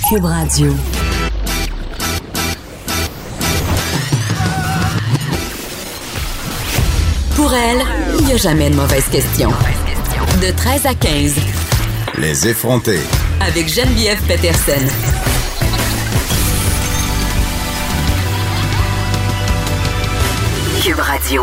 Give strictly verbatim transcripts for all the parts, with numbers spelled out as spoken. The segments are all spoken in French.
Cube Radio. Pour elle, il n'y a jamais de mauvaise question. De treize à quinze. Les effrontés. Avec Geneviève Peterson. Cube Radio.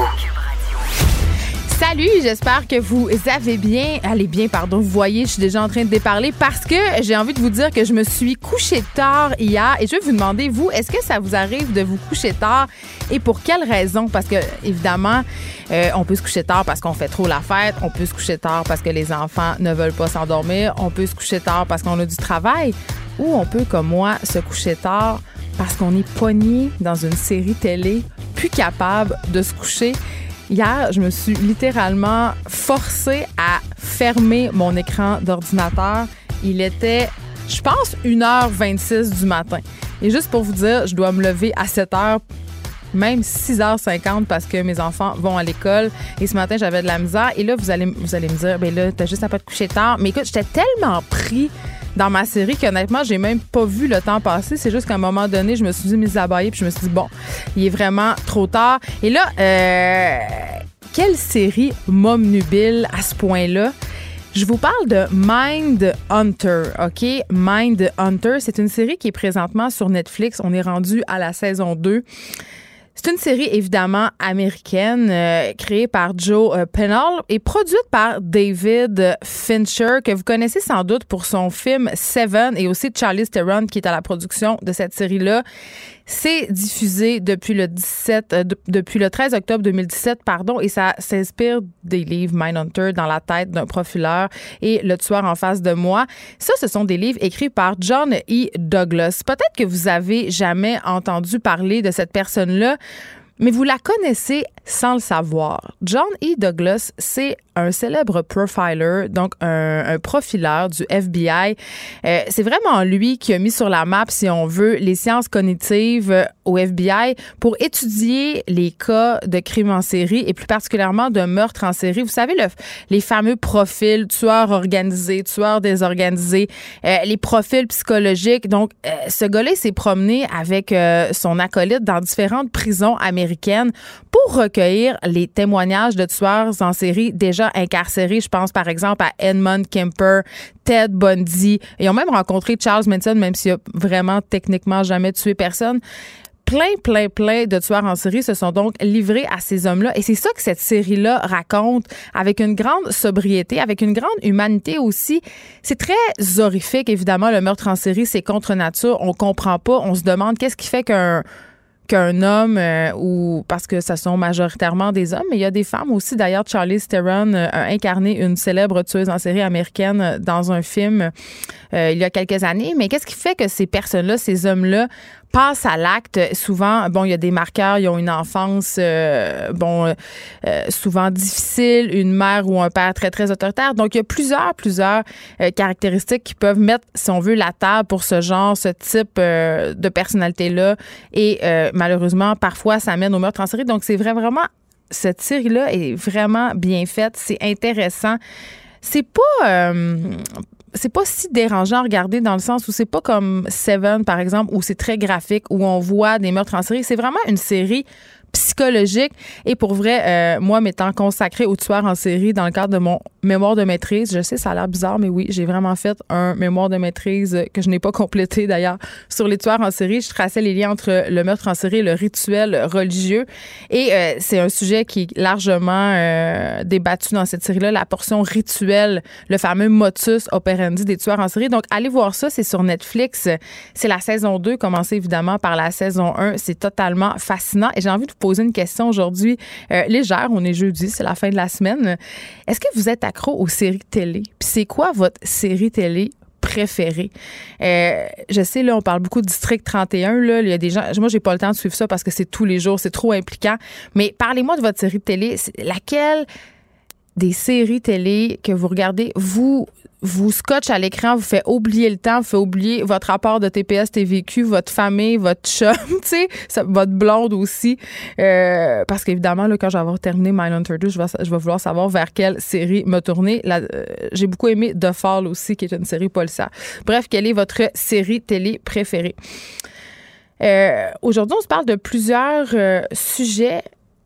Salut, j'espère que vous avez bien, allez bien, pardon, vous voyez, je suis déjà en train de déparler parce que j'ai envie de vous dire que je me suis couchée tard hier et je vais vous demander, vous, est-ce que ça vous arrive de vous coucher tard et pour quelle raison? Parce que, évidemment, euh, on peut se coucher tard parce qu'on fait trop la fête, on peut se coucher tard parce que les enfants ne veulent pas s'endormir, on peut se coucher tard parce qu'on a du travail ou on peut, comme moi, se coucher tard parce qu'on est pogné dans une série télé, plus capable de se coucher. Hier, je me suis littéralement forcée à fermer mon écran d'ordinateur. Il était, je pense, une heure vingt-six du matin. Et juste pour vous dire, je dois me lever à sept heures, même six heures cinquante parce que mes enfants vont à l'école. Et ce matin, j'avais de la misère. Et là, vous allez, vous allez me dire, ben là, t'as juste à pas te coucher tard. Mais écoute, j'étais tellement pris dans ma série qu'honnêtement, j'ai même pas vu le temps passer. C'est juste qu'à un moment donné, je me suis dit mise à bailler puis je me suis dit, bon, il est vraiment trop tard. Et là, euh, quelle série m'obnubile à ce point-là? Je vous parle de Mindhunter, OK? Mindhunter, c'est une série qui est présentement sur Netflix. On est rendu à la saison deux. C'est une série évidemment américaine euh, créée par Joe euh, Pennell et produite par David Fincher, que vous connaissez sans doute pour son film Seven et aussi Charlize Theron qui est à la production de cette série-là. C'est diffusé depuis le dix-sept, euh, de, depuis le treize octobre deux mille dix-sept, pardon, et ça s'inspire des livres Mindhunter dans la tête d'un profileur et Le tueur en face de moi. Ça, ce sont des livres écrits par John E. Douglas. Peut-être que vous avez jamais entendu parler de cette personne-là, mais vous la connaissez sans le savoir. John E. Douglas, c'est un célèbre profiler, donc un, un profileur du F B I. Euh, c'est vraiment lui qui a mis sur la map, si on veut, les sciences cognitives au F B I pour étudier les cas de crimes en série et plus particulièrement de meurtres en série. Vous savez, le, les fameux profils tueurs organisés, tueurs désorganisés, euh, les profils psychologiques. Donc, euh, ce gars-là s'est promené avec euh, son acolyte dans différentes prisons américaines pour recueillir les témoignages de tueurs en série déjà incarcérés. Je pense par exemple à Edmund Kemper, Ted Bundy. Ils ont même rencontré Charles Manson, même s'il a vraiment techniquement jamais tué personne. Plein, plein, plein de tueurs en série se sont donc livrés à ces hommes-là. Et c'est ça que cette série-là raconte avec une grande sobriété, avec une grande humanité aussi. C'est très horrifique, évidemment, le meurtre en série, c'est contre nature. On comprend pas. On se demande qu'est-ce qui fait qu'un qu'un homme, euh, ou parce que ce sont majoritairement des hommes, mais il y a des femmes aussi. D'ailleurs, Charlize Theron euh, a incarné une célèbre tueuse en série américaine dans un film euh, il y a quelques années. Mais qu'est-ce qui fait que ces personnes-là, ces hommes-là, passent à l'acte? Souvent, bon, il y a des marqueurs, ils ont une enfance, euh, bon, euh, souvent difficile, une mère ou un père très, très autoritaire. Donc, il y a plusieurs, plusieurs euh, caractéristiques qui peuvent mettre, si on veut, la table pour ce genre, ce type euh, de personnalité-là. Et euh, malheureusement, parfois, ça mène au meurtre en série. Donc, c'est vrai, vraiment, cette série-là est vraiment bien faite. C'est intéressant. C'est pas... Euh, c'est pas si dérangeant à regarder dans le sens où c'est pas comme Seven, par exemple, où c'est très graphique, où on voit des meurtres en série. C'est vraiment une série psychologique. Et pour vrai, euh, moi, m'étant consacrée aux tueurs en série dans le cadre de mon mémoire de maîtrise, je sais, ça a l'air bizarre, mais oui, j'ai vraiment fait un mémoire de maîtrise que je n'ai pas complété d'ailleurs sur les tueurs en série. Je traçais les liens entre le meurtre en série et le rituel religieux. Et euh, c'est un sujet qui est largement euh, débattu dans cette série-là, la portion rituelle, le fameux motus operandi des tueurs en série. Donc, allez voir ça, c'est sur Netflix. C'est la saison deux, commencée évidemment par la saison un. C'est totalement fascinant. Et j'ai envie de vous poser une question aujourd'hui euh, légère. On est jeudi, c'est la fin de la semaine. Est-ce que vous êtes accro aux séries télé? Puis c'est quoi votre série télé préférée? Euh, je sais, là, on parle beaucoup de District trente et un. Là, il y a des gens... Moi, j'ai pas le temps de suivre ça parce que c'est tous les jours, c'est trop impliquant. Mais parlez-moi de votre série de télé. Laquelle des séries télé que vous regardez vous vous scotche à l'écran, vous fait oublier le temps, vous fait oublier votre rapport de T P S T V Q, votre famille, votre chum, tu sais, votre blonde aussi. Euh, parce qu'évidemment, là, quand je vais avoir terminé Mindhunter deux, je vais, je vais vouloir savoir vers quelle série me tourner. La, euh, j'ai beaucoup aimé The Fall aussi, qui est une série policière. Bref, quelle est votre série télé préférée? Euh, aujourd'hui, on se parle de plusieurs euh, sujets.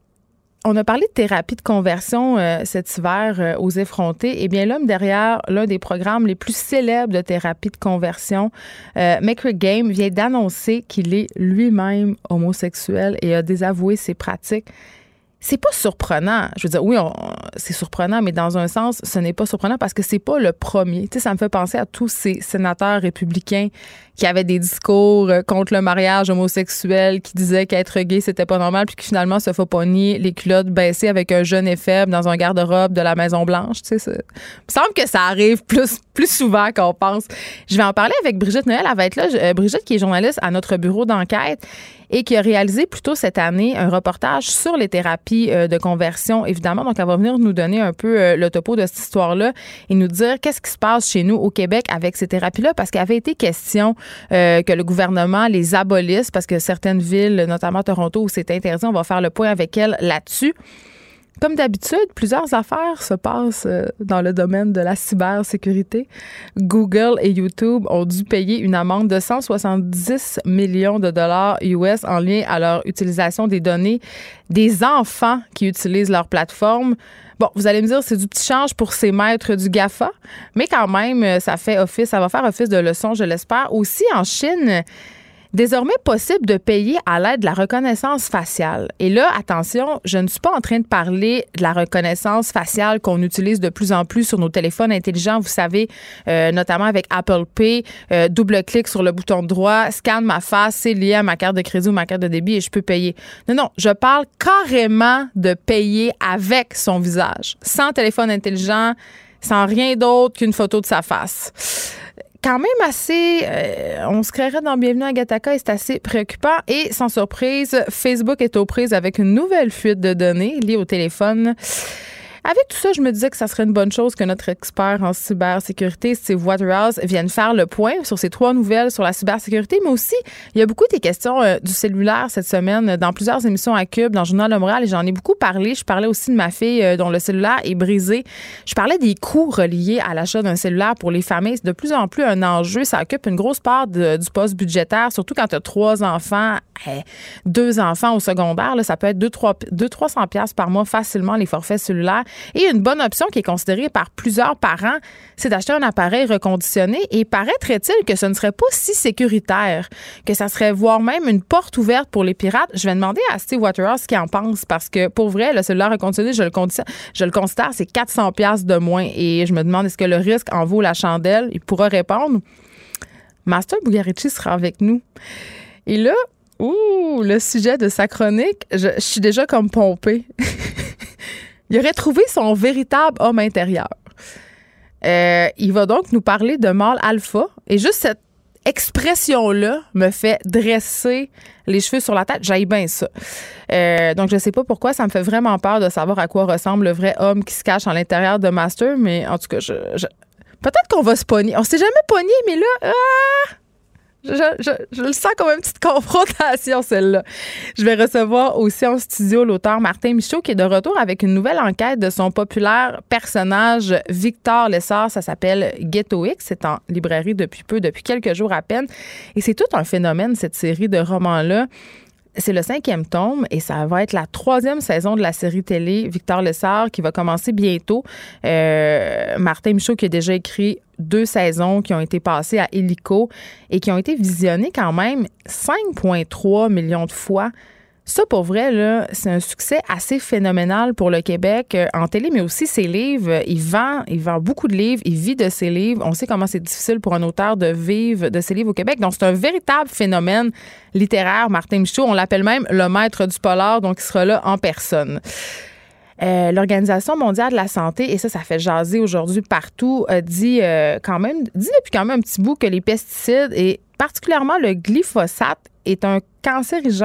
On a parlé de thérapie de conversion euh, cet hiver euh, aux effrontés. Eh bien, l'homme derrière l'un des programmes les plus célèbres de thérapie de conversion, euh, McRae-Game, vient d'annoncer qu'il est lui-même homosexuel et a désavoué ses pratiques. C'est pas surprenant. Je veux dire, oui, on, c'est surprenant, mais dans un sens, ce n'est pas surprenant parce que c'est pas le premier. Tu sais, ça me fait penser à tous ces sénateurs républicains qui avaient des discours contre le mariage homosexuel, qui disaient qu'être gay, c'était pas normal, puis qui finalement se fauponnier les culottes baissées avec un jeune et faible dans un garde-robe de la Maison-Blanche. Tu sais, ça. Il me semble que ça arrive plus, plus souvent qu'on pense. Je vais en parler avec Brigitte Noël. Elle va être là. Euh, Brigitte, qui est journaliste à notre bureau d'enquête et qui a réalisé plus tôt cette année un reportage sur les thérapies euh, de conversion, évidemment. Donc, elle va venir nous donner un peu euh, le topo de cette histoire-là et nous dire qu'est-ce qui se passe chez nous au Québec avec ces thérapies-là, parce qu'il avait été question euh, que le gouvernement les abolisse, parce que certaines villes, notamment Toronto, où c'est interdit, on va faire le point avec elle là-dessus. Comme d'habitude, plusieurs affaires se passent dans le domaine de la cybersécurité. Google et YouTube ont dû payer une amende de cent soixante-dix millions de dollars U S en lien à leur utilisation des données des enfants qui utilisent leur plateforme. Bon, vous allez me dire, c'est du petit change pour ces maîtres du GAFA, mais quand même, ça fait office, ça va faire office de leçon, je l'espère. Aussi, en Chine, désormais possible de payer à l'aide de la reconnaissance faciale. Et là, attention, je ne suis pas en train de parler de la reconnaissance faciale qu'on utilise de plus en plus sur nos téléphones intelligents. Vous savez, euh, notamment avec Apple Pay, euh, double-clic sur le bouton droit, scanne ma face, c'est lié à ma carte de crédit ou ma carte de débit et je peux payer. Non, non, je parle carrément de payer avec son visage, sans téléphone intelligent, sans rien d'autre qu'une photo de sa face. Quand même assez, euh, on se créerait dans Bienvenue à Gattaca et c'est assez préoccupant. Et sans surprise, Facebook est aux prises avec une nouvelle fuite de données liée au téléphone. Avec tout ça, je me disais que ça serait une bonne chose que notre expert en cybersécurité, Steve Waterhouse, vienne faire le point sur ces trois nouvelles sur la cybersécurité, mais aussi, il y a beaucoup des questions euh, du cellulaire cette semaine dans plusieurs émissions à Cube, dans le Journal de Montréal, et j'en ai beaucoup parlé. Je parlais aussi de ma fille euh, dont le cellulaire est brisé. Je parlais des coûts reliés à l'achat d'un cellulaire pour les familles. C'est de plus en plus un enjeu. Ça occupe une grosse part de, du poste budgétaire, surtout quand tu as trois enfants, eh, deux enfants au secondaire. Là, ça peut être deux à trois cents dollars par mois facilement, les forfaits cellulaires. Et une bonne option qui est considérée par plusieurs parents, c'est d'acheter un appareil reconditionné. Et paraîtrait-il que ce ne serait pas si sécuritaire, que ça serait voire même une porte ouverte pour les pirates. Je vais demander à Steve Waterhouse ce qu'il en pense, parce que pour vrai, le cellulaire reconditionné, je le, je le considère, c'est quatre cents dollars de moins. Et je me demande, est-ce que le risque en vaut la chandelle? Il pourra répondre. Master Bugarici sera avec nous. Et là, ouh, le sujet de sa chronique, je, je suis déjà comme pompée. Il aurait trouvé son véritable homme intérieur. Euh, il va donc nous parler de mâle alpha. Et juste cette expression-là me fait dresser les cheveux sur la tête. J'aille bien ça. Euh, donc, je ne sais pas pourquoi. Ça me fait vraiment peur de savoir à quoi ressemble le vrai homme qui se cache à l'intérieur de Master. Mais en tout cas, je, je... peut-être qu'on va se pogner. On s'est jamais pogné, mais là... Ah! Je, je, je le sens comme une petite confrontation, celle-là. Je vais recevoir aussi en studio l'auteur Martin Michaud qui est de retour avec une nouvelle enquête de son populaire personnage Victor Lessard. Ça s'appelle Ghetto X. C'est en librairie depuis peu, depuis quelques jours à peine. Et c'est tout un phénomène, cette série de romans-là. C'est le cinquième tome et ça va être la troisième saison de la série télé Victor Lessard qui va commencer bientôt. Euh, Martin Michaud qui a déjà écrit deux saisons qui ont été passées à Illico et qui ont été visionnées quand même cinq virgule trois millions de fois. Ça, pour vrai, là, c'est un succès assez phénoménal pour le Québec euh, en télé, mais aussi ses livres. Il vend, il vend beaucoup de livres, il vit de ses livres. On sait comment c'est difficile pour un auteur de vivre de ses livres au Québec. Donc, c'est un véritable phénomène littéraire, Martin Michaud. On l'appelle même le maître du polar, donc il sera là en personne. Euh, L'Organisation mondiale de la santé, et ça, ça fait jaser aujourd'hui partout, a dit euh, quand même, dit depuis quand même un petit bout que les pesticides et particulièrement le glyphosate est un cancérigène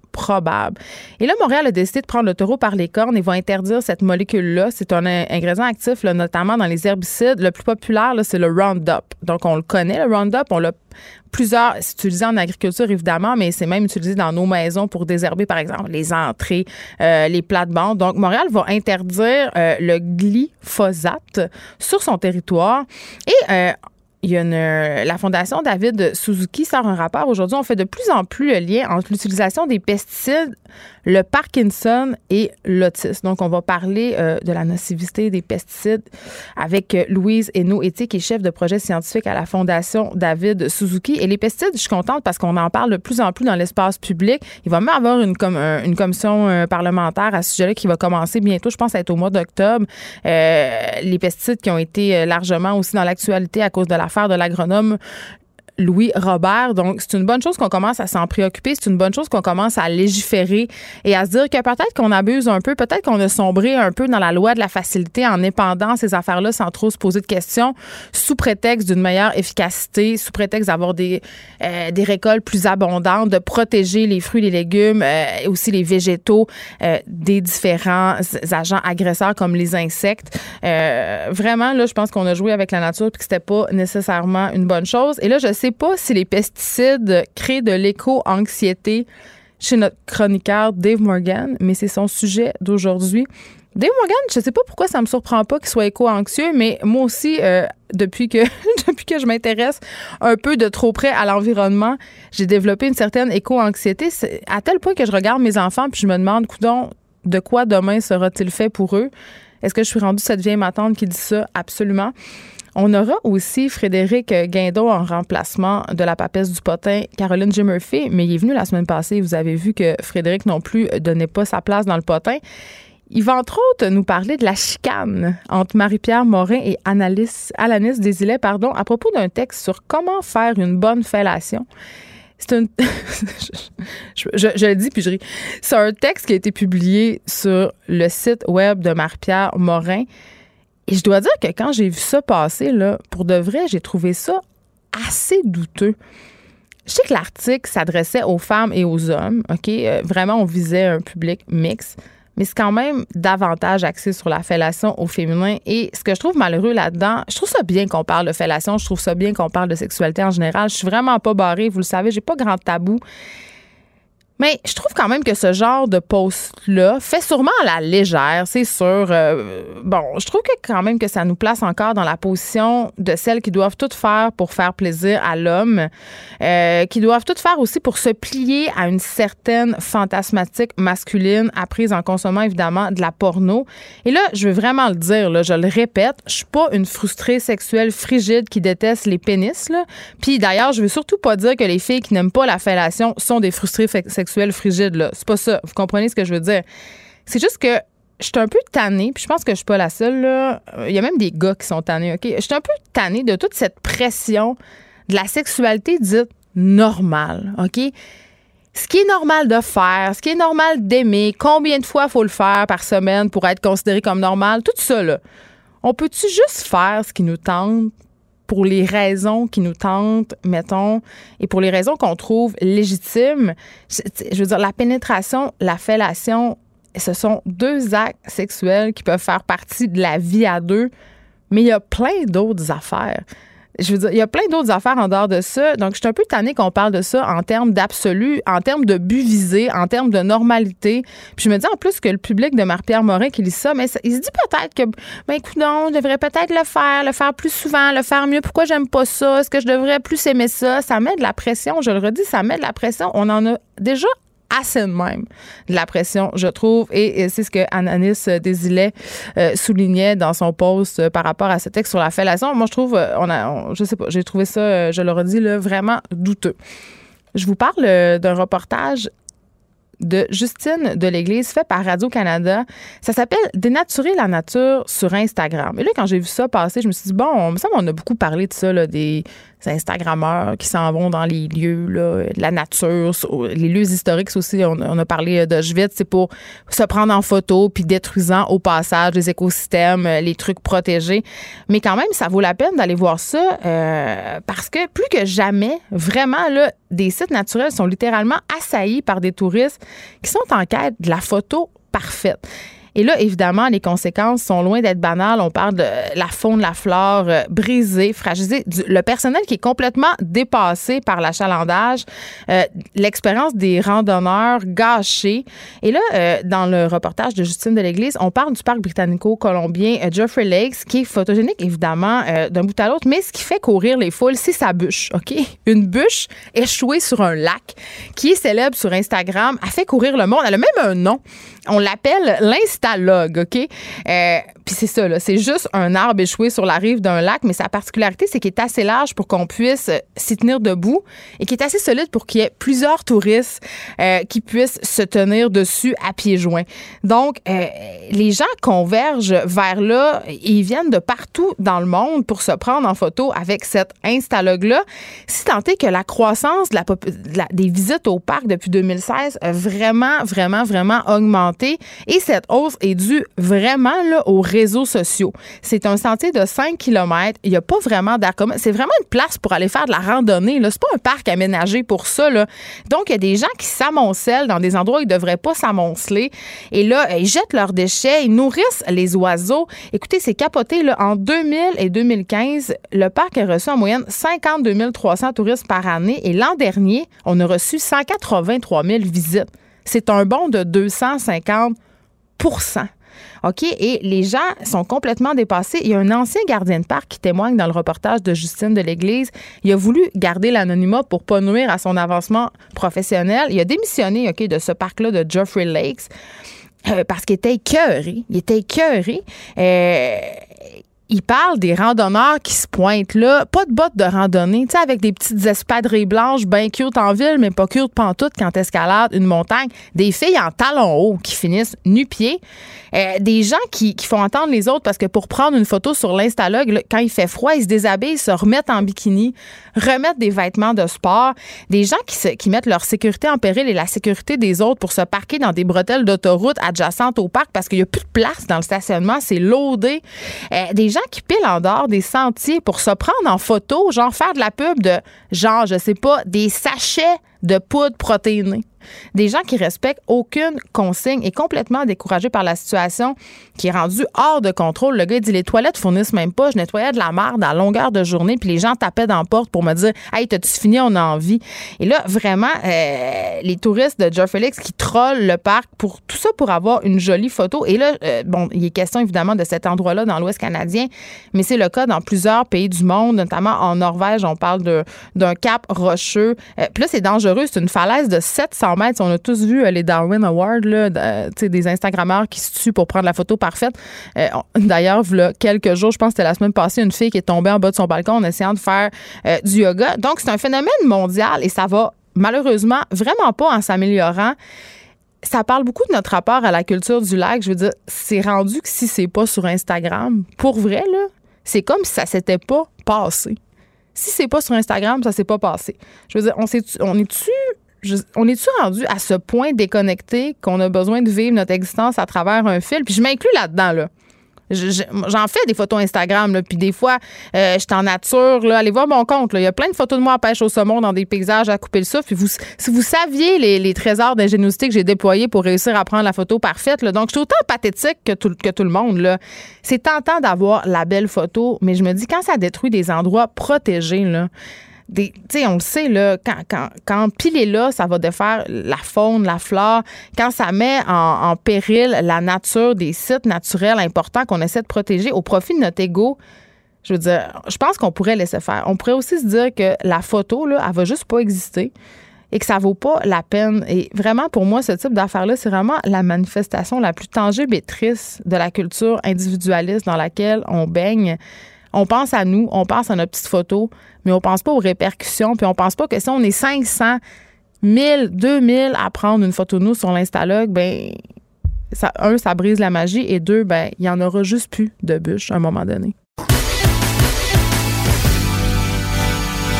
probable. Et là, Montréal a décidé de prendre le taureau par les cornes et va interdire cette molécule-là. C'est un ingrédient actif, là, notamment dans les herbicides. Le plus populaire, là, c'est le Roundup. Donc, on le connaît, le Roundup. On l'a plusieurs, c'est utilisé en agriculture, évidemment, mais c'est même utilisé dans nos maisons pour désherber, par exemple, les entrées, euh, les plates-bandes. Donc, Montréal va interdire euh, le glyphosate sur son territoire. Et euh, il y a une, la Fondation David Suzuki sort un rapport. Aujourd'hui, on fait de plus en plus le lien entre l'utilisation des pesticides, le Parkinson et l'autisme. Donc, on va parler euh, de la nocivité des pesticides avec euh, Louise Hainaut-Etier, qui est chef de projet scientifique à la Fondation David Suzuki. Et les pesticides, je suis contente parce qu'on en parle de plus en plus dans l'espace public. Il va même avoir une, com- une commission euh, parlementaire à ce sujet-là qui va commencer bientôt, je pense, à être au mois d'octobre. Euh, les pesticides qui ont été largement aussi dans l'actualité à cause de l'affaire de l'agronome Louis Robert. Donc, c'est une bonne chose qu'on commence à s'en préoccuper. C'est une bonne chose qu'on commence à légiférer et à se dire que peut-être qu'on abuse un peu, peut-être qu'on a sombré un peu dans la loi de la facilité en épandant ces affaires-là sans trop se poser de questions, sous prétexte d'une meilleure efficacité, sous prétexte d'avoir des, euh, des récoltes plus abondantes, de protéger les fruits, les légumes euh, et aussi les végétaux euh, des différents agents agresseurs comme les insectes. Euh, vraiment, là, je pense qu'on a joué avec la nature et que c'était pas nécessairement une bonne chose. Et là, je sais pas si les pesticides créent de l'éco-anxiété chez notre chroniqueur Dave Morgan, mais c'est son sujet d'aujourd'hui. Dave Morgan, je sais pas pourquoi ça me surprend pas qu'il soit éco-anxieux, mais moi aussi, euh, depuis que depuis que je m'intéresse un peu de trop près à l'environnement, j'ai développé une certaine éco-anxiété, c'est à tel point que je regarde mes enfants puis je me demande, coudonc, de quoi demain sera-t-il fait pour eux? Est-ce que je suis rendue cette vieille matante qui dit ça? Absolument. On aura aussi Frédéric Guindon en remplacement de la papesse du potin, Caroline J. Murphy, mais il est venu la semaine passée. Vous avez vu que Frédéric non plus donnait pas sa place dans le potin. Il va entre autres nous parler de la chicane entre Marie-Pierre Morin et Annalise, Alanis Desilets, pardon, à propos d'un texte sur comment faire une bonne fellation. C'est un... je, je, je le dis puis je ris. C'est un texte qui a été publié sur le site web de Marie-Pierre Morin. Et je dois dire que quand j'ai vu ça passer, là, pour de vrai, j'ai trouvé ça assez douteux. Je sais que l'article s'adressait aux femmes et aux hommes, OK? Euh, vraiment, on visait un public mixte, mais c'est quand même davantage axé sur la fellation au féminin. Et ce que je trouve malheureux là-dedans, je trouve ça bien qu'on parle de fellation, je trouve ça bien qu'on parle de sexualité en général. Je suis vraiment pas barrée, vous le savez, j'ai pas grand tabou. Mais je trouve quand même que ce genre de post-là fait sûrement à la légère, c'est sûr. Euh, bon, je trouve que quand même que ça nous place encore dans la position de celles qui doivent tout faire pour faire plaisir à l'homme, euh, qui doivent tout faire aussi pour se plier à une certaine fantasmatique masculine apprise en consommant évidemment de la porno. Et là, je veux vraiment le dire, là, je le répète, je suis pas une frustrée sexuelle frigide qui déteste les pénis, là. Puis d'ailleurs, je veux surtout pas dire que les filles qui n'aiment pas la fellation sont des frustrées sexuelles frigide, là. C'est pas ça. Vous comprenez ce que je veux dire? C'est juste que je suis un peu tannée, puis je pense que je suis pas la seule, là. Il y a même des gars qui sont tannés, OK? Je suis un peu tannée de toute cette pression de la sexualité dite normale, OK? Ce qui est normal de faire, ce qui est normal d'aimer, combien de fois il faut le faire par semaine pour être considéré comme normal, tout ça, là. On peut-tu juste faire ce qui nous tente pour les raisons qui nous tentent, mettons, et pour les raisons qu'on trouve légitimes? Je, je veux dire, la pénétration, la fellation, ce sont deux actes sexuels qui peuvent faire partie de la vie à deux, mais il y a plein d'autres affaires. Je veux dire, il y a plein d'autres affaires en dehors de ça. Donc, je suis un peu tannée qu'on parle de ça en termes d'absolu, en termes de but visé, en termes de normalité. Puis je me dis en plus que le public de Marie-Pierre Morin qui lit ça, mais ça, il se dit peut-être que, ben écoute, non, je devrais peut-être le faire, le faire plus souvent, le faire mieux. Pourquoi j'aime pas ça? Est-ce que je devrais plus aimer ça? Ça met de la pression, je le redis, ça met de la pression. On en a déjà assez de même de la pression, je trouve. Et, et c'est ce que Ananis Desilets euh, soulignait dans son post euh, par rapport à ce texte sur la fellation. Moi, je trouve, euh, on a, on, je sais pas, j'ai trouvé ça, euh, je le redis, là, vraiment douteux. Je vous parle euh, d'un reportage de Justine de l'Église fait par Radio-Canada. Ça s'appelle « Dénaturer la nature sur Instagram ». Et là, quand j'ai vu ça passer, je me suis dit, bon, il me semble qu'on a beaucoup parlé de ça, là, des, Instagrammeurs qui s'en vont dans les lieux, là, la nature, les lieux historiques aussi. On, on a parlé d'Auschwitz, c'est pour se prendre en photo puis détruisant au passage les écosystèmes, les trucs protégés. Mais quand même, ça vaut la peine d'aller voir ça euh, parce que plus que jamais, vraiment, là, des sites naturels sont littéralement assaillis par des touristes qui sont en quête de la photo parfaite. Et là, évidemment, les conséquences sont loin d'être banales. On parle de la faune, la flore euh, brisée, fragilisée, du, le personnel qui est complètement dépassé par l'achalandage, euh, l'expérience des randonneurs gâchée. Et là, euh, dans le reportage de Justine de l'Église, on parle du parc britannico-colombien euh, Jeffrey Lakes, qui est photogénique, évidemment, euh, d'un bout à l'autre, mais ce qui fait courir les foules, c'est sa bûche, OK? Une bûche échouée sur un lac qui est célèbre sur Instagram. Elle fait courir le monde. Elle a même un nom. On l'appelle l'instalogue, OK? Euh, Puis c'est ça, là. C'est juste un arbre échoué sur la rive d'un lac, mais sa particularité, c'est qu'il est assez large pour qu'on puisse s'y tenir debout et qu'il est assez solide pour qu'il y ait plusieurs touristes euh, qui puissent se tenir dessus à pieds joints. Donc, euh, les gens convergent vers là et ils viennent de partout dans le monde pour se prendre en photo avec cette instalogue-là. Si tant est que la croissance de la, de la, des visites au parc depuis deux mille seize a vraiment, vraiment, vraiment augmenté. Et cette hausse est due vraiment là, aux réseaux sociaux. C'est un sentier de cinq kilomètres. Il n'y a pas vraiment d'air commun. C'est vraiment une place pour aller faire de la randonnée. Là. C'est pas un parc aménagé pour ça. Là. Donc, il y a des gens qui s'amoncellent dans des endroits où ils ne devraient pas s'amonceler. Et là, ils jettent leurs déchets. Ils nourrissent les oiseaux. Écoutez, c'est capoté. Là. En deux mille et deux mille quinze, le parc a reçu en moyenne cinquante-deux mille trois cents touristes par année. Et l'an dernier, on a reçu cent quatre-vingt-trois mille visites. C'est un bond de deux cent cinquante pour cent. OK? Et les gens sont complètement dépassés. Il y a un ancien gardien de parc qui témoigne dans le reportage de Justine de l'Église. Il a voulu garder l'anonymat pour pas nuire à son avancement professionnel. Il a démissionné, OK, de ce parc-là de Jeffrey Lakes euh, parce qu'il était écœuré. Il était écœuré. Euh, Il parle des randonneurs qui se pointent là, pas de bottes de randonnée, tu sais, avec des petites espadrilles blanches bien cute en ville, mais pas cute pantoute quand t'escalades une montagne. Des filles en talons hauts qui finissent nu-pieds. Euh, des gens qui, qui font entendre les autres parce que pour prendre une photo sur l'Instalogue, là, quand il fait froid, ils se déshabillent, se remettent en bikini, remettent des vêtements de sport. Des gens qui, se, qui mettent leur sécurité en péril et la sécurité des autres pour se parquer dans des bretelles d'autoroute adjacentes au parc parce qu'il n'y a plus de place dans le stationnement, c'est loadé. Euh, des gens qui pilent en dehors des sentiers pour se prendre en photo, genre faire de la pub de, genre, je sais pas, des sachets de poudre protéinée. Des gens qui respectent aucune consigne et complètement découragés par la situation qui est rendue hors de contrôle. Le gars dit, les toilettes fournissent même pas. Je nettoyais de la marde à longueur de journée puis les gens tapaient dans la porte pour me dire, hey, t'as-tu fini? On a envie. Et là, vraiment, euh, les touristes de Jeffrey Lakes qui trollent le parc pour tout ça pour avoir une jolie photo. Et là, euh, bon, il est question évidemment de cet endroit-là dans l'Ouest canadien, mais c'est le cas dans plusieurs pays du monde, notamment en Norvège. On parle de, d'un cap rocheux. Euh, puis là, c'est dangereux. C'est une falaise de sept cents mètres. On a tous vu euh, les Darwin Awards, là, euh, des Instagrammeurs qui se tuent pour prendre la photo parfaite. Euh, on, d'ailleurs, là, quelques jours, je pense que c'était la semaine passée, une fille qui est tombée en bas de son balcon en essayant de faire euh, du yoga. Donc, c'est un phénomène mondial et ça va malheureusement vraiment pas en s'améliorant. Ça parle beaucoup de notre rapport à la culture du lac. Je veux dire, c'est rendu que si c'est pas sur Instagram, pour vrai, là, c'est comme si ça s'était pas passé. Si c'est pas sur Instagram, ça s'est pas passé. Je veux dire, on, s'est, on est-tu... Je, on est-tu rendu à ce point déconnecté qu'on a besoin de vivre notre existence à travers un fil? Puis je m'inclus là-dedans, là. Je, je, j'en fais des photos Instagram, là, puis des fois, euh, je suis en nature. Là, allez voir mon compte. Il y a plein de photos de moi à pêche au saumon dans des paysages à couper le souffle. Puis vous, si vous saviez les, les trésors d'ingéniosité que j'ai déployés pour réussir à prendre la photo parfaite, là, donc je suis autant pathétique que tout, que tout le monde. Là. C'est tentant d'avoir la belle photo, mais je me dis, quand ça détruit des endroits protégés, là, tu sais, on le sait, là, quand, quand, quand pile est là, ça va défaire la faune, la flore. Quand ça met en, en péril la nature des sites naturels importants qu'on essaie de protéger au profit de notre ego, je veux dire, je pense qu'on pourrait laisser faire. On pourrait aussi se dire que la photo, là, elle va juste pas exister et que ça vaut pas la peine. Et vraiment, pour moi, ce type d'affaires-là, c'est vraiment la manifestation la plus tangible et triste de la culture individualiste dans laquelle on baigne. On pense à nous, on pense à notre petite photo, mais on pense pas aux répercussions, puis on pense pas que si on est cinq cents, mille, deux mille à prendre une photo de nous sur l'Instalogue, ben ça, un, ça brise la magie, et deux, ben il y en aura juste plus de bûches à un moment donné.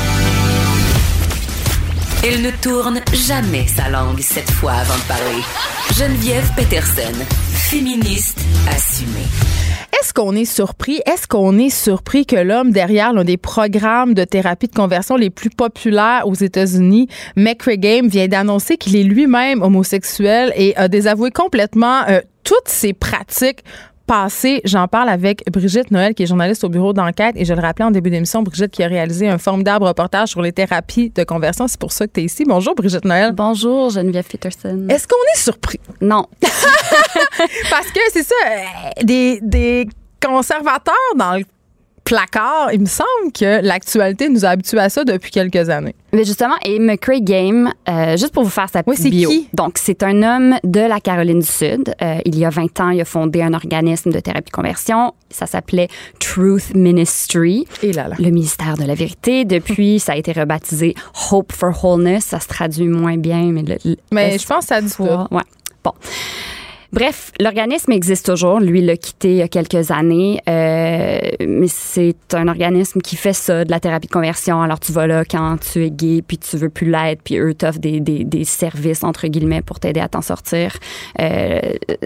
Elle ne tourne jamais sa langue cette fois avant de parler. Geneviève Peterson, féministe assumée. Est-ce qu'on est surpris? Est-ce qu'on est surpris que l'homme derrière l'un des programmes de thérapie de conversion les plus populaires aux États-Unis, McCregame, vient d'annoncer qu'il est lui-même homosexuel et a désavoué complètement euh, toutes ses pratiques passées? J'en parle avec Brigitte Noël, qui est journaliste au bureau d'enquête. Et je le rappelais en début d'émission, Brigitte qui a réalisé un formidable reportage sur les thérapies de conversion. C'est pour ça que tu es ici. Bonjour, Brigitte Noël. Bonjour, Geneviève Peterson. Est-ce qu'on est surpris? Non. Parce que c'est ça, euh, des, des conservateurs dans le placard, il me semble que l'actualité nous a habitués à ça depuis quelques années. Mais justement, et McCregame, euh, juste pour vous faire sa petite oui, bio. Qui? Donc, c'est un homme de la Caroline du Sud. Euh, il y a vingt ans, il a fondé un organisme de thérapie de conversion. Ça s'appelait Truth Ministry. Et là là. Le ministère de la vérité. Depuis, ça a été rebaptisé Hope for Wholeness. Ça se traduit moins bien, mais... Le, le, mais le je pense que ça dit tout. Ouais. Bon. Bref, l'organisme existe toujours. Lui, il l'a quitté il y a quelques années. Euh, mais c'est un organisme qui fait ça, de la thérapie de conversion. Alors, tu vas là quand tu es gay, puis tu veux plus l'être, puis eux t'offrent des, des, des services, entre guillemets, pour t'aider à t'en sortir. Euh,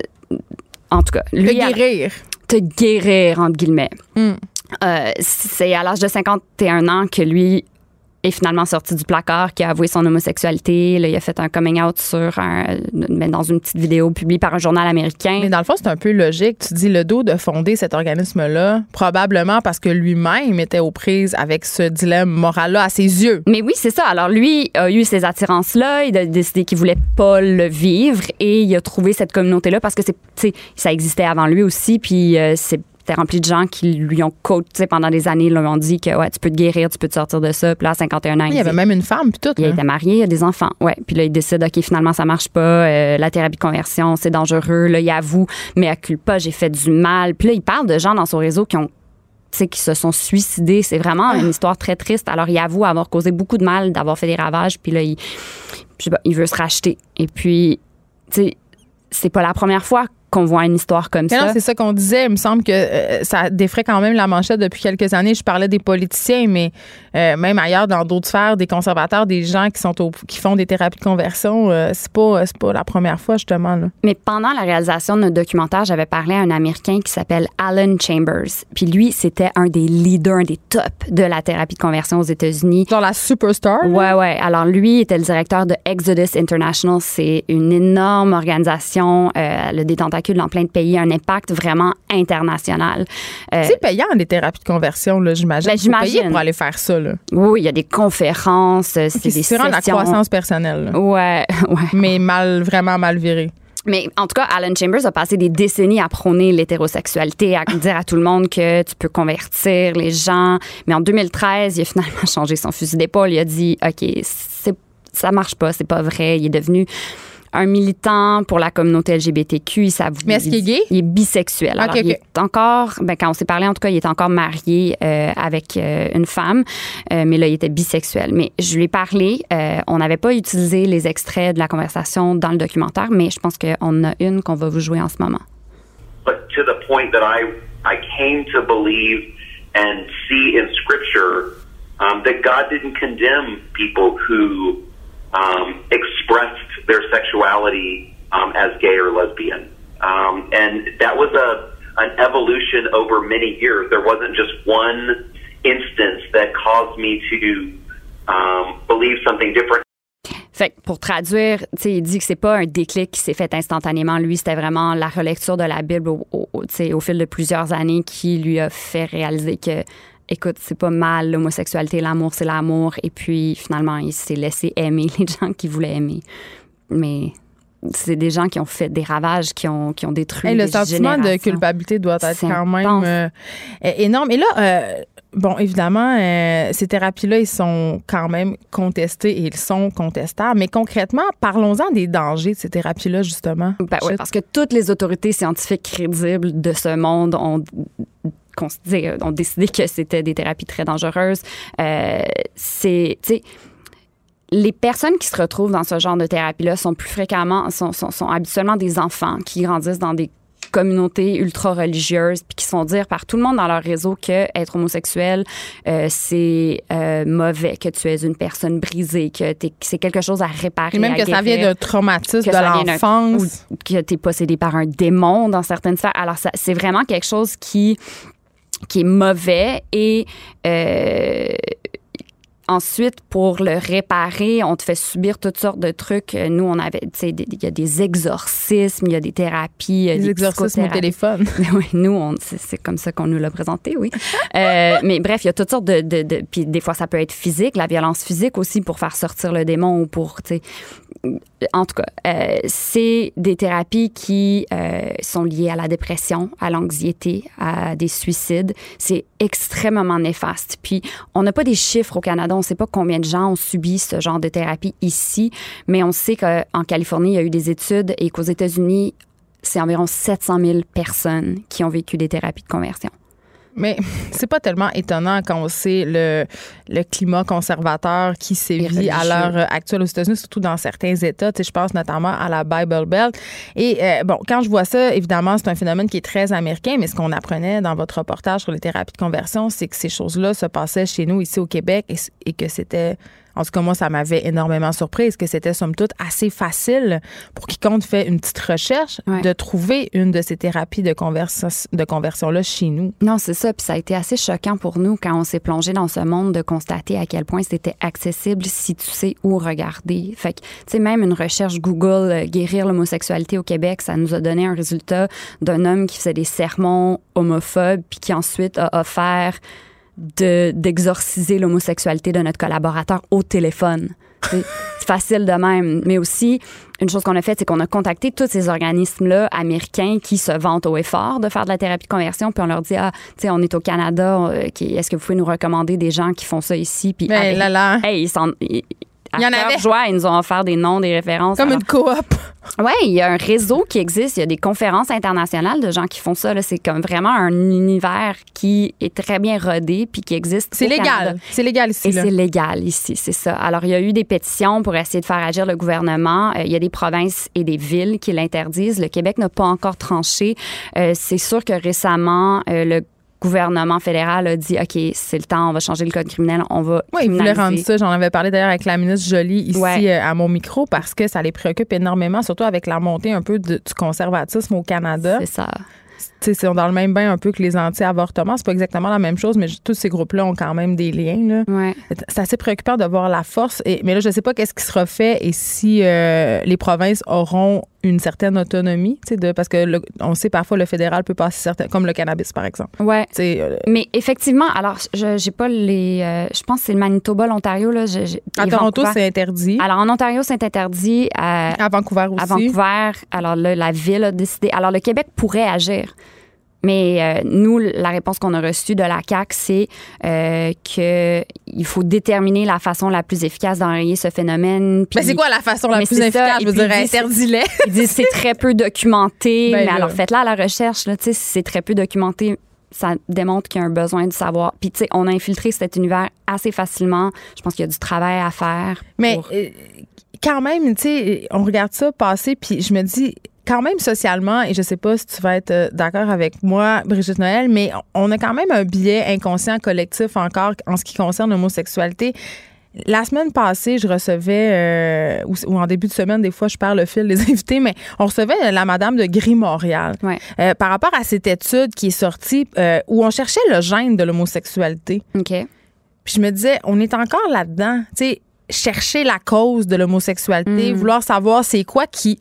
en tout cas, lui... Te guérir. Te guérir, entre guillemets. Mm. Euh, c'est à l'âge de cinquante et un ans que lui... est finalement sorti du placard, qui a avoué son homosexualité. Là, il a fait un coming out sur un, dans une petite vidéo publiée par un journal américain. Mais dans le fond, c'est un peu logique. Tu dis le dos de fonder cet organisme-là, probablement parce que lui-même était aux prises avec ce dilemme moral-là à ses yeux. Mais oui, c'est ça. Alors lui a eu ces attirances-là, il a décidé qu'il voulait pas le vivre et il a trouvé cette communauté-là parce que c'est, tu sais, ça existait avant lui aussi, puis euh, c'est C'était rempli de gens qui lui ont coaché pendant des années, lui ont dit que ouais, tu peux te guérir, tu peux te sortir de ça. Puis là, à cinquante et un ans, il y avait dit, même une femme, puis tout. Il hein? était marié, il a des enfants. Ouais. Puis là, il décide, OK, finalement, ça marche pas. Euh, la thérapie de conversion, c'est dangereux. Là, il avoue, mais accule pas, j'ai fait du mal. Puis là, il parle de gens dans son réseau qui ont qui se sont suicidés. C'est vraiment une histoire très triste. Alors, il avoue avoir causé beaucoup de mal, d'avoir fait des ravages. Puis là, il, je sais pas, il veut se racheter. Et puis, tu sais, c'est pas la première fois qu'on voit une histoire comme mais ça. Non, c'est ça qu'on disait. Il me semble que euh, ça défrait quand même la manchette depuis quelques années. Je parlais des politiciens, mais euh, même ailleurs, dans d'autres sphères, des conservateurs, des gens qui sont au, qui font des thérapies de conversion, euh, c'est pas c'est pas la première fois, justement. Là. Mais pendant la réalisation de notre documentaire, j'avais parlé à un Américain qui s'appelle Alan Chambers. Puis lui, c'était un des leaders, un des tops de la thérapie de conversion aux États-Unis. Genre la superstar. Ouais, ouais. Alors lui était le directeur de Exodus International. C'est une énorme organisation, euh, le des tentacules dans plein de pays, un impact vraiment international. Euh, c'est payant, les thérapies de conversion, là, j'imagine. Ben, j'imagine. Faut payer pour aller faire ça, là. Oui, il y a des conférences, c'est okay, des c'est sessions. C'est vraiment la croissance personnelle. Là. Ouais, ouais. Mais mal, vraiment mal viré. Mais en tout cas, Alan Chambers a passé des décennies à prôner l'hétérosexualité, à dire à tout le monde que tu peux convertir les gens. Mais en deux mille treize, il a finalement changé son fusil d'épaule. Il a dit, OK, c'est, ça marche pas, c'est pas vrai. Il est devenu un militant pour la communauté L G B T Q. Il s'avoue, mais est-ce qu'il est gay? Il est bisexuel. Alors, okay, okay. Il est encore, ben, quand on s'est parlé, en tout cas, il est encore marié euh, avec euh, une femme, euh, mais là, il était bisexuel. Mais je lui ai parlé. Euh, on n'avait pas utilisé les extraits de la conversation dans le documentaire, mais je pense qu'on a une qu'on va vous jouer en ce moment. But to the point that I, I came to believe and see in Scripture um, that God didn't condemn people who Um, expressed their sexuality um, as gay or lesbian. Um, and that was a an evolution over many years. There wasn't just one instance that caused me to um, believe something different. Fait que pour traduire, tu sais, il dit que c'est pas un déclic qui s'est fait instantanément. Lui, c'était vraiment la relecture de la Bible au, au, au fil de plusieurs années qui lui a fait réaliser que écoute, c'est pas mal, l'homosexualité, l'amour, c'est l'amour. Et puis, finalement, il s'est laissé aimer les gens qu'il voulait aimer. Mais c'est des gens qui ont fait des ravages, qui ont, qui ont détruit hey, le des sentiment de culpabilité doit être c'est quand même euh, énorme. Et là, euh, bon, évidemment, euh, ces thérapies-là, ils sont quand même contestés et ils sont contestables. Mais concrètement, parlons-en des dangers de ces thérapies-là, justement. Ben oui, parce que toutes les autorités scientifiques crédibles de ce monde ont ont décidé que c'était des thérapies très dangereuses. Euh, c'est, tu sais, les personnes qui se retrouvent dans ce genre de thérapie-là sont plus fréquemment, sont, sont, sont habituellement des enfants qui grandissent dans des communautés ultra-religieuses puis qui se font dire par tout le monde dans leur réseau que être homosexuel, euh, c'est euh, mauvais, que tu es une personne brisée, que, t'es, que c'est quelque chose à réparer, et même à que guérir, ça vient d'un traumatisme que de l'enfance. Ou que tu es possédé par un démon dans certaines sphères. Alors, ça, c'est vraiment quelque chose qui, qui est mauvais et... Euh, Ensuite, pour le réparer, on te fait subir toutes sortes de trucs. Nous, on avait, tu sais, il y a des exorcismes, il y a des thérapies, des, des exorcismes au téléphone. Oui, nous, on, c'est, c'est comme ça qu'on nous l'a présenté, oui. euh, mais bref, il y a toutes sortes de, de, de, puis des fois, ça peut être physique, la violence physique aussi pour faire sortir le démon ou pour, tu sais. En tout cas, euh, c'est des thérapies qui euh, sont liées à la dépression, à l'anxiété, à des suicides. C'est extrêmement néfaste. Puis, on n'a pas des chiffres au Canada. On ne sait pas combien de gens ont subi ce genre de thérapie ici, mais on sait qu'en Californie, il y a eu des études et qu'aux États-Unis, c'est environ sept cent mille personnes qui ont vécu des thérapies de conversion. Mais c'est pas tellement étonnant quand on sait le, le climat conservateur qui sévit à l'heure actuelle aux États-Unis, surtout dans certains États. Tu sais, je pense notamment à la Bible Belt. Et euh, bon, quand je vois ça, évidemment, c'est un phénomène qui est très américain, mais ce qu'on apprenait dans votre reportage sur les thérapies de conversion, c'est que ces choses-là se passaient chez nous, ici au Québec, et, et que c'était... En tout cas, moi, ça m'avait énormément surprise que c'était, somme toute, assez facile pour quiconque fait une petite recherche ouais. de trouver une de ces thérapies de, conversion, de conversion-là chez nous. Non, c'est ça. Puis ça a été assez choquant pour nous quand on s'est plongé dans ce monde de constater à quel point c'était accessible si tu sais où regarder. Fait que, tu sais, même une recherche Google euh, « Guérir l'homosexualité au Québec », ça nous a donné un résultat d'un homme qui faisait des sermons homophobes puis qui ensuite a offert... De, d'exorciser l'homosexualité de notre collaborateur au téléphone. C'est, c'est facile de même. Mais aussi, une chose qu'on a faite, c'est qu'on a contacté tous ces organismes-là américains qui se vantent haut et fort de faire de la thérapie de conversion, puis on leur dit, ah, tu sais, on est au Canada, euh, est-ce que vous pouvez nous recommander des gens qui font ça ici? Puis, ben, avec, là, là. Hey, ils s'en... Ils, il y en avait. Joie, ils nous ont offert des noms, des références. Comme alors, une coop. Oui, il y a un réseau qui existe. Il y a des conférences internationales de gens qui font ça. Là. C'est comme vraiment un univers qui est très bien rodé puis qui existe. C'est au légal. Canada. C'est légal ici. Et là. c'est légal ici, c'est ça. Alors, il y a eu des pétitions pour essayer de faire agir le gouvernement. Euh, il y a des provinces et des villes qui l'interdisent. Le Québec n'a pas encore tranché. Euh, c'est sûr que récemment, euh, le gouvernement fédéral a dit, OK, c'est le temps, on va changer le code criminel, on va Oui, ils voulaient rendre ça. J'en avais parlé d'ailleurs avec la ministre Joly ici ouais. euh, à mon micro parce que ça les préoccupe énormément, surtout avec la montée un peu de, du conservatisme au Canada. C'est ça. Tu sais, c'est dans le même bain un peu que les anti-avortements. C'est pas exactement la même chose, mais tous ces groupes-là ont quand même des liens. Là. Ouais. C'est assez préoccupant de voir la force. Et, mais là, je sais pas qu'est-ce qui sera fait et si euh, les provinces auront une certaine autonomie, tu sais, de, parce que le, on sait parfois le fédéral peut passer certains, comme le cannabis par exemple. Ouais. Euh, mais effectivement, alors je j'ai pas les, euh, je pense que c'est le Manitoba, l'Ontario là. Je, je, à Toronto, Vancouver. C'est interdit. Alors en Ontario, c'est interdit. À, à Vancouver aussi. À Vancouver. Alors là, la ville a décidé. Alors le Québec pourrait agir. Mais euh, nous, la réponse qu'on a reçue de la C A Q, c'est euh, qu'il faut déterminer la façon la plus efficace d'enrayer ce phénomène. Puis, mais c'est quoi la façon la plus efficace? Ça, je veux dire, interdis-les. Ils disent c'est très peu documenté. Ben mais là. Alors, faites-la la recherche. Là, si c'est très peu documenté, ça démontre qu'il y a un besoin de savoir. Puis, tu sais, on a infiltré cet univers assez facilement. Je pense qu'il y a du travail à faire. Mais pour... euh, quand même, tu sais, on regarde ça passer, puis je me dis... Quand même socialement, et je sais pas si tu vas être d'accord avec moi, Brigitte Noël, mais on a quand même un biais inconscient collectif encore en ce qui concerne l'homosexualité. La semaine passée, je recevais, euh, ou, ou en début de semaine, des fois, je perds le fil des invités, mais on recevait la madame de Gris-Montréal ouais. euh, par rapport à cette étude qui est sortie euh, où on cherchait le gène de l'homosexualité. OK. Puis je me disais, on est encore là-dedans, tu sais, chercher la cause de l'homosexualité, mmh. vouloir savoir c'est quoi qui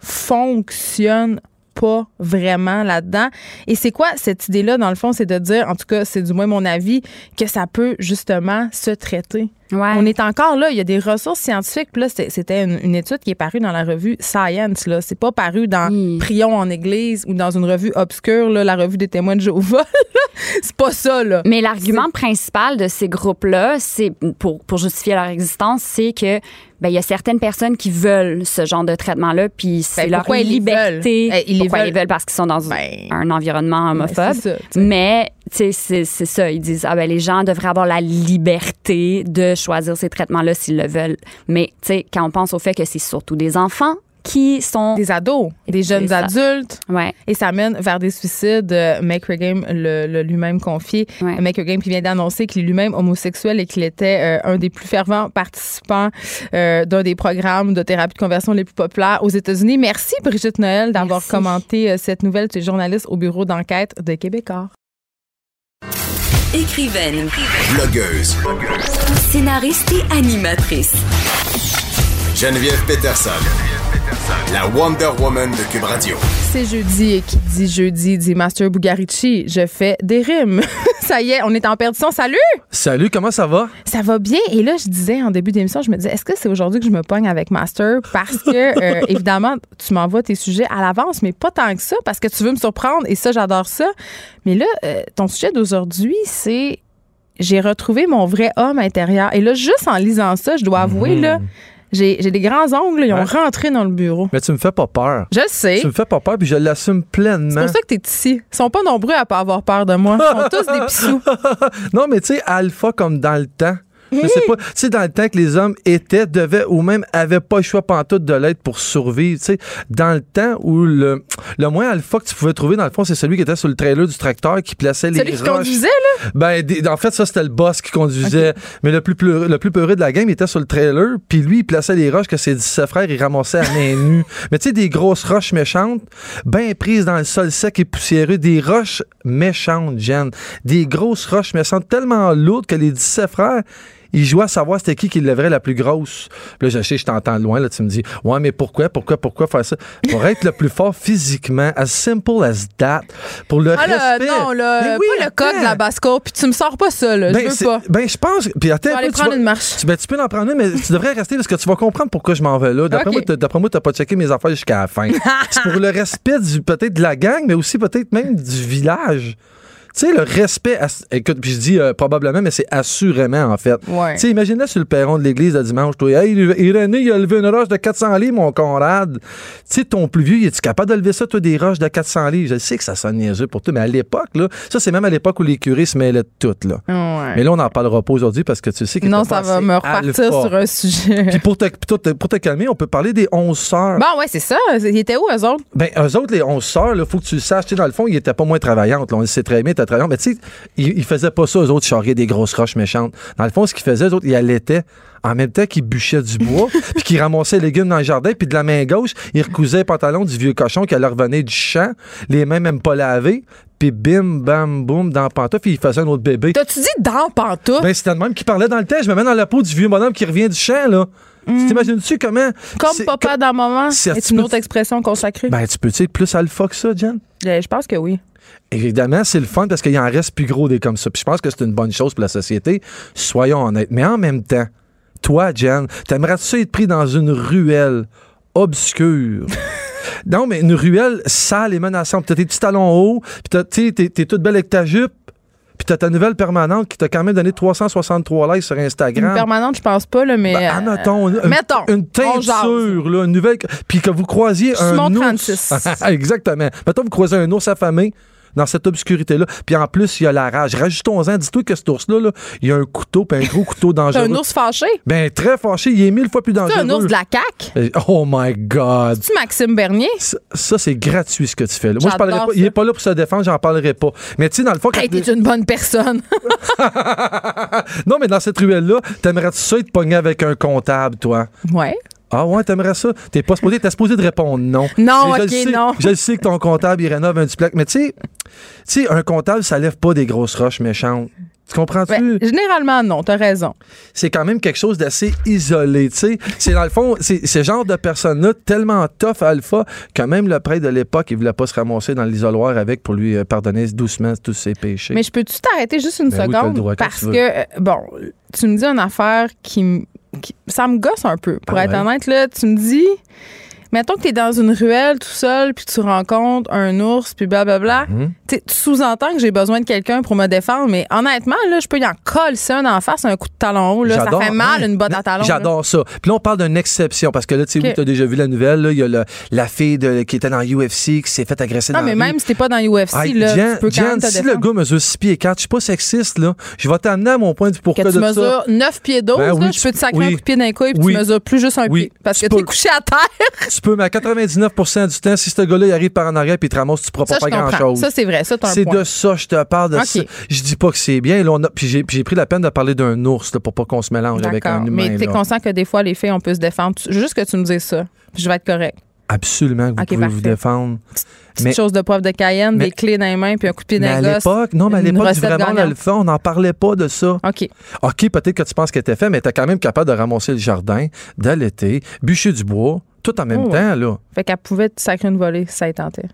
fonctionne pas vraiment là-dedans. Et c'est quoi cette idée-là, dans le fond? C'est de dire, en tout cas, c'est du moins mon avis, que ça peut justement se traiter. Ouais. On est encore là. Il y a des ressources scientifiques. Puis là, c'était une, une étude qui est parue dans la revue Science. Là. C'est pas paru dans oui. Prions en Église ou dans une revue obscure, là, la revue des témoins de Jéhovah. C'est pas ça, là. Mais l'argument c'est... principal de ces groupes-là, c'est pour, pour justifier leur existence, c'est que ben, il y a certaines personnes qui veulent ce genre de traitement-là, puis c'est ben, leur liberté. Ils ils pourquoi veulent? ils veulent? Parce qu'ils sont dans ben, un environnement homophobe. Ben, c'est ça, mais c'est, c'est ça. Ils disent, ah ben les gens devraient avoir la liberté de choisir ces traitements-là s'ils le veulent. Mais tu sais, quand on pense au fait que c'est surtout des enfants qui sont... Des ados, des jeunes ça. adultes. Ouais. Et ça mène vers des suicides. Euh, Mike Regame le, le lui-même confié. Ouais. Mike Regame qui vient d'annoncer qu'il est lui-même homosexuel et qu'il était euh, un des plus fervents participants euh, d'un des programmes de thérapie de conversion les plus populaires aux États-Unis. Merci Brigitte Noël d'avoir Merci. commenté euh, cette nouvelle. Tu es journaliste au bureau d'enquête de Québécois. Écrivaine, Blogueuse. scénariste et animatrice. Geneviève Peterson. La Wonder Woman de Cube Radio. C'est jeudi et qui dit jeudi dit Master Bugarici. Je fais des rimes. Ça y est, on est en perdition. Salut! Salut, comment ça va? Ça va bien. Et là, je disais en début d'émission, je me disais, est-ce que c'est aujourd'hui que je me pogne avec Master? Parce que, euh, évidemment, tu m'envoies tes sujets à l'avance, mais pas tant que ça, parce que tu veux me surprendre. Et ça, j'adore ça. Mais là, euh, ton sujet d'aujourd'hui, c'est j'ai retrouvé mon vrai homme intérieur. Et là, juste en lisant ça, je dois avouer, mmh. là, J'ai, j'ai des grands ongles, ils ont ouais. rentré dans le bureau. Mais tu me fais pas peur. Je sais. Tu me fais pas peur, puis je l'assume pleinement. C'est pour ça que t'es ici. Ils sont pas nombreux à pas avoir peur de moi. Ils sont tous des pissous. Non, mais tu sais, alpha comme dans le temps. Je sais pas, tu sais, dans le temps que les hommes étaient, devaient ou même avaient pas le choix pantoute de l'être pour survivre, tu sais, dans le temps où le, le moins alpha que tu pouvais trouver, dans le fond, c'est celui qui était sur le trailer du tracteur qui plaçait les roches. Celui qui conduisait, là? Ben, des, en fait, ça, c'était le boss qui conduisait. Okay. Mais le plus peureux, le plus peureux de la game, il était sur le trailer, puis lui, il plaçait les roches que ses dix-sept frères, il ramassait à main nue. Mais tu sais, des grosses roches méchantes, ben prises dans le sol sec et poussiéreux, des roches méchantes, Jen. Des grosses roches méchantes tellement lourdes que les dix-sept frères, il jouait à savoir c'était qui qui lèverait la plus grosse. Puis là, je sais, je t'entends de loin, là, tu me dis, ouais, mais pourquoi, pourquoi, pourquoi faire ça? Pour être le plus fort physiquement, as simple as that, pour le ah, respect. Là, non, là, oui, pas attends. Le code de la basse-cour, puis tu me sors pas ça, là, ben, je veux c'est, pas. Ben, je pense, puis attends, tu vas aller peu, prendre tu vas, une marche. Tu, ben, tu peux en prendre une, mais tu devrais rester parce que tu vas comprendre pourquoi je m'en vais là. D'après, okay. moi, d'après moi, t'as pas checké mes affaires jusqu'à la fin. C'est pour le respect du, peut-être de la gang, mais aussi peut-être même du village. Tu sais, le respect, ass- écoute, puis je dis euh, probablement, mais c'est assurément, en fait. Ouais. Tu sais, imagine-là sur le perron de l'église le dimanche, toi, hey, Irénée, il a levé une roche de quatre cents livres, mon Conrad. Tu sais, ton plus vieux, es-tu capable de lever ça, toi, des roches de quatre cents livres? Je sais que ça sonne niaiseux pour toi, mais à l'époque, là, ça, c'est même à l'époque où les curés se mêlaient de tout, là. Ouais. Mais là, on n'en parlera pas aujourd'hui parce que tu sais que non, ça va me repartir alpha. Sur un sujet. Puis pour te, pour, te, pour te calmer, on peut parler des onze sœurs. Bon, ouais, c'est ça. Ils étaient où, eux autres? Ben, eux autres, les onze sœurs, il faut que tu le saches. Tu sais, dans le fond, ils étaient pas moins travaillantes. Là. On le sait très bien, ils étaient travaillantes. Mais tu sais, ils, ils faisaient pas ça, eux autres, charrier des grosses roches méchantes. Dans le fond, ce qu'ils faisaient, eux autres, ils allaitaient en même temps qu'ils bûchaient du bois, puis qu'ils ramassaient les légumes dans le jardin, puis de la main gauche, ils recousaient les pantalons du vieux cochon qui allait revenir du champ, les mains même pas lavées, puis bim, bam, boum, dans la pantoufle, puis il faisait un autre bébé. T'as-tu dit dans pantoufle? Ben, c'était le même qui parlait dans le temps. Je me mets dans la peau du vieux bonhomme qui revient du champ, là. Mm. T'imagines-tu comment... Comme c'est, papa dans le moment, c'est, c'est une autre expression consacrée. Ben, tu peux-tu être plus alpha que ça, Jen? Je, je pense que oui. Évidemment, c'est le fun parce qu'il en reste plus gros des comme ça. Puis je pense que c'est une bonne chose pour la société. Soyons honnêtes. Mais en même temps, toi, Jen, t'aimerais-tu ça être pris dans une ruelle obscure? Non, mais une ruelle sale et menaçante. T'as tes petits talons hauts, puis t'es, t'es, t'es toute belle avec ta jupe, puis t'as ta nouvelle permanente qui t'a quand même donné trois cent soixante-trois likes sur Instagram. Une permanente, je pense pas, là, mais... Ben, admettons, euh, une, mettons, une teinture, là, une nouvelle... Puis que vous croisiez un ours... trente-six. Exactement. Mettons, vous croisez un ours affamé dans cette obscurité-là. Puis en plus, il y a la rage. Rajoutons-en, dis-toi que cet ours-là, là, il y a un couteau, puis un gros couteau dangereux. C'est un ours fâché? Ben, très fâché. Il est mille fois plus dangereux. C'est un ours de la C A Q? Oh my God! C'est-tu Maxime Bernier? Ça, ça, c'est gratuit, ce que tu fais là. Moi, je parlerai pas. Ça. Il est pas là pour se défendre, j'en parlerai pas. Mais tu sais, dans le fond... Hey, t'es une bonne personne. Non, mais dans cette ruelle-là, t'aimerais-tu ça être pogné avec un comptable, toi? Ouais. Ah ouais, t'aimerais ça? T'es pas supposé, t'es supposé de répondre non. Non, mais ok, je sais, non. Je sais que ton comptable, il rénove un duplex. Mais tu sais, tu sais, un comptable, ça lève pas des grosses roches méchantes. Tu comprends-tu? Ben, généralement, non, t'as raison. C'est quand même quelque chose d'assez isolé, tu sais. C'est dans le fond, c'est ce genre de personne-là, tellement tough alpha, que même le prêtre de l'époque, il voulait pas se ramasser dans l'isoloir avec pour lui pardonner doucement tous ses péchés. Mais je peux-tu t'arrêter juste une ben seconde? Oui, droit, parce que, que, bon, tu me dis une affaire qui me... ça me gosse un peu, pour ah être ouais. honnête. Là, tu me dis, mettons que t'es dans une ruelle tout seul, puis tu rencontres un ours, puis blablabla. Mm-hmm. Tu sous-entends que j'ai besoin de quelqu'un pour me défendre, mais honnêtement, là, je peux y en coller ça en face, un coup de talon haut. Là, ça fait mal, ouais. une botte à talon. J'adore là. Ça. Puis là, on parle d'une exception, parce que là, tu sais, okay. oui, t'as déjà vu la nouvelle, là, il y a le, la fille de, qui était dans U F C, qui s'est fait agresser non, dans la rue. Non, mais même si t'es pas dans U F C, ah, là, Jen, tu peux quand Jen, même te si défendre. le gars mesure six pieds quatre, je suis pas sexiste, là, je vais t'amener à mon point du pourquoi que de ça. Tu mesures neuf pieds douze, ben, oui, là, je peux te sacrer oui. un coup de pied d'un coup, et puis oui. tu mesures plus juste un oui. pied. Parce tu que peux... t'es couché à terre. Tu peux, mais à quatre-vingt-dix-neuf pour cent du temps, si ce gars-là, il arrive par en arrière puis il te ramasse, tu pourras pas Ça, faire je comprends. grand-chose. Ça, c'est vrai. Ça, t'as un C'est point. de ça, je te parle de OK. ça. Je dis pas que c'est bien. Là, on a, puis j'ai, puis j'ai pris la peine de parler d'un ours là, pour pas qu'on se mélange avec un D'accord. humain. Mais t'es là. conscient que des fois, les filles, on peut se défendre. Tu- Juste que tu me dises ça. Je vais être correct. Absolument que vous OK, pouvez parfait. vous défendre. Petite Mais- chose de poivre de Cayenne, mais- des clés dans les mains, puis un coup de pied Mais dans à les gosses. l'époque, non, mais à Une l'époque, du recette vraiment gagnante. l'alpha, on n'en parlait pas de ça. OK. OK, peut-être que tu penses qu'elle était fait, mais t'es quand même capable de ramasser le jardin, d'allaiter, bûcher du bois, tout en même Oh, temps, là. Fait qu'elle pouvait te sacrer une volée si ça y tentait.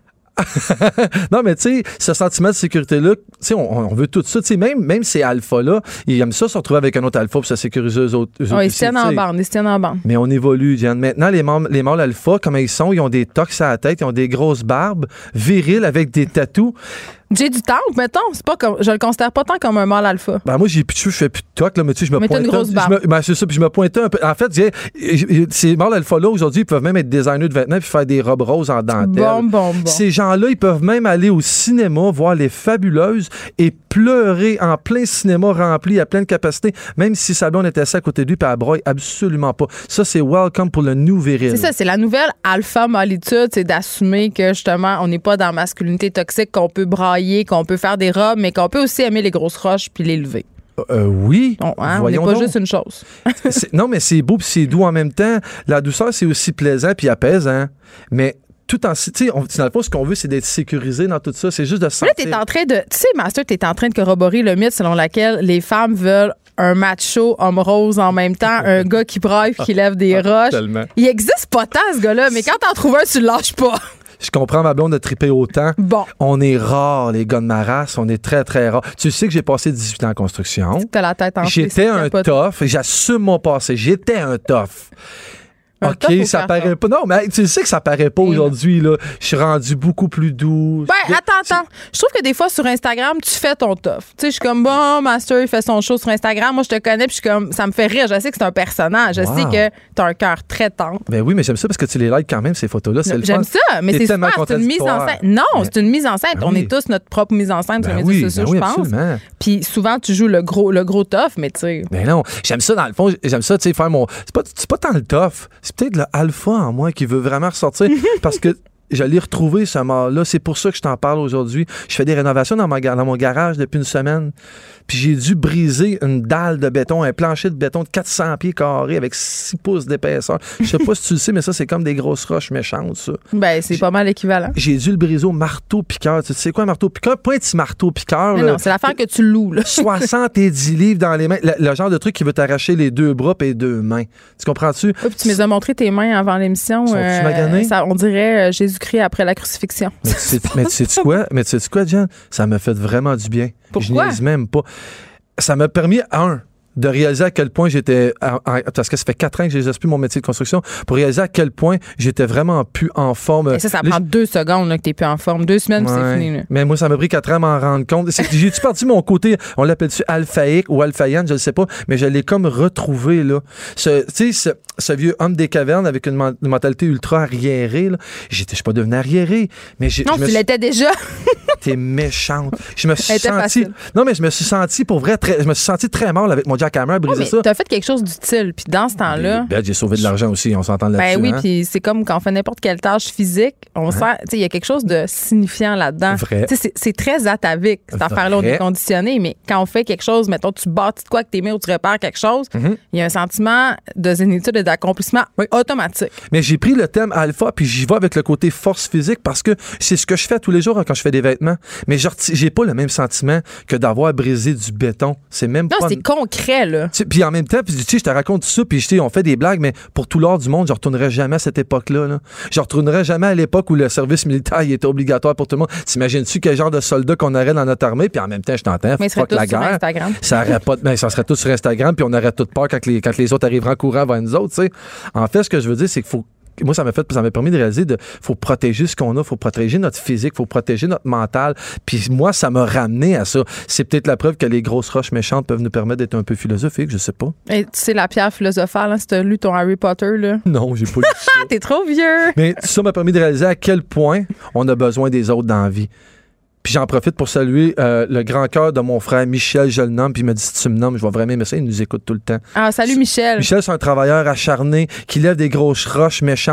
Non, mais tu sais, ce sentiment de sécurité-là, tu sais, on, on veut tout ça. Tu sais, même, même ces alphas-là, ils aiment ça se retrouver avec un autre alpha pour se sécuriser eux autres. eux Oui, autres ils se tiennent aussi, en tu sais. bande. Ils se tiennent en bande. Mais on évolue, Diane. Maintenant, les mâles, les mâles alpha, comment ils sont, ils ont des tox à la tête, ils ont des grosses barbes, virils avec des tatous. J'ai du temple, mettons. C'est pas comme, je le considère pas tant comme un mâle alpha. Ben moi, j'ai plus de cheveux, je fais plus de toc, là, mais tu sais, je me Mais t'as pointe. une grosse je barbe. me- ben, c'est ça, puis je me pointais un peu. En fait, j'ai- j'ai- ces mâles alpha-là, aujourd'hui, ils peuvent même être designers de vêtements puis faire des robes roses en dentelle. Bon, bon, bon. Ces gens-là, ils peuvent même aller au cinéma, voir les Fabuleuses et pleurer en plein cinéma rempli à pleine capacité, même si sa blonde était assise à côté de lui puis elle broye absolument pas. Ça, c'est welcome pour le new viril. C'est ça, c'est la nouvelle alpha molitude, c'est d'assumer que justement, on n'est pas dans la masculinité toxique, qu'on peut brailler, qu'on peut faire des robes, mais qu'on peut aussi aimer les grosses roches puis les lever. Euh, oui. On, hein, on n'est Voyons pas donc. juste une chose. C'est- non, mais c'est beau puis c'est doux en même temps. La douceur, c'est aussi plaisant puis apaisant. Mais tout en... Tu sais, on- dans le fond, ce qu'on veut, c'est d'être sécurisé dans tout ça. C'est juste de se Là, sentir... t'es en train de. Tu sais, Master, t'es en train de corroborer le mythe selon lequel les femmes veulent un macho homme rose en même temps, un gars qui braille puis qui lève des roches. Tellement. Il existe pas tant, ce gars-là, mais quand t'en trouves un, tu le lâches pas. Je comprends ma blonde de triper autant. Bon. On est rares, les gars de ma race. On est très, très rares. Tu sais que j'ai passé dix-huit ans en construction. T'as la tête en J'étais un tough. J'assume mon passé. J'étais un tough. Un OK, tough au ça carton. paraît pas. Non, mais tu sais que ça paraît pas Et aujourd'hui, là. Je suis rendu beaucoup plus doux. Ben, Je- attends, attends. Je trouve que des fois, sur Instagram, tu fais ton tough. Tu sais, je suis comme, bon, Master, il fait son show sur Instagram. Moi, je te connais, puis je suis comme, ça me fait rire. Je sais que c'est un personnage. Je Wow. sais que t'as un cœur très tendre. Ben oui, mais j'aime ça parce que tu les likes quand même, ces photos-là. C'est le J'aime fun. ça, mais T'es c'est tellement super, c'est une mise en contradictoire. scène. Non, Ben- c'est une mise en scène. Ben On oui. est tous notre propre mise en scène sur Ben les oui, réseaux sociaux, ben oui, je pense. absolument. Puis souvent, tu joues le gros, le gros tough, mais tu sais. Mais non, j'aime ça dans le fond, j'aime ça, tu sais, faire mon. C'est pas, c'est pas tant le tough, c'est peut-être le alpha en moi qui veut vraiment ressortir parce que je l'ai retrouvé ce mâle-là. C'est pour ça que je t'en parle aujourd'hui. Je fais des rénovations dans, ma, ga- dans mon garage depuis une semaine. Puis j'ai dû briser une dalle de béton, un plancher de béton de quatre cents pieds carrés avec six pouces d'épaisseur. Je sais pas si tu le sais, mais ça, c'est comme des grosses roches méchantes, ça. Ben, c'est pas mal équivalent. J'ai dû le briser au marteau-piqueur. Tu sais quoi, un marteau-piqueur? Pas un petit marteau-piqueur. Mais là. non, c'est l'affaire que tu loues, là. soixante-dix livres dans les mains. Le, le genre de truc qui veut t'arracher les deux bras et les deux mains. Tu comprends-tu? Ouais, puis tu me les as montré tes mains avant l'émission. Sont-tu maganées? ça, on dirait euh, Jésus-Christ après la crucifixion. Mais tu sais, mais tu sais-tu quoi? Mais tu sais-tu quoi, Jen? Ça m'a fait vraiment du bien. Pourquoi? Je niaise même pas. Ça m'a permis, un, de réaliser à quel point j'étais... en- en- Parce que ça fait quatre ans que j'exerce plus mon métier de construction, pour réaliser à quel point j'étais vraiment plus en forme. Et ça, ça Là, prend deux secondes là, que t'es plus en forme. Deux semaines, puis Ouais. c'est fini. Là. Mais moi, ça m'a pris quatre ans à m'en rendre compte. C'est que J'ai-tu parti mon côté, on l'appelle-tu alphaïque ou alphaïenne, je ne sais pas, mais je l'ai comme retrouvé, là. Ce, tu sais, ce, ce vieux homme des cavernes avec une, men- une mentalité ultra arriérée, là. J'étais, je suis pas devenu arriéré, mais j'ai, Non, je me tu suis- l'étais déjà. T'es méchante. Je me suis Elle était senti. facile. Non, mais je me suis senti pour vrai très. Je me suis senti très mal avec mon jackhammer à briser mais ça. t'as fait quelque chose d'utile. Puis dans ce temps-là, Ben, j'ai sauvé de l'argent aussi, on s'entend là-dessus. ben oui, hein? puis c'est comme quand on fait n'importe quelle tâche physique, on sert, tu sais, il y a quelque chose de signifiant là-dedans. Vrai. Tu sais, c'est, c'est très atavique, cette affaire-là, on Vrai. est conditionné, mais quand on fait quelque chose, mettons, tu bâtis de quoi avec tes mains ou tu répares quelque chose, il y a un sentiment de zénitude et d'accomplissement Oui. automatique. Mais j'ai pris le thème alpha, puis j'y vais avec le côté force physique parce que c'est ce que je fais tous les jours hein, quand je fais des vêtements. Mais je reti- j'ai pas le même sentiment que d'avoir brisé du béton. C'est même Non, pas. c'est concret, là. Tu sais, puis en même temps, puis tu sais, je te raconte tout ça, puis je sais, on fait des blagues, mais pour tout l'art du monde, je retournerai jamais à cette époque-là. Là. Je retournerai jamais à l'époque où le service militaire il était obligatoire pour tout le monde. T'imagines-tu quel genre de soldats qu'on aurait dans notre armée, puis en même temps, je t'entends, Mais ils seraient fuck la tous sur guerre. Instagram. Ça aurait pas de- ben, ça serait tout sur Instagram, puis on aurait toute peur quand les, quand les autres arriveront en courant vers nous autres, tu sais. En fait, ce que je veux dire, c'est qu'il faut moi, ça m'a fait, ça m'a permis de réaliser de, faut protéger ce qu'on a, faut protéger notre physique, faut protéger notre mental. Puis moi, ça m'a ramené à ça. C'est peut-être la preuve que les grosses roches méchantes peuvent nous permettre d'être un peu philosophiques, je sais pas. Et tu sais, la pierre philosophale, hein, si t'as lu ton Harry Potter, là. Non, j'ai pas lu ça. Ah, t'es trop vieux! Mais ça m'a permis de réaliser à quel point on a besoin des autres dans la vie. Puis j'en profite pour saluer euh, le grand cœur de mon frère Michel, je le nomme, puis il m'a dit si tu me nommes, je vais vraiment aimer ça, il nous écoute tout le temps. Ah, salut Michel. Michel, c'est un travailleur acharné qui lève des grosses roches méchantes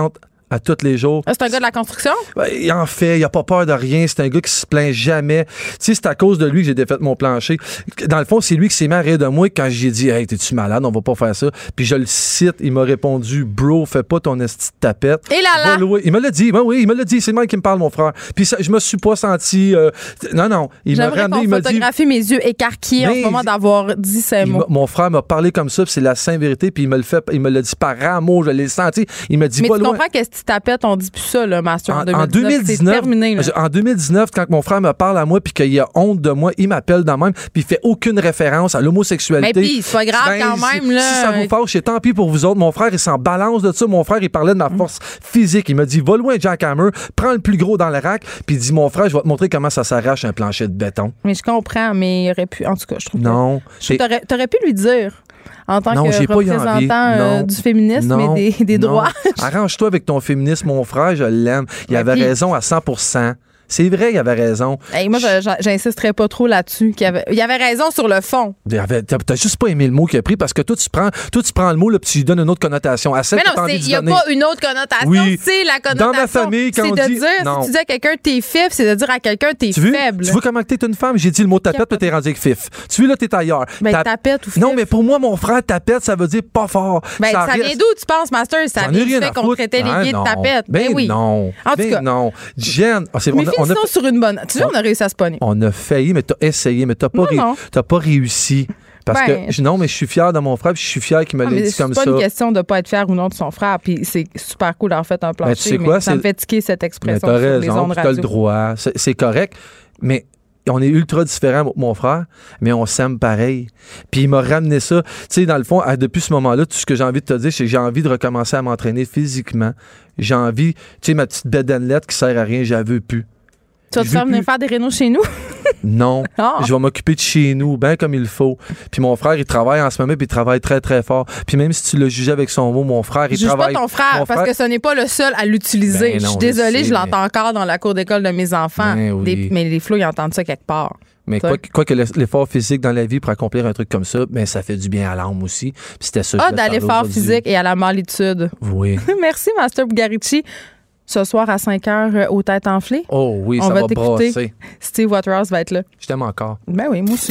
à tous les jours. Ah, c'est un gars de la construction? Ben, il en fait, il a pas peur de rien. C'est un gars qui se plaint jamais. Tu sais, c'est à cause de lui que j'ai défait mon plancher. Dans le fond, c'est lui qui s'est mis à rire de moi quand j'ai dit « Hey, t'es-tu malade? On va pas faire ça. » Puis je le cite, il m'a répondu « Bro, fais pas ton esti de tapette. » Et là là! Il me l'a dit. Ben oui, il me l'a dit. C'est le mec qui me parle, mon frère. Puis ça, je me suis pas senti... Euh, non, non. Il m'a J'aimerais ramené, qu'on il m'a dit... photographie mes yeux écarquillés en ce moment d'avoir dit ces mots. Mon frère m'a parlé comme ça, puis c'est la sainte vérité, puis il me le fait, il me l'a dit par amour, je l'ai senti. Il m'a dit Mais pas tu loin. comprends que si tu tapettes, on dit plus ça, là, Master, en, En, deux mille dix-neuf. en deux mille dix-neuf, c'est terminé, là. en deux mille dix-neuf, quand mon frère me parle à moi, puis qu'il a honte de moi, il m'appelle de même, puis il fait aucune référence à l'homosexualité. Mais puis, c'est pas grave Ben, quand si- même, là. Si ça vous fâche, c'est tant pis pour vous autres. Mon frère, il s'en balance de ça. Mon frère, il parlait de ma force physique. Il m'a dit, va loin, Jackhammer, prends le plus gros dans le rack, puis il dit, mon frère, je vais te montrer comment ça s'arrache un plancher de béton. Mais je comprends, mais il aurait pu. En tout cas, je trouve. Non. Que, je trouve que t'aurais, t'aurais pu lui dire, en tant Non, que j'ai pas eu envie. représentant euh, Non. du féminisme Non. et des, des Non. droits. Arrange-toi avec ton féminisme, mon frère, je l'aime. Il Ouais, avait puis- raison à cent pour cent. C'est vrai, il avait raison. Hey, moi, je- je- j'insisterais pas trop là-dessus. qu'il y avait, il avait raison sur le fond. Il avait- T'as t'as juste pas aimé le mot qu'il a pris parce que toi, tu prends, toi, tu prends le mot, là, puis tu lui donnes une autre connotation. À celle Mais que non, t'as envie il d'y n'y a donner. pas une autre connotation. Oui. C'est la connotation. Dans ma famille, quand c'est on de dit- dire, non. si tu dis à quelqu'un t'es fif, c'est de dire à quelqu'un t'es Tu veux, faible. tu veux comment que t'es une femme? J'ai dit le mot tapette, puis t'es rendu avec fif. Tu veux, là, t'es ailleurs. Ben, Ta- tapette ou fif. Non, mais pour moi, mon frère, tapette, ça veut dire pas fort. Ben, ça, reste- vient d'où, tu penses, Master? Ça J'en ai vient du rien fait à qu'on foutre. traitait les Ah, gays de non. tapettes. Ben, Ben oui. non. En tout Ben cas. non. Jen, ah, c'est- Mais on a- on a- finissons sur une bonne. Tu vois, on a réussi à se pogner. On a failli, mais t'as essayé, mais t'as pas, Non, ré- non. t'as pas réussi. Parce Ben, que, je- non, mais je suis fier de mon frère, puis je suis fier qu'il me Ah, l'ait mais dit c'est comme pas ça. une question de pas être fier ou non de son frère. Puis c'est super cool d'avoir fait un plancher. Ben, tu sais mais quoi, ça c'est- me fait tiquer cette Mais expression t'as sur les raison, ondes puis t'as le radio. droit. C'est, c'est correct, mais on est ultra différents, mon frère, mais on s'aime pareil. Puis il m'a ramené ça. Tu sais, dans le fond, à- depuis ce moment-là, tout ce que j'ai envie de te dire, c'est que j'ai envie de recommencer à m'entraîner physiquement. J'ai envie, tu sais, ma petite bédanelette qui sert à rien, j'en veux plus. Tu vas te Je faire veux venir plus. faire des rénaux chez nous? Non, Ah. je vais m'occuper de chez nous, bien comme il faut. Puis mon frère, il travaille en ce moment, puis il travaille très, très fort. Puis même si tu l'as jugé avec son mot, mon frère, il Je juge travaille... pas ton frère, mon parce que ce n'est pas le seul à l'utiliser. Ben je non, suis je désolée, sais, je l'entends mais- encore dans la cour d'école de mes enfants. Ben oui. Des- mais les flots, ils entendent ça quelque part. Mais Ça. quoi, que- quoi que l'effort physique dans la vie pour accomplir un truc comme ça, ben ça fait du bien à l'âme aussi. Puis c'était ça que Ah, je voulais dans parler l'effort aujourd'hui. physique et à la malitude. Oui. Merci, Master Bugarici. Ce soir à cinq heures, euh, aux têtes enflées. Oh oui, On ça va va t'écouter. brasser. Steve Waterhouse va être là. Je t'aime encore. Ben oui, moi aussi.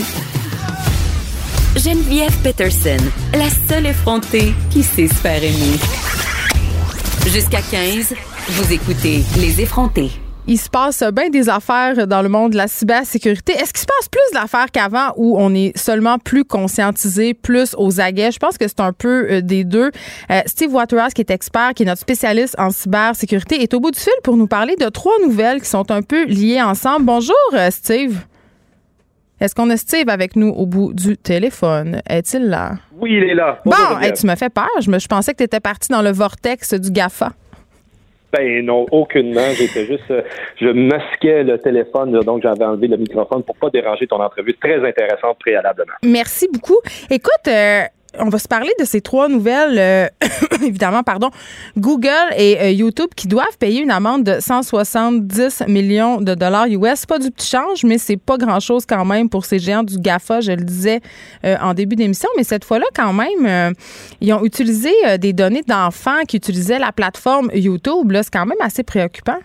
Geneviève Peterson, la seule effrontée qui sait se faire aimer. Jusqu'à quinze, vous écoutez Les effrontés. Il se passe bien des affaires dans le monde de la cybersécurité. Est-ce qu'il se passe plus d'affaires qu'avant où on est seulement plus conscientisé, plus aux aguets? Je pense que c'est un peu euh, des deux. Euh, Steve Waterhouse, qui est expert, qui est notre spécialiste en cybersécurité, est au bout du fil pour nous parler de trois nouvelles qui sont un peu liées ensemble. Bonjour, euh, Steve. Est-ce qu'on a Steve avec nous au bout du téléphone? Est-il là? Oui, il est là. Bon, Bonjour, hey, tu me fais peur. Je, me, je pensais que tu étais parti dans le vortex du GAFA. Ben non, aucunement. J'étais juste, euh, je masquais le téléphone, là, donc j'avais enlevé le microphone pour pas déranger ton entrevue. Très intéressante préalablement. Merci beaucoup. Écoute, euh, on va se parler de ces trois nouvelles, euh, évidemment, pardon, Google et euh, YouTube qui doivent payer une amende de cent soixante-dix millions de dollars U S. C'est pas du petit change, mais c'est pas grand-chose quand même pour ces géants du GAFA, je le disais euh, en début d'émission. Mais cette fois-là, quand même, euh, ils ont utilisé euh, des données d'enfants qui utilisaient la plateforme YouTube. Là, c'est quand même assez préoccupant.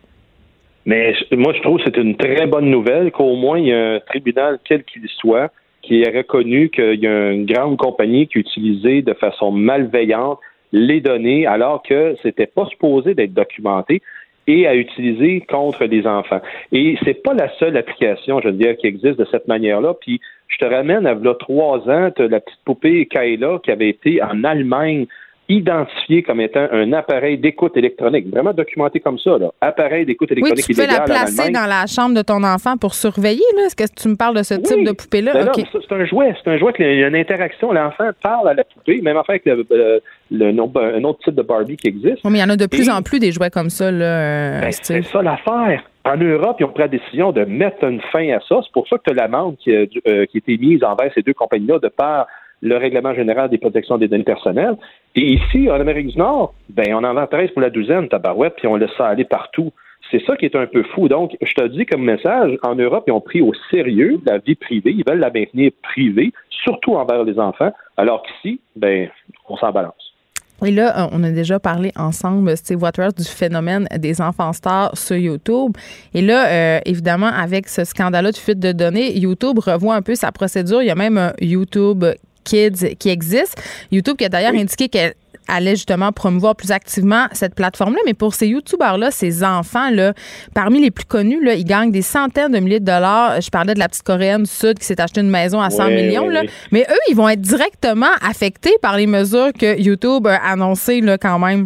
Mais je- moi, je trouve que c'est une très bonne nouvelle qu'au moins il y a un tribunal, quel qu'il soit, qui a reconnu qu'il y a une grande compagnie qui utilisait de façon malveillante les données alors que c'était pas supposé d'être documenté et à utiliser contre les enfants. Et c'est pas la seule application, je veux dire, qui existe de cette manière-là. Puis je te ramène à là, trois ans, t'as la petite poupée Kayla qui avait été en Allemagne identifié comme étant un appareil d'écoute électronique, vraiment documenté comme ça, là. Appareil d'écoute Oui, électronique tu peux la illégal en placer Allemagne. dans la chambre de ton enfant pour surveiller. Là. Est-ce que tu me parles de ce Oui. type de poupée-là? Ben non, OK. mais ça, c'est un jouet, c'est un jouet qu'il y a une interaction. L'enfant parle à la poupée, même affaire avec le, le, le, no- un autre type de Barbie qui existe. Oui, mais il y en a de plus Et- en plus des jouets comme ça, là, euh, Ben, Steve. c'est ça l'affaire. En Europe, ils ont pris la décision de mettre une fin à ça. C'est pour ça que tu as l'amende qui, a- euh, qui a été mise envers ces deux compagnies-là de par le Règlement général des protections des données personnelles. Et ici, en Amérique du Nord, ben, on en vend treize pour la douzaine, tabarouette, puis on laisse ça aller partout. C'est ça qui est un peu fou. Donc, je te dis comme message, en Europe, ils ont pris au sérieux la vie privée. Ils veulent la maintenir privée, surtout envers les enfants, alors qu'ici, ben, on s'en balance. Et là, on a déjà parlé ensemble, Steve Waterhouse, du phénomène des enfants stars sur YouTube. Et là, euh, évidemment, avec ce scandale-là de fuite de données, YouTube revoit un peu sa procédure. Il y a même un YouTube Kids qui existe. YouTube qui a d'ailleurs oui. indiqué qu'elle allait justement promouvoir plus activement cette plateforme-là. Mais pour ces YouTubeurs-là, ces enfants-là, parmi les plus connus, là, ils gagnent des centaines de milliers de dollars. Je parlais de la petite Coréenne du Sud qui s'est acheté une maison à cent oui, millions. Oui, là. oui. Mais eux, ils vont être directement affectés par les mesures que YouTube a annoncées là, quand même.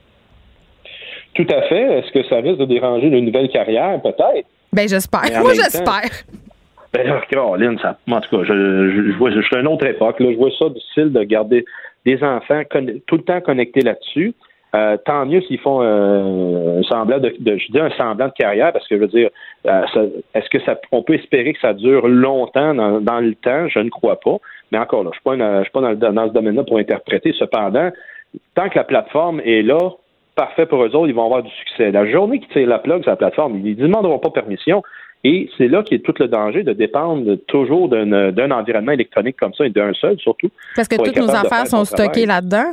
Tout à fait. Est-ce que ça risque de déranger une nouvelle carrière? Peut-être. Ben j'espère. Moi, j'espère. Temps, ben là, Caroline, ça, en tout cas, je, je, je vois, je suis à une autre époque. Là, je vois ça difficile de garder des enfants con- tout le temps connectés là-dessus. Euh, tant mieux s'ils font euh, un semblant de, de, je dis un semblant de carrière, parce que je veux dire, euh, ça, est-ce que ça, on peut espérer que ça dure longtemps dans, dans le temps? Je ne crois pas. Mais encore là, je suis pas, une, je suis pas dans, le, dans ce domaine-là pour interpréter. Cependant, tant que la plateforme est là, parfait pour eux autres, ils vont avoir du succès. La journée qu'ils tirent la plug sur la plateforme, ils ne demanderont pas permission. Et c'est là qu'il y a tout le danger de dépendre toujours d'un, d'un environnement électronique comme ça et d'un seul, surtout. Parce que toutes nos affaires sont stockées là-dedans?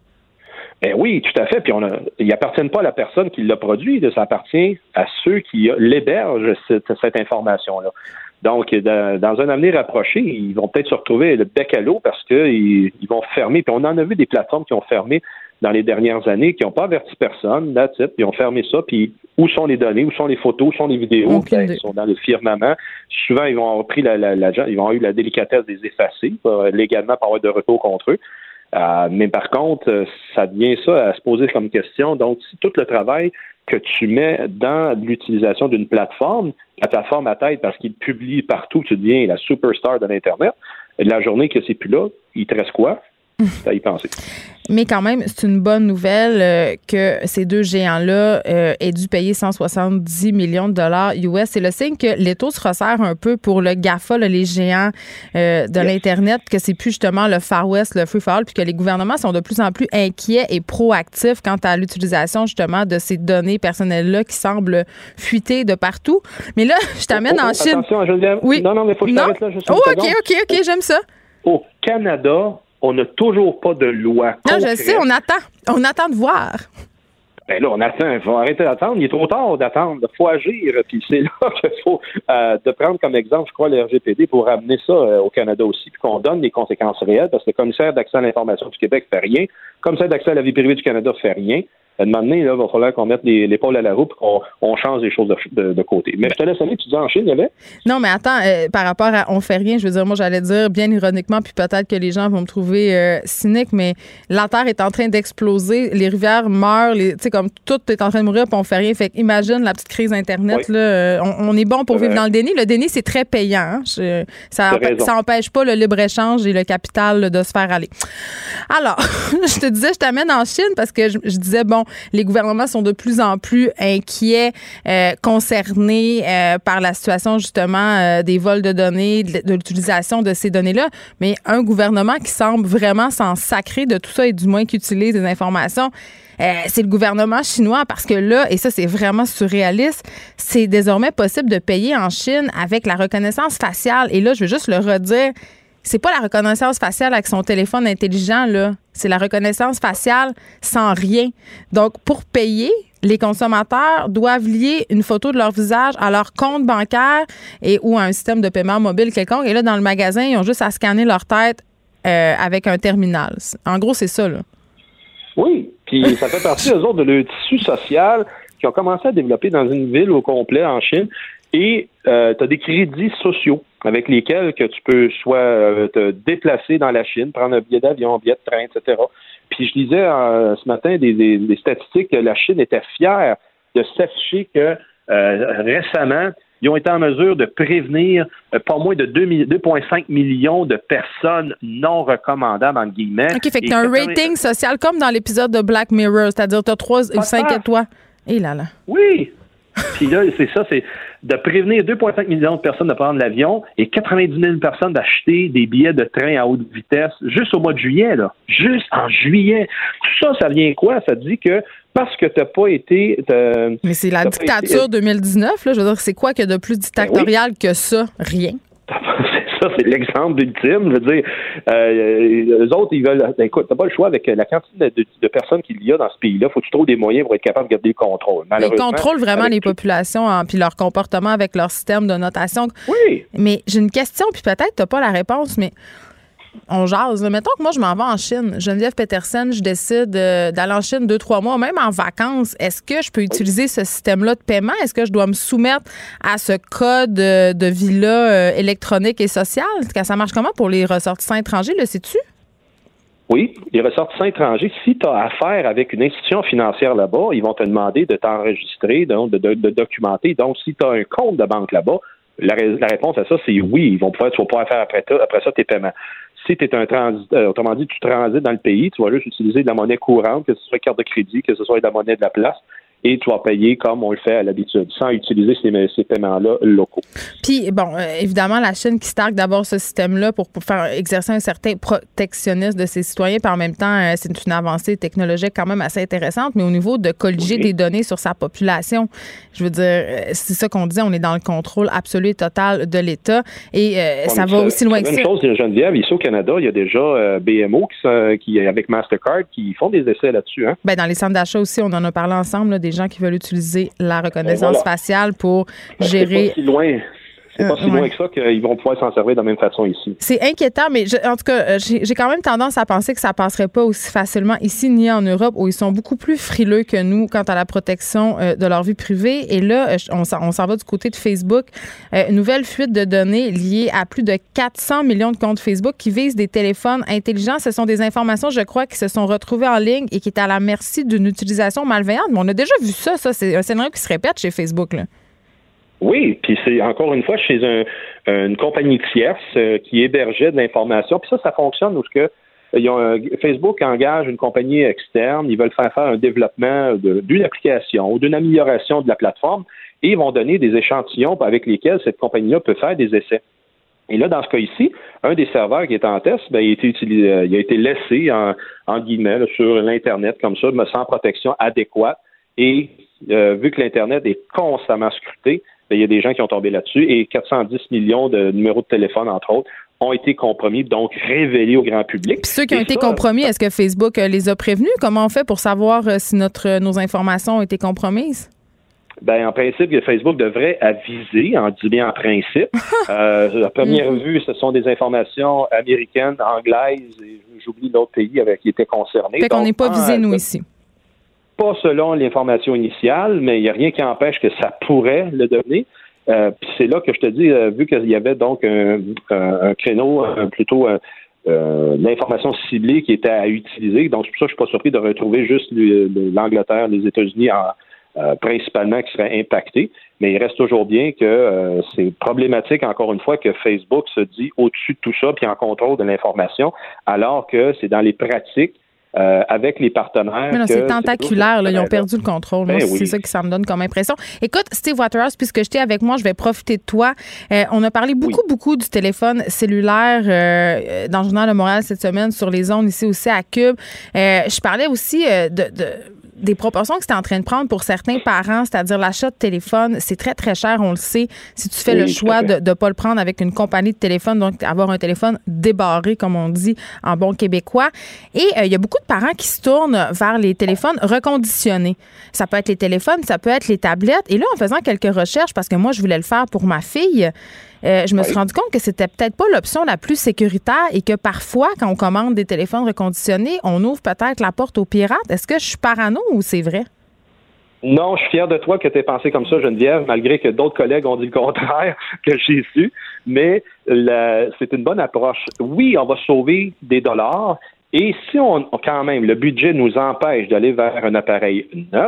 Ben oui, tout à fait. Puis on a, ils n'appartiennent pas à la personne qui l'a produit, ça appartient à ceux qui l'hébergent, cette, cette information-là. Donc, dans, dans un avenir rapproché, ils vont peut-être se retrouver le bec à l'eau parce qu'ils ils vont fermer. Puis on en a vu des plateformes qui ont fermé dans les dernières années, qui n'ont pas averti personne, là, ils ont fermé ça, puis où sont les données, où sont les photos, où sont les vidéos, ben, ils sont dans le firmament. Souvent, ils vont avoir pris la, la, la, ils vont avoir eu la délicatesse de les effacer, euh, légalement, pour avoir de retour contre eux. Euh, mais par contre, ça devient ça à se poser comme question. Donc, si tout le travail que tu mets dans l'utilisation d'une plateforme, la plateforme à tête, parce qu'il publie partout, tu deviens la superstar de l'Internet, la journée que c'est plus là, il te reste quoi? À y penser. Mais quand même, c'est une bonne nouvelle euh, que ces deux géants-là euh, aient dû payer cent soixante-dix millions de dollars U S. C'est le signe que l'étau se resserre un peu pour le GAFA, là, les géants euh, de yes. l'Internet, que c'est plus justement le Far West, le Free For All, puis que les gouvernements sont de plus en plus inquiets et proactifs quant à l'utilisation justement de ces données personnelles-là qui semblent fuiter de partout. Mais là, je t'amène oh, oh, en Chine. Attention, Geneviève. Oui. Non, non, mais il faut que je t'arrête là. Juste oh, une OK, seconde. OK, OK, j'aime ça. Au Canada, on n'a toujours pas de loi. Non, je sais, on attend. On attend de voir. Ben là, on attend. Il faut arrêter d'attendre. Il est trop tard d'attendre. Il faut agir. Puis c'est là qu'il faut euh, de prendre comme exemple, je crois, le R G P D pour ramener ça euh, au Canada aussi. Puis qu'on donne les conséquences réelles, parce que le commissaire d'accès à l'information du Québec fait rien. Le commissaire d'accès à la vie privée du Canada fait rien. À un moment donné, là, il va falloir qu'on mette les, l'épaule à la roue et qu'on on change les choses de, de, de côté. Mais je te laisse aller, tu dis en Chine, il y avait? Non, mais attends, euh, par rapport à on fait rien, je veux dire, moi, j'allais dire bien ironiquement, puis peut-être que les gens vont me trouver euh, cynique, mais la Terre est en train d'exploser, les rivières meurent, tu sais, comme tout est en train de mourir, puis on fait rien. Fait imagine la petite crise Internet, oui. là, euh, on, on est bon pour c'est vivre vrai. Dans le déni. Le déni, c'est très payant. Hein? Je, ça, emp- ça empêche pas le libre-échange et le capital là, de se faire aller. Alors, je te disais, je t'amène en Chine parce que je, je disais, bon, les gouvernements sont de plus en plus inquiets, euh, concernés euh, par la situation justement euh, des vols de données, de, de l'utilisation de ces données-là. Mais un gouvernement qui semble vraiment s'en sacrer de tout ça et du moins qui utilise des informations, euh, c'est le gouvernement chinois parce que là, et ça c'est vraiment surréaliste, c'est désormais possible de payer en Chine avec la reconnaissance faciale. Et là, je veux juste le redire, c'est pas la reconnaissance faciale avec son téléphone intelligent, là. C'est la reconnaissance faciale sans rien. Donc, pour payer, les consommateurs doivent lier une photo de leur visage à leur compte bancaire et ou à un système de paiement mobile quelconque. Et là, dans le magasin, ils ont juste à scanner leur tête euh, avec un terminal. En gros, c'est ça, là. Oui, puis ça fait partie, eux autres, de leur tissu social qui ont commencé à développer dans une ville au complet en Chine. Et euh, tu as des crédits sociaux avec lesquels que tu peux soit euh, te déplacer dans la Chine, prendre un billet d'avion, un billet de train, et cetera. Puis je lisais euh, ce matin des, des, des statistiques que la Chine était fière de s'afficher que euh, récemment, ils ont été en mesure de prévenir euh, pas moins de deux virgule cinq millions de personnes non recommandables, entre guillemets. OK, fait que tu as un rating social comme dans l'épisode de Black Mirror, c'est-à-dire tu as trois ou cinq étoiles. Et là, là. Oui. Puis là, c'est ça, c'est de prévenir deux virgule cinq millions de personnes de prendre l'avion et quatre-vingt-dix mille personnes d'acheter des billets de train à haute vitesse juste au mois de juillet, là. Juste en juillet. Tout ça, ça vient quoi? Ça dit que parce que t'as pas été... T'as, Mais c'est la dictature été... deux mille dix-neuf, là. Je veux dire, c'est quoi que de plus dictatorial ben oui. que ça? Rien. C'est ça, c'est l'exemple ultime. Je veux dire, euh, eux autres, ils veulent. Ben, écoute, t'as pas le choix avec la quantité de, de, de personnes qu'il y a dans ce pays-là. Faut que tu trouves des moyens pour être capable de garder le contrôle. Ils contrôlent vraiment les tout... populations hein, puis leur comportement avec leur système de notation. Oui. Mais j'ai une question, puis peut-être t'as pas la réponse, mais on jase. Là. Mettons que moi, je m'en vais en Chine. Geneviève Peterson, je décide euh, d'aller en Chine deux, trois mois, même en vacances. Est-ce que je peux utiliser ce système-là de paiement? Est-ce que je dois me soumettre à ce code de, de vie-là euh, électronique et social? Ça marche comment pour les ressortissants étrangers, le sais-tu? Oui, les ressortissants étrangers, si tu as affaire avec une institution financière là-bas, ils vont te demander de t'enregistrer, donc de, de, de documenter. Donc, si tu as un compte de banque là-bas, la, la réponse à ça, c'est oui. Ils vont pouvoir, tu vas pouvoir faire après, après ça tes paiements. Si tu es un transit, euh, autrement dit, tu transites dans le pays, tu vas juste utiliser de la monnaie courante, que ce soit carte de crédit, que ce soit de la monnaie de la place, et tu vas payer comme on le fait à l'habitude, sans utiliser ces, ces paiements-là locaux. Puis, bon, euh, évidemment, la Chine qui se targue d'abord ce système-là pour, pour faire exercer un certain protectionnisme de ses citoyens, puis en même temps, euh, c'est une avancée technologique quand même assez intéressante, mais au niveau de colliger oui. des données sur sa population, je veux dire, euh, c'est ça qu'on disait, on est dans le contrôle absolu et total de l'État, et euh, bon, ça va ça, aussi loin que ça. Une chose, Geneviève, ici au Canada, il y a déjà euh, B M O qui, qui, avec Mastercard qui font des essais là-dessus. Hein? Bien, dans les centres d'achat aussi, on en a parlé ensemble, là, des gens qui veulent utiliser la reconnaissance voilà. faciale pour gérer... C'est pas si loin. C'est pas euh, si loin ouais. que ça qu'ils vont pouvoir s'en servir de la même façon ici. C'est inquiétant, mais je, en tout cas, j'ai, j'ai quand même tendance à penser que ça passerait pas aussi facilement ici ni en Europe, où ils sont beaucoup plus frileux que nous quant à la protection euh, de leur vie privée. Et là, on s'en, on s'en va du côté de Facebook. Euh, une nouvelle fuite de données liée à plus de quatre cents millions de comptes Facebook qui visent des téléphones intelligents. Ce sont des informations, je crois, qui se sont retrouvées en ligne et qui est à la merci d'une utilisation malveillante. Mais on a déjà vu ça, ça. C'est un scénario qui se répète chez Facebook, là. Oui, puis c'est encore une fois chez un, une compagnie tierce euh, qui hébergeait de l'information. Puis ça, ça fonctionne parce que ils ont un, Facebook engage une compagnie externe, ils veulent faire faire un développement de, d'une application ou d'une amélioration de la plateforme et ils vont donner des échantillons avec lesquels cette compagnie-là peut faire des essais. Et là, dans ce cas ici, un des serveurs qui est en test, ben, il, a été utilisé, il a été laissé en, en guillemets là, sur l'Internet comme ça, mais sans protection adéquate. Et euh, vu que l'Internet est constamment scruté, ben, il y a des gens qui ont tombé là-dessus et quatre cent dix millions de numéros de téléphone, entre autres, ont été compromis, donc révélés au grand public. Puis ceux qui ont et été ça, compromis, est-ce que Facebook les a prévenus? Comment on fait pour savoir si notre, nos informations ont été compromises? Ben, en principe, Facebook devrait aviser, en dit bien en principe. euh, à première mm-hmm. vue, ce sont des informations américaines, anglaises, et j'oublie l'autre pays avec qui était concerné. Fait qu'on n'est pas en, visé, nous, ici. Pas selon l'information initiale, mais il n'y a rien qui empêche que ça pourrait le devenir. Euh, puis c'est là que je te dis, euh, vu qu'il y avait donc un, un, un créneau, un, plutôt un, euh, l'information ciblée qui était à utiliser, donc c'est pour ça que je suis pas surpris de retrouver juste le, le, l'Angleterre, les États-Unis en, euh, principalement qui seraient impactés, mais il reste toujours bien que euh, c'est problématique, encore une fois, que Facebook se dit au-dessus de tout ça, puis en contrôle de l'information, alors que c'est dans les pratiques Euh, avec les partenaires. Mais non, c'est tentaculaire, là, ils ont perdu le contrôle. Moi, ben c'est oui. ça qui ça me donne comme impression. Écoute, Steve Waterhouse, puisque j'étais avec moi, je vais profiter de toi. Euh, on a parlé beaucoup, oui. beaucoup du téléphone cellulaire euh, dans le Journal de Montréal cette semaine, sur les ondes ici aussi à Cube. Euh, je parlais aussi euh, de... de des proportions que c'était en train de prendre pour certains parents, c'est-à-dire l'achat de téléphone, c'est très, très cher, on le sait. Si tu fais oui, le choix de ne pas le prendre avec une compagnie de téléphone, donc avoir un téléphone débarré, comme on dit en bon québécois. Et il euh, y a beaucoup de parents qui se tournent vers les téléphones reconditionnés. Ça peut être les téléphones, ça peut être les tablettes. Et là, en faisant quelques recherches, parce que moi, je voulais le faire pour ma fille, Euh, je me oui. suis rendu compte que c'était peut-être pas l'option la plus sécuritaire et que parfois, quand on commande des téléphones reconditionnés, on ouvre peut-être la porte aux pirates. Est-ce que je suis parano ou c'est vrai? Non, je suis fier de toi que tu aies pensé comme ça, Geneviève, malgré que d'autres collègues ont dit le contraire que j'ai su. Mais la, c'est une bonne approche. Oui, on va sauver des dollars. Et si on, quand même, le budget nous empêche d'aller vers un appareil neuf,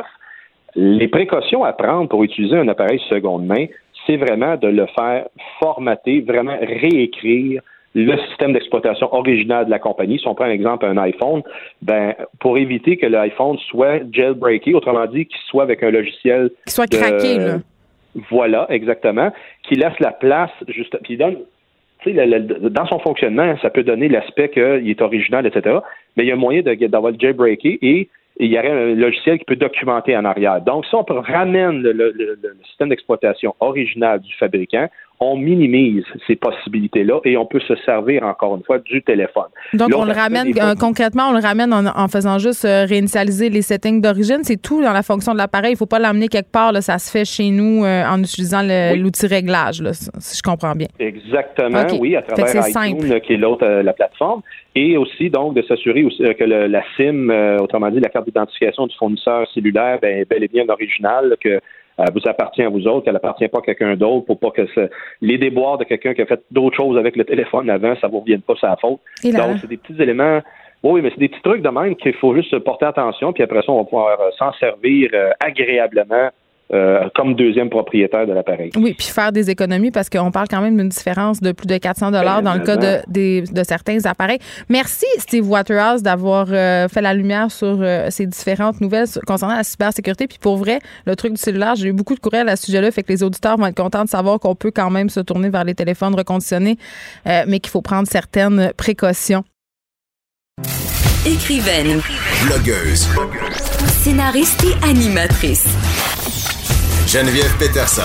les précautions à prendre pour utiliser un appareil seconde main, c'est vraiment de le faire formater, vraiment réécrire le système d'exploitation original de la compagnie. Si on prend un exemple, un iPhone, ben pour éviter que l'iPhone soit jailbreaké, autrement dit, qu'il soit avec un logiciel... Qu'il soit de, craqué, là. Voilà, exactement. Qui laisse la place, juste, puis donne... Tu sais, le, le, dans son fonctionnement, ça peut donner l'aspect qu'il est original, et cetera. Mais il y a un moyen de, d'avoir le jailbreaké et il y aurait un logiciel qui peut documenter en arrière. Donc, si on ramène le, le, le, le système d'exploitation original du fabricant, on minimise ces possibilités-là et on peut se servir, encore une fois, du téléphone. Donc, L'autre on le ramène, aspect, euh, concrètement, on le ramène en, en faisant juste euh, réinitialiser les settings d'origine. C'est tout dans la fonction de l'appareil. Il ne faut pas l'amener quelque part. Là, ça se fait chez nous euh, en utilisant le, oui. l'outil réglage, là, si je comprends bien. Exactement, okay. oui, à travers iTunes, simple. qui est l'autre, euh, la plateforme. Et aussi, donc, de s'assurer aussi, euh, que le, la SIM, euh, autrement dit, la carte d'identification du fournisseur cellulaire, ben, bel et bien originale, que Euh, vous appartient à vous autres, qu'elle appartient pas à quelqu'un d'autre pour pas que ça, les déboires de quelqu'un qui a fait d'autres choses avec le téléphone avant, ça vous revienne pas sur la faute. Et là, Donc, là. c'est des petits éléments. Oui, mais c'est des petits trucs de même qu'il faut juste porter attention, puis après ça, on va pouvoir euh, s'en servir euh, agréablement euh, comme deuxième propriétaire de l'appareil. Oui, puis faire des économies parce qu'on parle quand même d'une différence de plus de quatre cents dollars dans le cas de, de, de certains appareils. Merci, Steve Waterhouse, d'avoir euh, fait la lumière sur euh, ces différentes nouvelles concernant la cybersécurité. Puis pour vrai, le truc du cellulaire, j'ai eu beaucoup de courriels à ce sujet-là, fait que les auditeurs vont être contents de savoir qu'on peut quand même se tourner vers les téléphones reconditionnés, euh, mais qu'il faut prendre certaines précautions. Écrivaine, Blogueuse, scénariste et animatrice. Geneviève Peterson,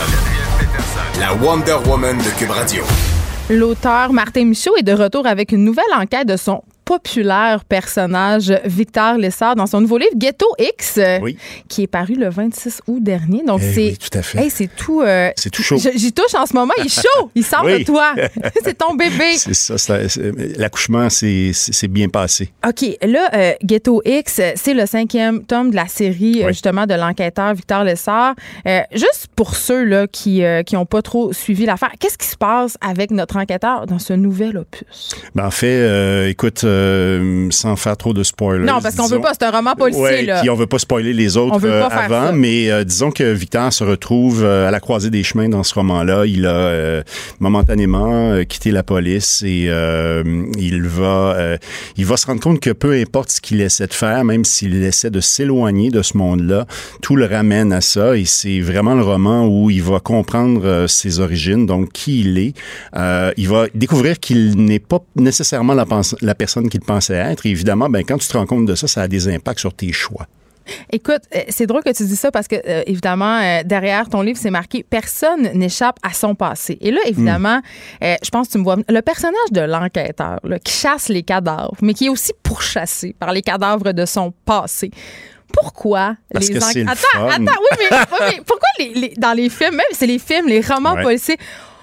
la Wonder Woman de Cube Radio. L'auteur Martin Michaud est de retour avec une nouvelle enquête de son populaire personnage Victor Lessard dans son nouveau livre Ghetto X, oui. qui est paru le vingt-six août dernier. Donc eh c'est oui, tout à fait. Hey, c'est tout. Euh, c'est tout chaud. J'y touche en ce moment. Il est chaud. Il sort oui. de toi. C'est ton bébé. C'est ça. C'est, c'est, l'accouchement, c'est, c'est, c'est bien passé. OK. Là, euh, Ghetto X, c'est le cinquième tome de la série, oui. euh, justement, de l'enquêteur Victor Lessard. Euh, juste pour ceux là qui euh, qui n'ont pas trop suivi l'affaire, qu'est-ce qui se passe avec notre enquêteur dans ce nouvel opus? Ben, en fait, euh, écoute, euh, sans faire trop de spoilers. Non, parce qu'on disons, veut pas. C'est un roman policier, ouais, là. Puis on veut pas spoiler les autres euh, avant, ça. mais euh, disons que Victor se retrouve euh, à la croisée des chemins dans ce roman-là. Il a euh, momentanément euh, quitté la police et euh, il va euh, il va se rendre compte que peu importe ce qu'il essaie de faire, même s'il essaie de s'éloigner de ce monde-là, tout le ramène à ça et c'est vraiment le roman où il va comprendre euh, ses origines, donc qui il est. Euh, il va découvrir qu'il n'est pas nécessairement la, pens- la personne qu'il pensait être. Et évidemment, ben, quand tu te rends compte de ça, ça a des impacts sur tes choix. Écoute, c'est drôle que tu dis ça parce que, euh, évidemment, euh, derrière ton livre, c'est marqué « Personne n'échappe à son passé ». Et là, évidemment, mm. euh, je pense que tu me vois... Le personnage de l'enquêteur là, qui chasse les cadavres, mais qui est aussi pourchassé par les cadavres de son passé. Pourquoi Parce les que c'est enquêteurs... le Attends, fun. attends, oui, mais, oui, mais pourquoi les, les, dans les films, même c'est les films, les romans ouais. policiers...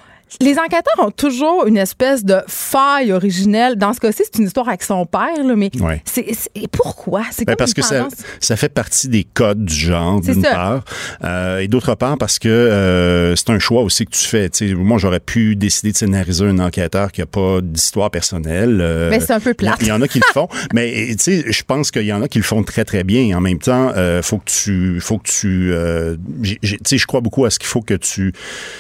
Les enquêteurs ont toujours une espèce de faille originelle. Dans ce cas-ci, c'est une histoire avec son père, là, mais ouais. c'est, c'est, pourquoi? C'est ben comme parce une que ça, ça fait partie des codes du genre, c'est d'une ça. part. Euh, et d'autre part, parce que euh, c'est un choix aussi que tu fais. T'sais, moi, j'aurais pu décider de scénariser un enquêteur qui n'a pas d'histoire personnelle. Euh, mais c'est un peu plate. Il y, y en a qui le font. Mais tu sais, je pense qu'il y en a qui le font très, très bien. Et en même temps, euh, faut que tu... Faut que tu euh, tu sais, je crois beaucoup à ce qu'il faut que tu...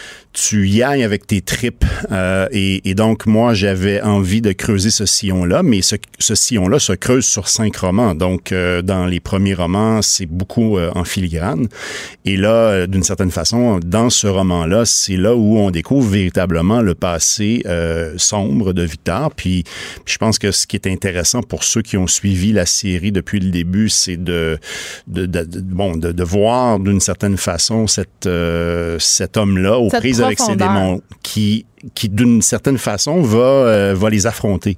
tu y ailles avec tes tripes. Euh, et, et donc, moi, j'avais envie de creuser ce sillon-là, mais ce, ce sillon-là se creuse sur cinq romans. Donc, euh, dans les premiers romans, c'est beaucoup euh, en filigrane. Et là, euh, d'une certaine façon, dans ce roman-là, c'est là où on découvre véritablement le passé euh, sombre de Victor. Puis, puis, je pense que ce qui est intéressant pour ceux qui ont suivi la série depuis le début, c'est de, de, de, de bon, de, de voir d'une certaine façon cette, euh, cet homme-là aux prises avec ses démons, qui, qui d'une certaine façon, va, euh, va les affronter.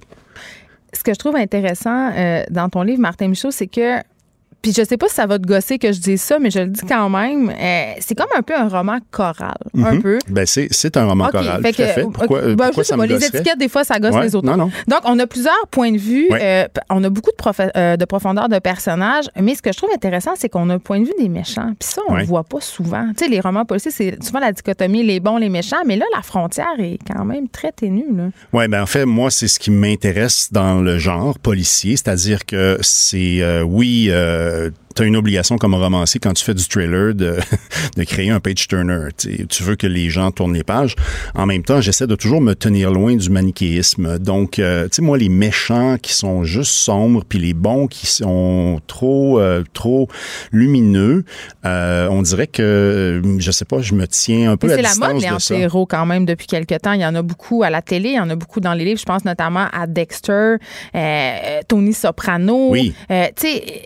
Ce que je trouve intéressant euh, dans ton livre, Martin Michaud, c'est que, puis je sais pas si ça va te gosser que je dise ça, mais je le dis quand même, euh, c'est comme un peu un roman choral, mm-hmm. un peu. Ben c'est, c'est un roman okay, choral, fait tout à que, fait. Pourquoi, okay, ben, pourquoi ça me Les gosserait? étiquettes, des fois, ça gosse ouais, les autres. Non, non. Donc, on a plusieurs points de vue. Ouais. Euh, on a beaucoup de, prof- euh, de profondeur de personnages, mais ce que je trouve intéressant, c'est qu'on a un point de vue des méchants. Puis ça, on ouais. le voit pas souvent. Tu sais, les romans policiers, c'est souvent la dichotomie, les bons, les méchants, mais là, la frontière est quand même très ténue. Oui, ben en fait, moi, c'est ce qui m'intéresse dans le genre policier, c'est-à-dire que c'est, euh, oui... Euh, tu as une obligation comme romancier quand tu fais du trailer de, de créer un page-turner. T'sais, tu veux que les gens tournent les pages. En même temps, j'essaie de toujours me tenir loin du manichéisme. Donc, euh, tu sais, moi, les méchants qui sont juste sombres, puis les bons qui sont trop euh, trop lumineux, euh, on dirait que, je sais pas, je me tiens un peu mais à c'est distance la mode, de les ça. anti-héros, quand même, depuis quelque temps. Il y en a beaucoup à la télé, il y en a beaucoup dans les livres. Je pense notamment à Dexter, euh, Tony Soprano. Oui. Euh, tu sais...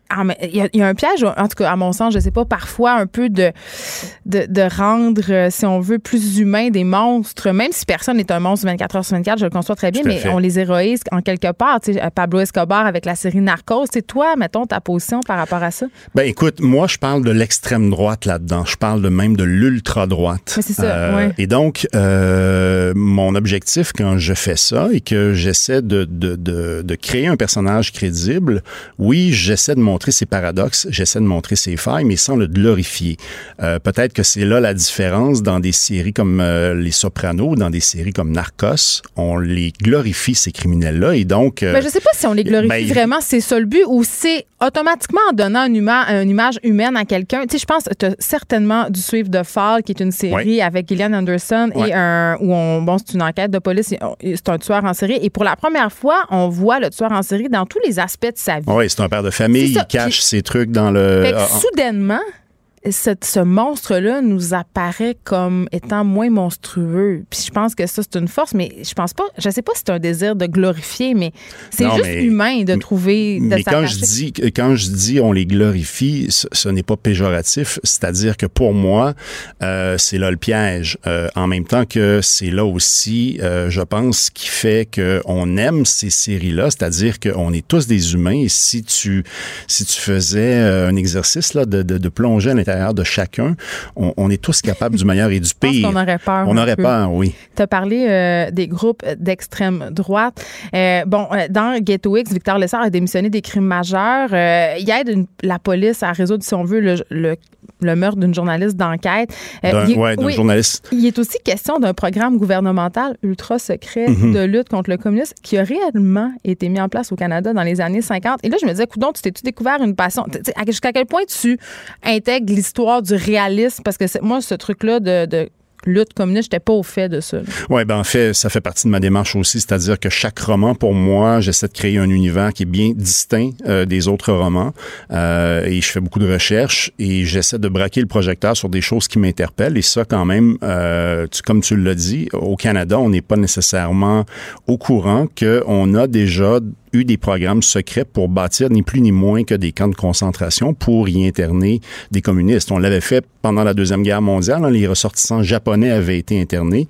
ah, mais il y, a, il y a un piège, en tout cas, à mon sens, je sais pas, parfois un peu de, de, de rendre, euh, si on veut, plus humains des monstres, même si personne n'est un monstre vingt-quatre heures sur vingt-quatre, je le conçois très bien, mais fait. on les héroïse en quelque part. Tu sais, Pablo Escobar avec la série Narcos. C'est toi, mettons, ta position par rapport à ça? Ben écoute, moi, je parle de l'extrême droite là-dedans. Je parle de même de l'ultra-droite. Mais c'est ça, euh, ouais. Et donc, euh, mon objectif quand je fais ça et que j'essaie de, de, de, de créer un personnage crédible, oui, j'essaie de montrer ses paradoxes, j'essaie de montrer ses failles, mais sans le glorifier. Euh, peut-être que c'est là la différence dans des séries comme euh, Les Sopranos, dans des séries comme Narcos, on les glorifie, ces criminels-là, et donc... Euh, ben, je sais pas si on les glorifie ben, vraiment, c'est ça le but, ou c'est automatiquement en donnant une, huma- une image humaine à quelqu'un. Tu sais, je pense que tu as certainement dû suivre The Fall, qui est une série ouais. avec Gillian Anderson, ouais. et un, où on, bon, c'est une enquête de police, c'est un tueur en série, et pour la première fois, on voit le tueur en série dans tous les aspects de sa vie. Oui, c'est un père de famille, il cache Puis, ses trucs dans le... Fait que, ah, soudainement, ce, ce monstre-là nous apparaît comme étant moins monstrueux. Puis je pense que ça, c'est une force, mais je pense pas, je sais pas si c'est un désir de glorifier, mais c'est non, juste mais, humain de trouver, de mais quand je dis quand je dis on les glorifie, ce, ce n'est pas péjoratif, c'est-à-dire que pour moi, euh, c'est là le piège. Euh, en même temps que c'est là aussi, euh, je pense, qui fait qu'on aime ces séries-là, c'est-à-dire qu'on est tous des humains, et si tu si tu faisais un exercice là de, de, de plonger à l'intérieur de chacun, on, on est tous capables du meilleur et du pire. Je pense qu'on aurait peur. On aurait peu. peur, oui. Tu as parlé euh, des groupes d'extrême droite. Euh, bon, dans Ghetto X, Victor Lessard a démissionné des crimes majeurs. Euh, il aide une, la police à résoudre, si on veut, le, le, le meurtre d'une journaliste d'enquête. Euh, oui, d'un oui, journaliste. Il est aussi question d'un programme gouvernemental ultra secret mm-hmm. de lutte contre le communisme qui a réellement été mis en place au Canada dans les années cinquante. Et là, je me disais, coudonc, tu t'es-tu découvert une passion? Jusqu'à quel point tu intègres l'histoire du réalisme? Parce que c'est, moi, ce truc-là de, de lutte communiste, j'étais pas au fait de ça. Oui, ben en fait, ça fait partie de ma démarche aussi, c'est-à-dire que chaque roman, pour moi, j'essaie de créer un univers qui est bien distinct euh, des autres romans, euh, et je fais beaucoup de recherches, et j'essaie de braquer le projecteur sur des choses qui m'interpellent, et ça, quand même, euh, tu, comme tu l'as dit, au Canada, on n'est pas nécessairement au courant qu'on a déjà eu des programmes secrets pour bâtir ni plus ni moins que des camps de concentration pour y interner des communistes. On l'avait fait pendant la Deuxième Guerre mondiale. Hein, les ressortissants japonais avaient été internés.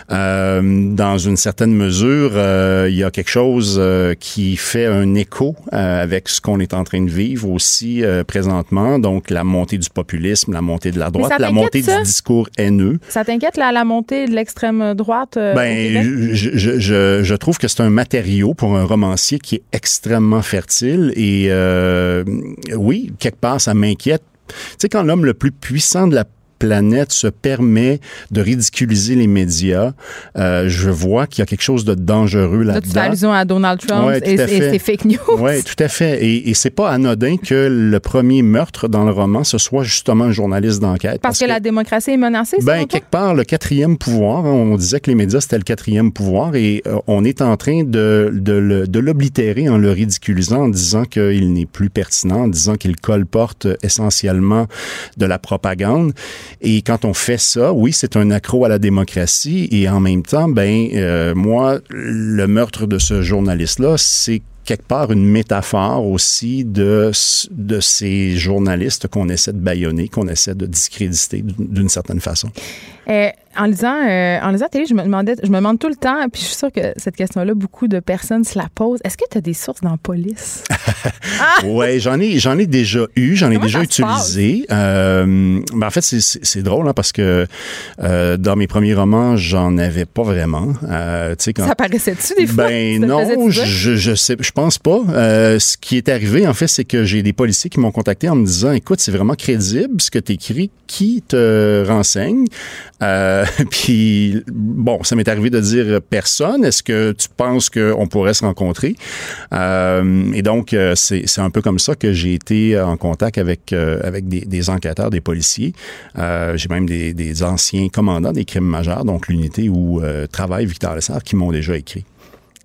Euh, dans une certaine mesure, euh, il y a quelque chose euh, qui fait un écho euh, avec ce qu'on est en train de vivre aussi euh, présentement. Donc, la montée du populisme, la montée de la droite, la montée ça? du discours haineux. Ça t'inquiète, la, la montée de l'extrême droite euh, ben, je, je, je, je trouve que c'est un matériau pour un romancier qui est extrêmement fertile et euh, oui, quelque part, ça m'inquiète. Tu sais, quand l'homme le plus puissant de la planète se permet de ridiculiser les médias, euh, je vois qu'il y a quelque chose de dangereux là-dedans. Là, tu fais allusion à Donald Trump ouais, et, et ses fake news. Oui, tout à fait. Et, et c'est pas anodin que le premier meurtre dans le roman, ce soit justement un journaliste d'enquête. Parce, parce que, que la démocratie est menacée, c'est ben, quelque part, le quatrième pouvoir, hein, on disait que les médias, c'était le quatrième pouvoir, et euh, on est en train de, de, le, de l'oblitérer en le ridiculisant, en disant qu'il n'est plus pertinent, en disant qu'il colporte essentiellement de la propagande. Et quand on fait ça, oui, c'est un accroc à la démocratie, et en même temps, ben euh, moi, le meurtre de ce journaliste-là, c'est quelque part une métaphore aussi de, de ces journalistes qu'on essaie de bâillonner, qu'on essaie de discréditer d'une certaine façon. Euh, en lisant, euh, en lisant la télé, je me demandais, je me demande tout le temps, puis je suis sûre que cette question-là, beaucoup de personnes se la posent. Est-ce que tu as des sources dans la police? ah! Oui, j'en ai, j'en ai déjà eu, j'en ai Comment déjà utilisé. Euh, ben en fait, c'est, c'est, c'est drôle hein, parce que euh, dans mes premiers romans, j'en avais pas vraiment. Euh, quand, ça apparaissait-tu des fois? Ben non, je, je sais, je pense pas. Euh, ce qui est arrivé, en fait, c'est que j'ai des policiers qui m'ont contacté en me disant, écoute, c'est vraiment crédible ce que tu écris, qui te renseigne? Euh, puis, bon, ça m'est arrivé de dire personne. Est-ce que tu penses qu'on pourrait se rencontrer? Euh, et donc, c'est, c'est un peu comme ça que j'ai été en contact avec, euh, avec des, des enquêteurs, des policiers. Euh, j'ai même des, des anciens commandants des crimes majeurs, donc l'unité où euh, travaille Victor Lessard, qui m'ont déjà écrit.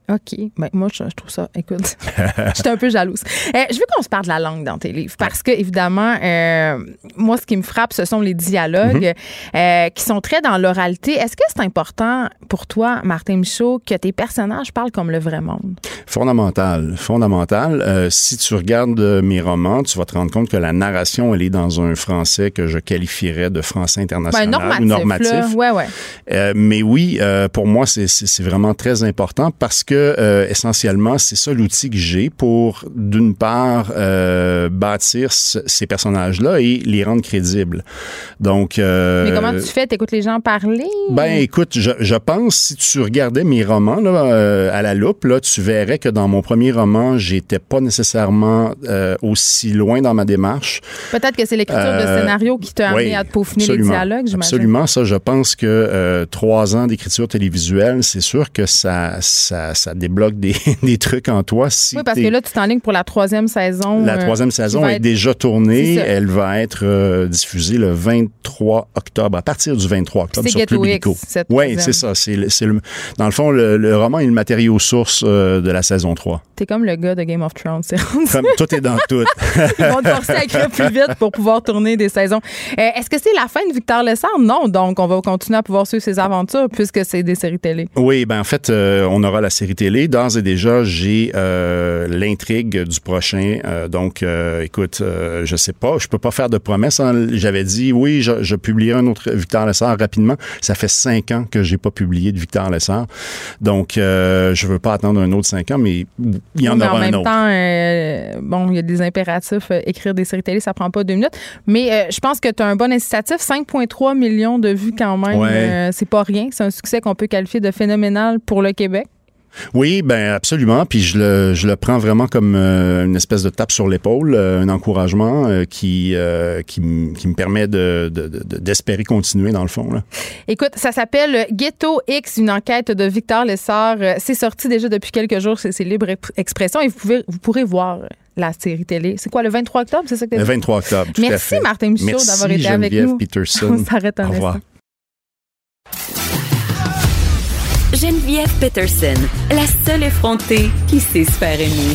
OK. Ben, moi, je, je trouve ça, écoute, j'étais un peu jalouse. Euh, je veux qu'on se parle de la langue dans tes livres parce que, évidemment, euh, moi, ce qui me frappe, ce sont les dialogues mm-hmm. euh, qui sont très dans l'oralité. Est-ce que c'est important pour toi, Martin Michaud, que tes personnages parlent comme le vrai monde? Fondamental. Fondamental. Euh, si tu regardes mes romans, tu vas te rendre compte que la narration, elle est dans un français que je qualifierais de français international ben, normatif, ou normatif. Là. Ouais, ouais. Euh, mais oui, euh, pour moi, c'est, c'est, c'est vraiment très important parce que Euh, essentiellement, c'est ça l'outil que j'ai pour, d'une part, euh, bâtir c- ces personnages-là et les rendre crédibles. Donc, euh, mais comment tu fais? T'écoutes les gens parler? Ben, écoute, je, je pense, si tu regardais mes romans là, euh, à la loupe, là, tu verrais que dans mon premier roman, j'étais pas nécessairement euh, aussi loin dans ma démarche. Peut-être que c'est l'écriture euh, de scénario qui t'a amené oui, à te peaufiner absolument, les dialogues, j'imagine. Absolument, ça, je pense que euh, trois ans d'écriture télévisuelle, c'est sûr que ça, ça, ça débloque des, des trucs en toi. Si oui, parce que là, tu t'enlignes pour la troisième saison. La troisième euh, saison est être... déjà tournée. Elle va être euh, diffusée le vingt-trois octobre, à partir du vingt-trois octobre sur Publico. Oui, c'est ça. C'est, c'est le, dans le fond, le, le roman est le matériau source euh, de la saison trois. T'es comme le gars de Game of Thrones. C'est comme tout est dans tout. Ils vont te forcer à écrire plus vite pour pouvoir tourner des saisons. Euh, est-ce que c'est la fin de Victor Lessard? Non. Donc, on va continuer à pouvoir suivre ses aventures puisque c'est des séries télé. Oui, ben en fait, euh, on aura la série télé. D'ores et déjà, j'ai euh, l'intrigue du prochain. Euh, donc, euh, écoute, euh, je sais pas, je peux pas faire de promesses. Hein. J'avais dit, oui, je, je publierai un autre Victor Lessard rapidement. Ça fait cinq ans que j'ai pas publié de Victor Lessard. Donc, euh, je veux pas attendre un autre cinq ans, mais il y en oui, aura un autre. En même temps, euh, bon, il y a des impératifs. Euh, écrire des séries télé, ça prend pas deux minutes. Mais euh, je pense que tu as un bon incitatif. cinq virgule trois millions de vues quand même. Ouais. Euh, c'est pas rien. C'est un succès qu'on peut qualifier de phénoménal pour le Québec. Oui, ben absolument. Puis je le, je le prends vraiment comme euh, une espèce de tape sur l'épaule, euh, un encouragement euh, qui, euh, qui, m- qui me permet de, de, de, d'espérer continuer dans le fond. Là. Écoute, ça s'appelle Ghetto X, une enquête de Victor Lessard. C'est sorti déjà depuis quelques jours, c'est, c'est libre expression et vous pouvez, vous pourrez voir la série télé. C'est quoi, le vingt-trois octobre? C'est ça que le vingt-trois octobre, tout Merci, à fait. Martin Michaud, Merci, d'avoir été Geneviève avec nous. Peterson. On s'arrête un Au revoir. instant. Geneviève Peterson, la seule effrontée qui sait se faire aimer.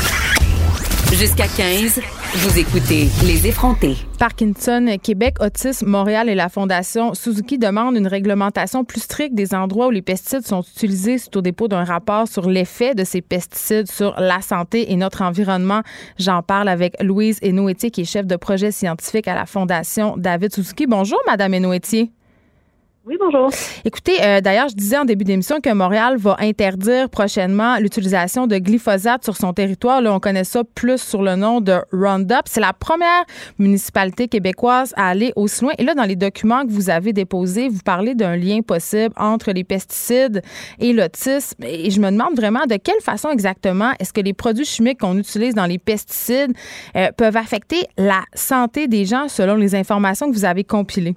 Jusqu'à quinze, vous écoutez Les effrontés. Parkinson Québec, Autisme Montréal et la Fondation Suzuki demandent une réglementation plus stricte des endroits où les pesticides sont utilisés suite au dépôt d'un rapport sur l'effet de ces pesticides sur la santé et notre environnement. J'en parle avec Louise Hénoëtier, qui est chef de projet scientifique à la Fondation David Suzuki. Bonjour, Madame Hénoëtier. Oui, bonjour. Écoutez, euh, d'ailleurs, je disais en début d'émission que Montréal va interdire prochainement l'utilisation de glyphosate sur son territoire. Là, on connaît ça plus sur le nom de Roundup. C'est la première municipalité québécoise à aller aussi loin. Et là, dans les documents que vous avez déposés, vous parlez d'un lien possible entre les pesticides et l'autisme. Et je me demande vraiment de quelle façon exactement est-ce que les produits chimiques qu'on utilise dans les pesticides euh, peuvent affecter la santé des gens selon les informations que vous avez compilées.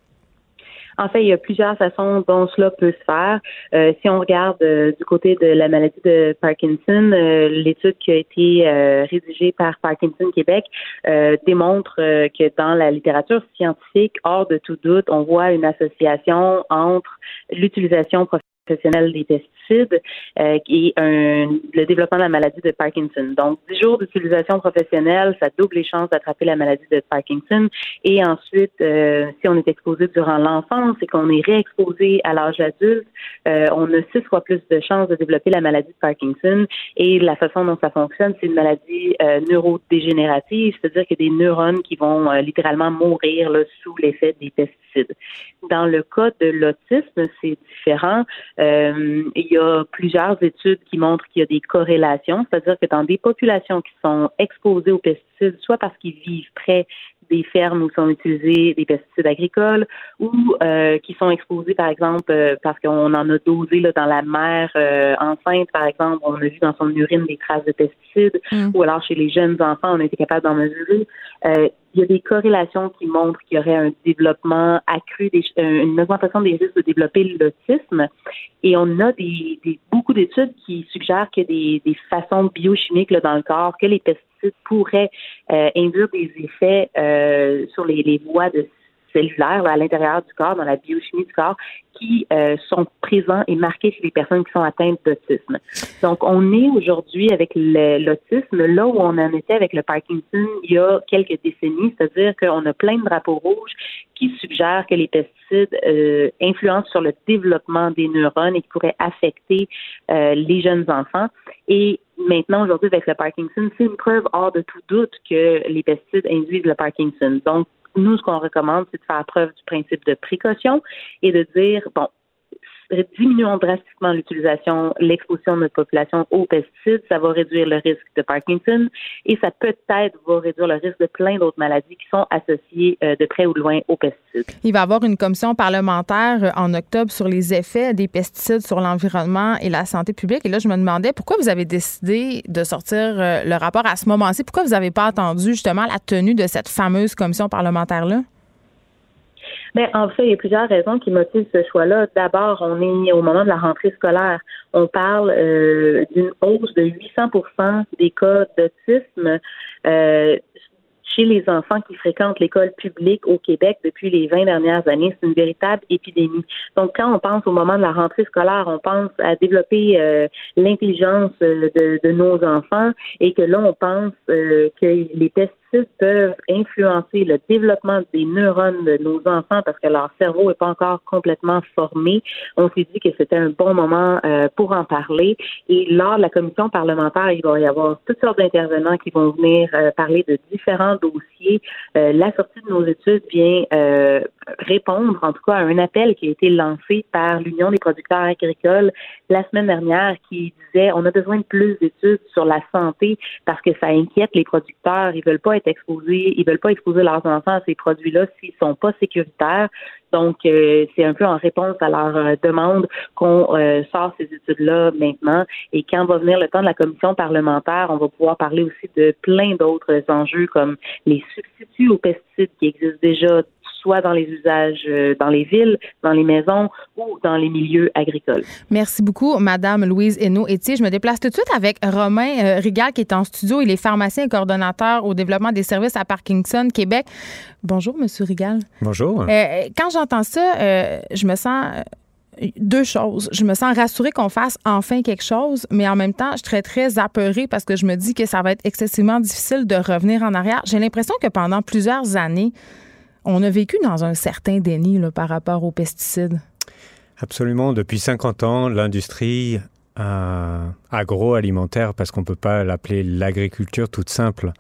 En fait, il y a plusieurs façons dont cela peut se faire. Euh, si on regarde euh, du côté de la maladie de Parkinson, euh, l'étude qui a été euh, rédigée par Parkinson Québec euh, démontre euh, que dans la littérature scientifique, hors de tout doute, on voit une association entre l'utilisation professionnelle des pesticides euh, et un, le développement de la maladie de Parkinson. Donc, dix jours d'utilisation professionnelle, ça double les chances d'attraper la maladie de Parkinson. Et ensuite, euh, si on est exposé durant l'enfance et qu'on est réexposé à l'âge adulte, euh, on a six fois plus de chances de développer la maladie de Parkinson. Et la façon dont ça fonctionne, c'est une maladie euh, neurodégénérative, c'est-à-dire qu'il y a des neurones qui vont euh, littéralement mourir là, sous l'effet des pesticides. Dans le cas de l'autisme, c'est différent. Euh, il y a plusieurs études qui montrent qu'il y a des corrélations, c'est-à-dire que dans des populations qui sont exposées aux pesticides, soit parce qu'ils vivent près des fermes où sont utilisés des pesticides agricoles ou euh, qui sont exposés, par exemple, euh, parce qu'on en a dosé là, dans la mère euh, enceinte, par exemple, on a vu dans son urine des traces de pesticides, mmh. ou alors chez les jeunes enfants, on a été capable d'en mesurer. Euh, il y a des corrélations qui montrent qu'il y aurait un développement accru, des, une augmentation des risques de développer l'autisme. Et on a des, des beaucoup d'études qui suggèrent qu'il y a des, des façons biochimiques là, dans le corps, que les pesticides pourraient euh, induire des effets euh, sur les, les voies de cellulaires là, à l'intérieur du corps, dans la biochimie du corps, qui euh, sont présents et marqués chez les personnes qui sont atteintes d'autisme. Donc, on est aujourd'hui avec le, l'autisme là où on en était avec le Parkinson il y a quelques décennies, c'est-à-dire qu'on a plein de drapeaux rouges qui suggèrent que les pesticides euh, influencent sur le développement des neurones et qui pourraient affecter euh, les jeunes enfants. Et maintenant, aujourd'hui, avec le Parkinson, c'est une preuve hors de tout doute que les pesticides induisent le Parkinson. Donc, nous, ce qu'on recommande, c'est de faire preuve du principe de précaution et de dire, bon, diminuons drastiquement l'utilisation, l'exposition de notre population aux pesticides, ça va réduire le risque de Parkinson et ça peut-être va réduire le risque de plein d'autres maladies qui sont associées euh, de près ou de loin aux pesticides. Il va y avoir une commission parlementaire en octobre sur les effets des pesticides sur l'environnement et la santé publique. Et là, je me demandais pourquoi vous avez décidé de sortir le rapport à ce moment-ci. Pourquoi vous n'avez pas attendu justement la tenue de cette fameuse commission parlementaire-là? Bien, en fait, il y a plusieurs raisons qui motivent ce choix-là. D'abord, on est au moment de la rentrée scolaire. On parle euh, d'une hausse de huit cents pour cent des cas d'autisme euh, chez les enfants qui fréquentent l'école publique au Québec depuis les vingt dernières années. C'est une véritable épidémie. Donc, quand on pense au moment de la rentrée scolaire, on pense à développer euh, l'intelligence de, de nos enfants et que là, on pense euh, que les pesticides peuvent influencer le développement des neurones de nos enfants parce que leur cerveau n'est pas encore complètement formé. On s'est dit que c'était un bon moment euh, pour en parler. Et lors de la commission parlementaire, il va y avoir toutes sortes d'intervenants qui vont venir euh, parler de différents dossiers. Euh, la sortie de nos études vient euh, répondre, en tout cas, à un appel qui a été lancé par l'Union des producteurs agricoles la semaine dernière qui disait on a besoin de plus d'études sur la santé parce que ça inquiète les producteurs. Ils veulent pas être exposés, ils veulent pas exposer leurs enfants à ces produits-là s'ils sont pas sécuritaires. Donc, euh, c'est un peu en réponse à leur euh, demande qu'on euh, sort ces études-là maintenant. Et quand va venir le temps de la commission parlementaire, on va pouvoir parler aussi de plein d'autres enjeux comme les substituts aux pesticides qui existent déjà soit dans les usages euh, dans les villes, dans les maisons ou dans les milieux agricoles. Merci beaucoup, Madame Louise Hainaut-Étier. Je me déplace tout de suite avec Romain euh, Rigal qui est en studio. Il est pharmacien et coordonnateur au développement des services à Parkinson Québec. Bonjour, Monsieur Rigal. Bonjour. Euh, quand j'entends ça, euh, je me sens... Euh, Deux choses. Je me sens rassurée qu'on fasse enfin quelque chose, mais en même temps, je suis très, très apeurée parce que je me dis que ça va être excessivement difficile de revenir en arrière. J'ai l'impression que pendant plusieurs années, on a vécu dans un certain déni là, par rapport aux pesticides. Absolument. Depuis cinquante ans, l'industrie euh, agroalimentaire, parce qu'on ne peut pas l'appeler l'agriculture toute simple,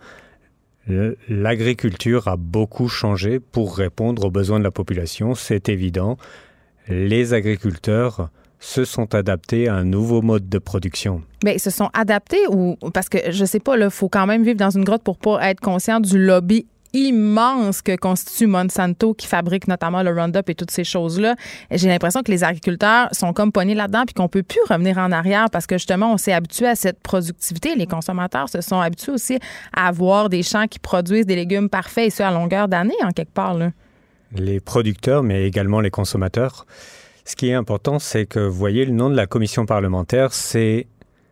l'agriculture a beaucoup changé pour répondre aux besoins de la population, c'est évident. Les agriculteurs se sont adaptés à un nouveau mode de production. Bien, ils se sont adaptés ou parce que je sais pas, il faut quand même vivre dans une grotte pour pas être conscient du lobby immense que constitue Monsanto qui fabrique notamment le Roundup et toutes ces choses-là. J'ai l'impression que les agriculteurs sont comme pognés là-dedans puis qu'on peut plus revenir en arrière parce que justement, on s'est habitué à cette productivité. Les consommateurs se sont habitués aussi à avoir des champs qui produisent des légumes parfaits et ça à longueur d'année, en quelque part, là. Les producteurs, mais également les consommateurs. Ce qui est important, c'est que, vous voyez, le nom de la commission parlementaire, c'est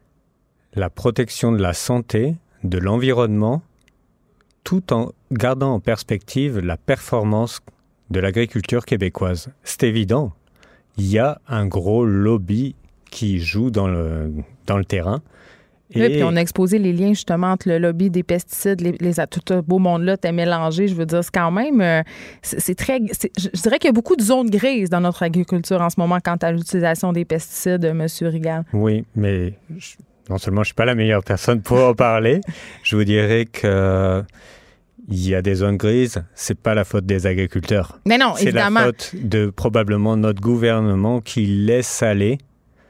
la protection de la santé, de l'environnement, tout en gardant en perspective la performance de l'agriculture québécoise. C'est évident, il y a un gros lobby qui joue dans le, dans le terrain. Et oui, puis on a exposé les liens justement entre le lobby des pesticides, les, les tout ce beau monde-là t'es mélangé. Je veux dire, c'est quand même, euh, c'est, c'est très, c'est, je dirais qu'il y a beaucoup de zones grises dans notre agriculture en ce moment quant à l'utilisation des pesticides, Monsieur Rigal. Oui, mais je, non seulement je suis pas la meilleure personne pour en parler, je vous dirais que il y a des zones grises, c'est pas la faute des agriculteurs. Mais non, c'est évidemment. C'est la faute de probablement notre gouvernement qui laisse aller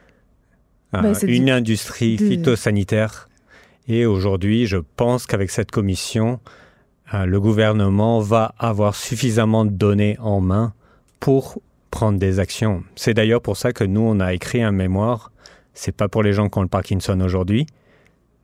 ben, euh, une du... industrie phytosanitaire. Et aujourd'hui, je pense qu'avec cette commission, euh, le gouvernement va avoir suffisamment de données en main pour prendre des actions. C'est d'ailleurs pour ça que nous, on a écrit un mémoire. C'est pas pour les gens qui ont le Parkinson aujourd'hui.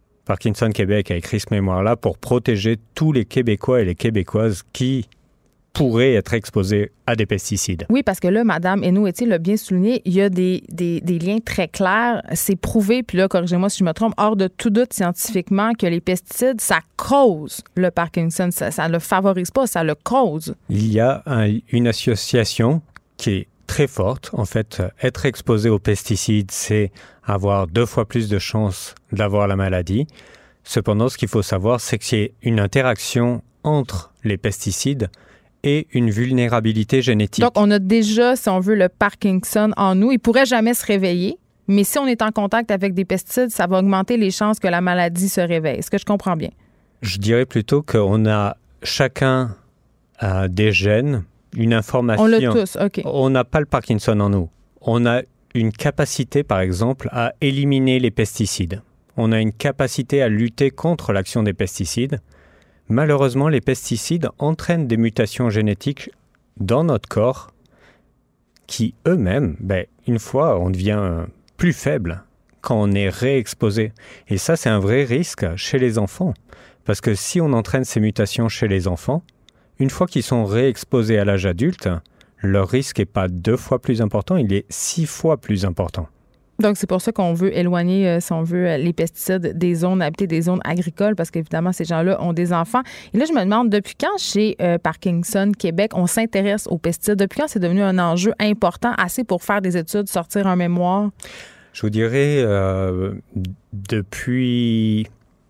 Parkinson Québec a écrit ce mémoire-là pour protéger tous les Québécois et les Québécoises qui pourraient être exposés à des pesticides. Oui, parce que là, Mme Hainaut-Etier l'a bien souligné, il y a des, des, des liens très clairs. C'est prouvé, puis là, corrigez-moi si je me trompe, hors de tout doute scientifiquement que les pesticides, ça cause le Parkinson. Ça ne le favorise pas, ça le cause. Il y a un, une association qui est très forte. En fait, être exposé aux pesticides, c'est avoir deux fois plus de chances d'avoir la maladie. Cependant, ce qu'il faut savoir, c'est qu'il y a une interaction entre les pesticides et une vulnérabilité génétique. Donc, on a déjà, si on veut, le Parkinson en nous. Il pourrait jamais se réveiller, mais si on est en contact avec des pesticides, ça va augmenter les chances que la maladie se réveille. Est-ce que je comprends bien? Je dirais plutôt qu'on a chacun euh, des gènes, une information. On l'a tous, OK. On n'a pas le Parkinson en nous. On a une capacité, par exemple, à éliminer les pesticides. On a une capacité à lutter contre l'action des pesticides. Malheureusement, les pesticides entraînent des mutations génétiques dans notre corps qui, eux-mêmes, ben, une fois, on devient plus faible quand on est réexposé. Et ça, c'est un vrai risque chez les enfants. Parce que si on entraîne ces mutations chez les enfants, une fois qu'ils sont réexposés à l'âge adulte, leur risque n'est pas deux fois plus important, il est six fois plus important. Donc, c'est pour ça qu'on veut éloigner, euh, si on veut, euh, les pesticides des zones habitées, des zones agricoles, parce qu'évidemment, ces gens-là ont des enfants. Et là, je me demande, depuis quand chez euh, Parkinson Québec, on s'intéresse aux pesticides? Depuis quand c'est devenu un enjeu important, assez pour faire des études, sortir un mémoire? Je vous dirais, euh, depuis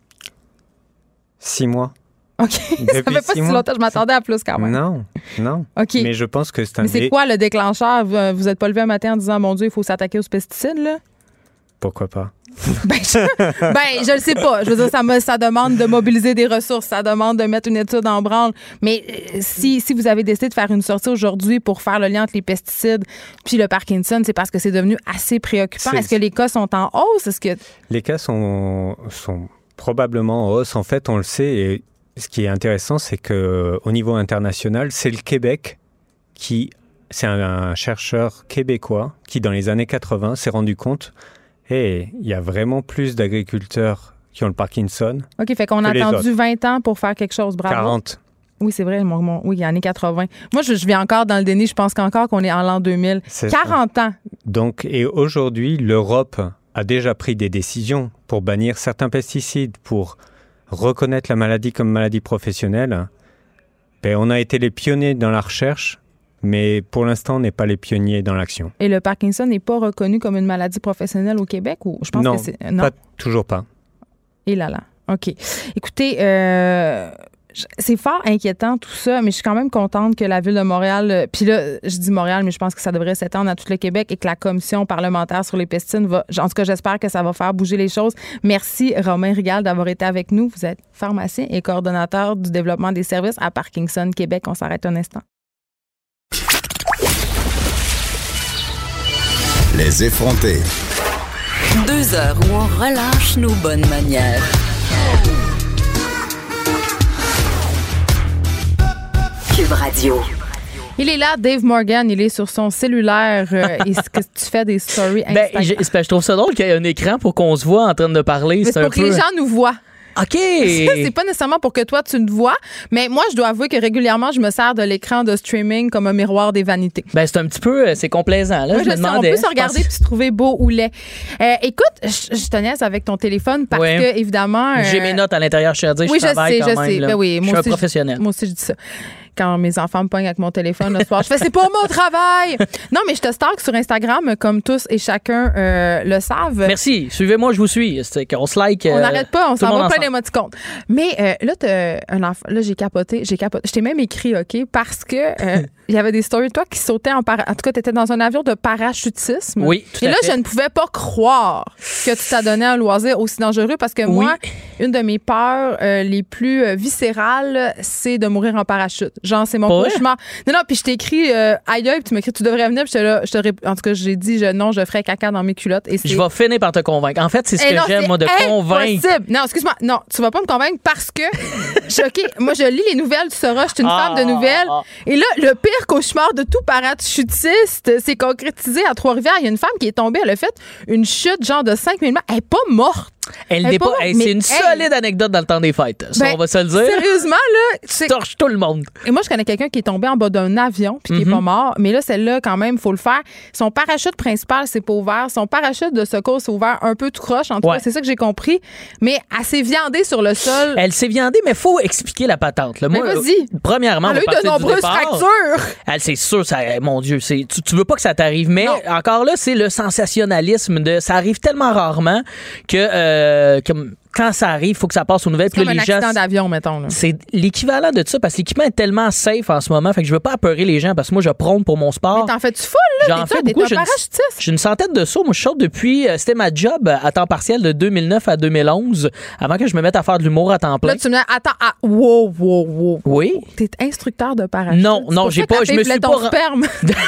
six mois. OK. Ça fait pas si longtemps. Je m'attendais à plus quand même. Non, non. OK. Mais je pense que c'est un... Mais c'est quoi le déclencheur? Vous n'êtes pas levé un matin en disant, mon Dieu, il faut s'attaquer aux pesticides, là? Pourquoi pas? ben, je, ben, je le sais pas. Je veux dire, ça, me, ça demande de mobiliser des ressources. Ça demande de mettre une étude en branle. Mais euh, si, si vous avez décidé de faire une sortie aujourd'hui pour faire le lien entre les pesticides puis le Parkinson, c'est parce que c'est devenu assez préoccupant. C'est... Est-ce que les cas sont en hausse? Est-ce que... Les cas sont, sont probablement en hausse. En fait, on le sait, et ce qui est intéressant, c'est qu'au niveau international, c'est le Québec qui, c'est un, un chercheur québécois qui, dans les années quatre-vingt, s'est rendu compte, hey, il y a vraiment plus d'agriculteurs qui ont le Parkinson. OK, fait qu'on a attendu vingt ans pour faire quelque chose, bravo. quarante. Oui, c'est vrai, mon, mon, oui, il y en a quatre-vingts. Moi, je, je vis encore dans le déni, je pense qu'encore qu'on est en l'an deux mille. C'est quarante ça. Ans. Donc, et aujourd'hui, l'Europe a déjà pris des décisions pour bannir certains pesticides, pour reconnaître la maladie comme maladie professionnelle. Ben, on a été les pionniers dans la recherche, mais pour l'instant, on n'est pas les pionniers dans l'action. Et le Parkinson n'est pas reconnu comme une maladie professionnelle au Québec? Ou je pense non, que c'est... non, pas, toujours pas. Et là là, OK. Écoutez, euh, c'est fort inquiétant tout ça, mais je suis quand même contente que la Ville de Montréal, puis là, je dis Montréal, mais je pense que ça devrait s'étendre à tout le Québec et que la commission parlementaire sur les pesticides va, en tout cas, j'espère que ça va faire bouger les choses. Merci, Romain Rigal, d'avoir été avec nous. Vous êtes pharmacien et coordonnateur du développement des services à Parkinson Québec. On s'arrête un instant. Les effrontés. Deux heures où on relâche nos bonnes manières. Cube Radio. Il est là, Dave Morgan, il est sur son cellulaire. Euh, et ce que tu fais des stories Instagram. Ben, je, je trouve ça drôle qu'il y ait un écran pour qu'on se voit en train de parler. Mais c'est, c'est pour un que peu... les gens nous voient. OK. C'est pas nécessairement pour que toi, tu te vois, mais moi, je dois avouer que régulièrement, je me sers de l'écran de streaming comme un miroir des vanités. Ben, c'est un petit peu, c'est complaisant. Là, moi, je, je me sais, demandais. on peut se regarder puis se trouver beau ou laid. Euh, écoute, je, je te niaise avec ton téléphone parce ouais. que, évidemment... Euh... J'ai mes notes à l'intérieur, je suis à dire, oui, je travaille sais, quand je même. sais, Là. Ben oui, je moi suis aussi, un professionnel. Je, moi aussi, je dis ça. Quand mes enfants me pognent avec mon téléphone le soir, je fais « c'est pas mon travail ». Non, mais je te stalk sur Instagram comme tous et chacun euh, le savent. Merci. Suivez-moi, je vous suis. C'est qu'on se like. On n'arrête pas, on s'en va plein ensemble. d'émoticônes. Mais euh, là, t'as un enfant, là, j'ai capoté, j'ai capoté. Je t'ai même écrit, OK, parce que euh, il y avait des stories de toi qui sautaient en para... En tout cas, tu étais dans un avion de parachutisme. Oui, tout Et à là, fait. je ne pouvais pas croire que tu t'adonnais à un loisir aussi dangereux parce que oui. moi, une de mes peurs euh, les plus euh, viscérales, c'est de mourir en parachute. Genre, c'est mon Pas cauchemar. Non, non, puis je t'ai écrit euh, aïe aïe, puis tu m'as écrit tu devrais venir, puis je te, là, je te rép... en tout cas, j'ai dit je, non, je ferais caca dans mes culottes. Et c'est... Je vais finir par te convaincre. En fait, c'est ce Et que non, j'aime, c'est moi, de impossible. convaincre. Non, excuse-moi. Non, tu vas pas me convaincre parce que, je, OK, moi, je lis les nouvelles, tu sauras, je suis une Ah, femme de nouvelles. ah. Et là, le pire cauchemar de tout parachutiste s'est concrétisé à Trois-Rivières. Il y a une femme qui est tombée, elle a fait une chute genre de cinq mille mètres. Elle est pas morte. Elle n'est pas. Hey, c'est une hey. solide anecdote dans le temps des fêtes. Ça, ben, on va se le dire. Sérieusement, là. Tu torches tout le monde. Et moi, je connais quelqu'un qui est tombé en bas d'un avion puis qui mm-hmm. est pas mort. Mais là, celle-là, quand même, il faut le faire. Son parachute principal, c'est pas ouvert. Son parachute de secours, c'est ouvert un peu tout croche. En tout ouais. cas, c'est ça que j'ai compris. Mais elle s'est viandée sur le sol. Elle s'est viandée, mais il faut expliquer la patente. Là. Mais moi, vas-y. Premièrement, elle a eu de nombreuses fractures. Elle, c'est sûr, ça, mon Dieu, c'est, tu, tu veux pas que ça t'arrive. Mais non. encore là, c'est le sensationnalisme de. Ça arrive tellement rarement que. Euh, que quand ça arrive, il faut que ça passe aux nouvelles. C'est comme un accident d'avion, mettons. Là. C'est l'équivalent de ça, parce que l'équipement est tellement safe en ce moment, fait que je veux pas apeurer les gens, parce que moi, je prône pour mon sport. Mais t'en fais-tu full, là? J'en fais beaucoup. J'ai une, j'ai une centaine de sauts. Moi, je saute depuis... Euh, c'était ma job à temps partiel de deux mille neuf à deux mille onze, avant que je me mette à faire de l'humour à temps plein. Là, tu me dis, attends, ah, wow, wow, wow. Oui? T'es instructeur de parachute. Non, non, j'ai pas... Je me suis ton pas... sperme.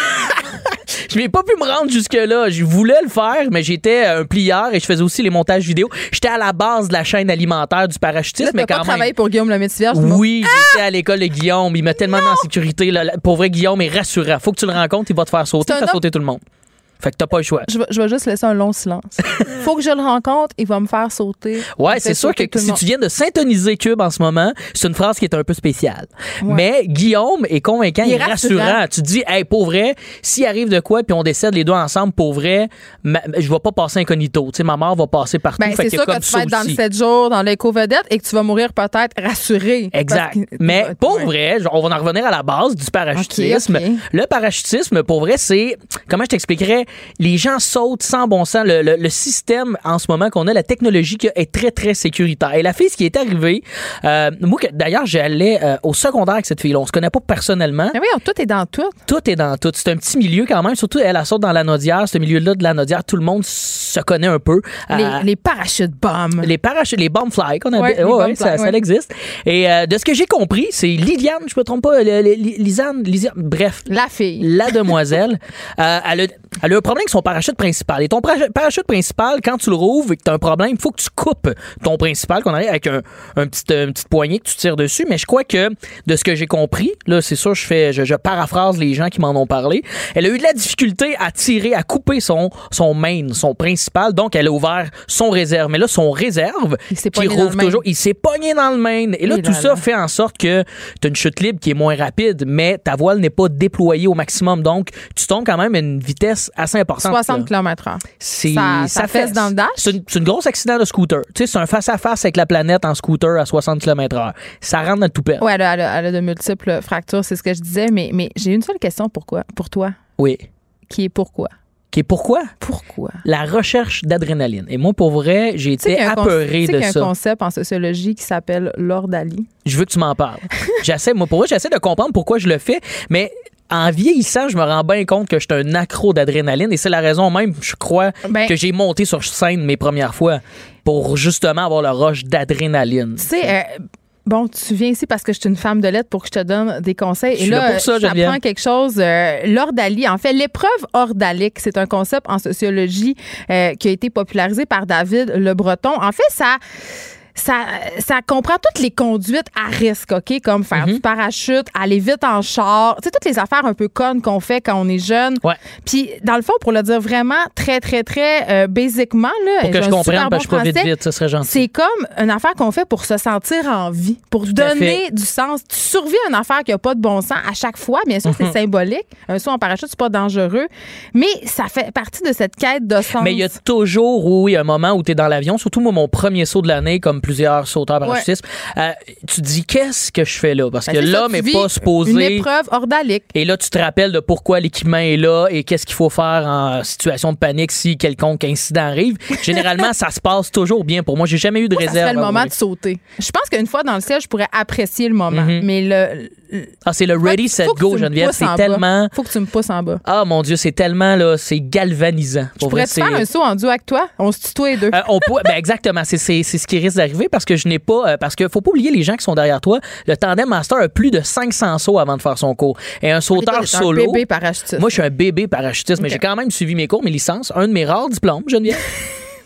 Je n'ai pas pu me rendre jusque-là. Je voulais le faire, mais j'étais un plieur et je faisais aussi les montages vidéo. J'étais à la base de la chaîne alimentaire du parachutisme. Là, mais quand pas même... travaillé pour Guillaume le Métis-Vierge? Oui, ah! J'étais à l'école de Guillaume. Il m'a tellement mis en sécurité. Là. Pour vrai, Guillaume est rassurant. Faut que tu le rencontres, il va te faire sauter. Il fait sauter tout le monde. Fait que t'as pas le choix. Je vais, je vais juste laisser un long silence. Faut que je le rencontre, il va me faire sauter. Ouais, c'est sûr que si tu viens de syntoniser Cube en ce moment, c'est une phrase qui est un peu spéciale. Ouais. Mais Guillaume est convaincant, il est rassurant. rassurant. Tu te dis, hey, pour vrai, s'il arrive de quoi, puis on décède les deux ensemble, pour vrai, ma, je vais pas passer incognito. Tu sais, ma mort va passer partout. Ben, fait c'est sûr que tu vas être dans le sept jours, dans l'éco-vedette, et que tu vas mourir peut-être rassuré. Exact. Que, Mais pour ouais. vrai, on va en revenir à la base du parachutisme. Okay, okay. Le parachutisme, pour vrai, c'est, comment je t'expliquerais, les gens sautent sans bon sens. Le, le, le système en ce moment qu'on a, la technologie qui est très, très sécuritaire. Et la fille, ce qui est arrivé, euh, moi, d'ailleurs, j'allais euh, au secondaire avec cette fille-là. On se connaît pas personnellement. Mais oui, tout est dans tout. Tout est dans tout. C'est un petit milieu quand même. Surtout, elle, elle saute dans la Naudière. Ce milieu-là de la Naudière, tout le monde se connaît un peu. Les, euh, les parachutes bombes. Les parachutes, les bomb fly qu'on a. Ouais, oh, ouais, fly, ça, ouais. ça existe. Et euh, de ce que j'ai compris, c'est Liliane, je me trompe pas, Lisanne, Lisiane, bref. La fille. La demoiselle. euh, elle, a, elle a un problème avec son parachute principal. Et ton parachute principal, quand tu le rouvres et que tu as un problème, il faut que tu coupes ton principal, qu'on arrive avec un, un petit, une petite poignée que tu tires dessus. Mais je crois que, de ce que j'ai compris, là, c'est sûr, je fais, je, je paraphrase les gens qui m'en ont parlé. Elle a eu de la difficulté à tirer, à couper son, son main, son principal. Donc, elle a ouvert son réserve. Mais là, son réserve, qui rouvre toujours, il s'est pogné dans le main. Et là, et tout là, ça là. fait en sorte que tu as une chute libre qui est moins rapide, mais ta voile n'est pas déployée au maximum. Donc, tu tombes quand même à une vitesse assez importante. soixante kilomètres heure. C'est, ça, ça, ça fesse dans le dash. C'est, une, c'est une grosse accident de scooter. Tu sais, c'est un face-à-face avec la planète en scooter à soixante kilomètres heure. Ça rentre dans le toupet. Oui, elle, elle, elle a de multiples fractures, c'est ce que je disais, mais, mais j'ai une seule question pourquoi, pour toi. Oui. Qui est pourquoi? Qui est pourquoi? Pourquoi? La recherche d'adrénaline. Et moi, pour vrai, j'ai été apeuré de ça. Tu sais qu'il y a un concept en sociologie qui s'appelle l'ordalie. Je veux que tu m'en parles. j'essaie, moi, pour vrai, j'essaie de comprendre pourquoi je le fais, mais en vieillissant, je me rends bien compte que je suis un accro d'adrénaline et c'est la raison même, je crois, ben, que j'ai monté sur scène mes premières fois pour justement avoir le rush d'adrénaline. Tu sais, euh, bon, tu viens ici parce que je suis une femme de lettres pour que je te donne des conseils. Je et là, là pour ça, j'apprends quelque chose. Euh, l'ordalie, en fait, l'épreuve ordalique, c'est un concept en sociologie euh, qui a été popularisé par David Le Breton. En fait, ça... Ça, ça comprend toutes les conduites à risque, OK? Comme faire mm-hmm. du parachute, aller vite en char. Tu sais, toutes les affaires un peu connes qu'on fait quand on est jeune. Ouais. Puis, dans le fond, pour le dire vraiment très, très, très euh, basiquement, là, pour que je comprenne, parce que je suis pas vite, vite, ça serait gentil. C'est comme une affaire qu'on fait pour se sentir en vie, pour Tout donner du sens. Tu survis à une affaire qui n'a pas de bon sens à chaque fois. Bien sûr, mm-hmm. c'est symbolique. Un saut en parachute, c'est pas dangereux. Mais ça fait partie de cette quête de sens. Mais il y a toujours, oui, un moment où tu es dans l'avion. Surtout, moi, mon premier saut de l'année, comme plusieurs sauteurs parachutistes, ouais. euh, tu te dis, qu'est-ce que je fais là? Parce ben que l'homme n'est pas supposé... Une épreuve ordalique. Et là, tu te rappelles de pourquoi l'équipement est là et qu'est-ce qu'il faut faire en situation de panique si quelconque incident arrive. Généralement, ça se passe toujours bien pour moi. J'ai jamais eu de moi, réserve. Ça serait le moment de sauter. Je pense qu'une fois dans le ciel, je pourrais apprécier le moment. Mm-hmm. Mais le... Ah, c'est le ready, set, go, Geneviève. C'est tellement... Faut que tu me pousses en bas. Ah, mon Dieu, c'est tellement, là, c'est galvanisant. Je pourrais te faire un saut en duo avec toi? On se tutoie les deux. Euh, on peut, ben exactement. C'est, c'est, c'est ce qui risque d'arriver parce que je n'ai pas... Euh, parce qu'il faut pas oublier les gens qui sont derrière toi. Le Tandem Master a plus de cinq cents sauts avant de faire son cours. Et un sauteur okay, solo... un bébé parachutiste. Moi, je suis un bébé parachutiste, okay. mais j'ai quand même suivi mes cours, mes licences. Un de mes rares diplômes, Geneviève.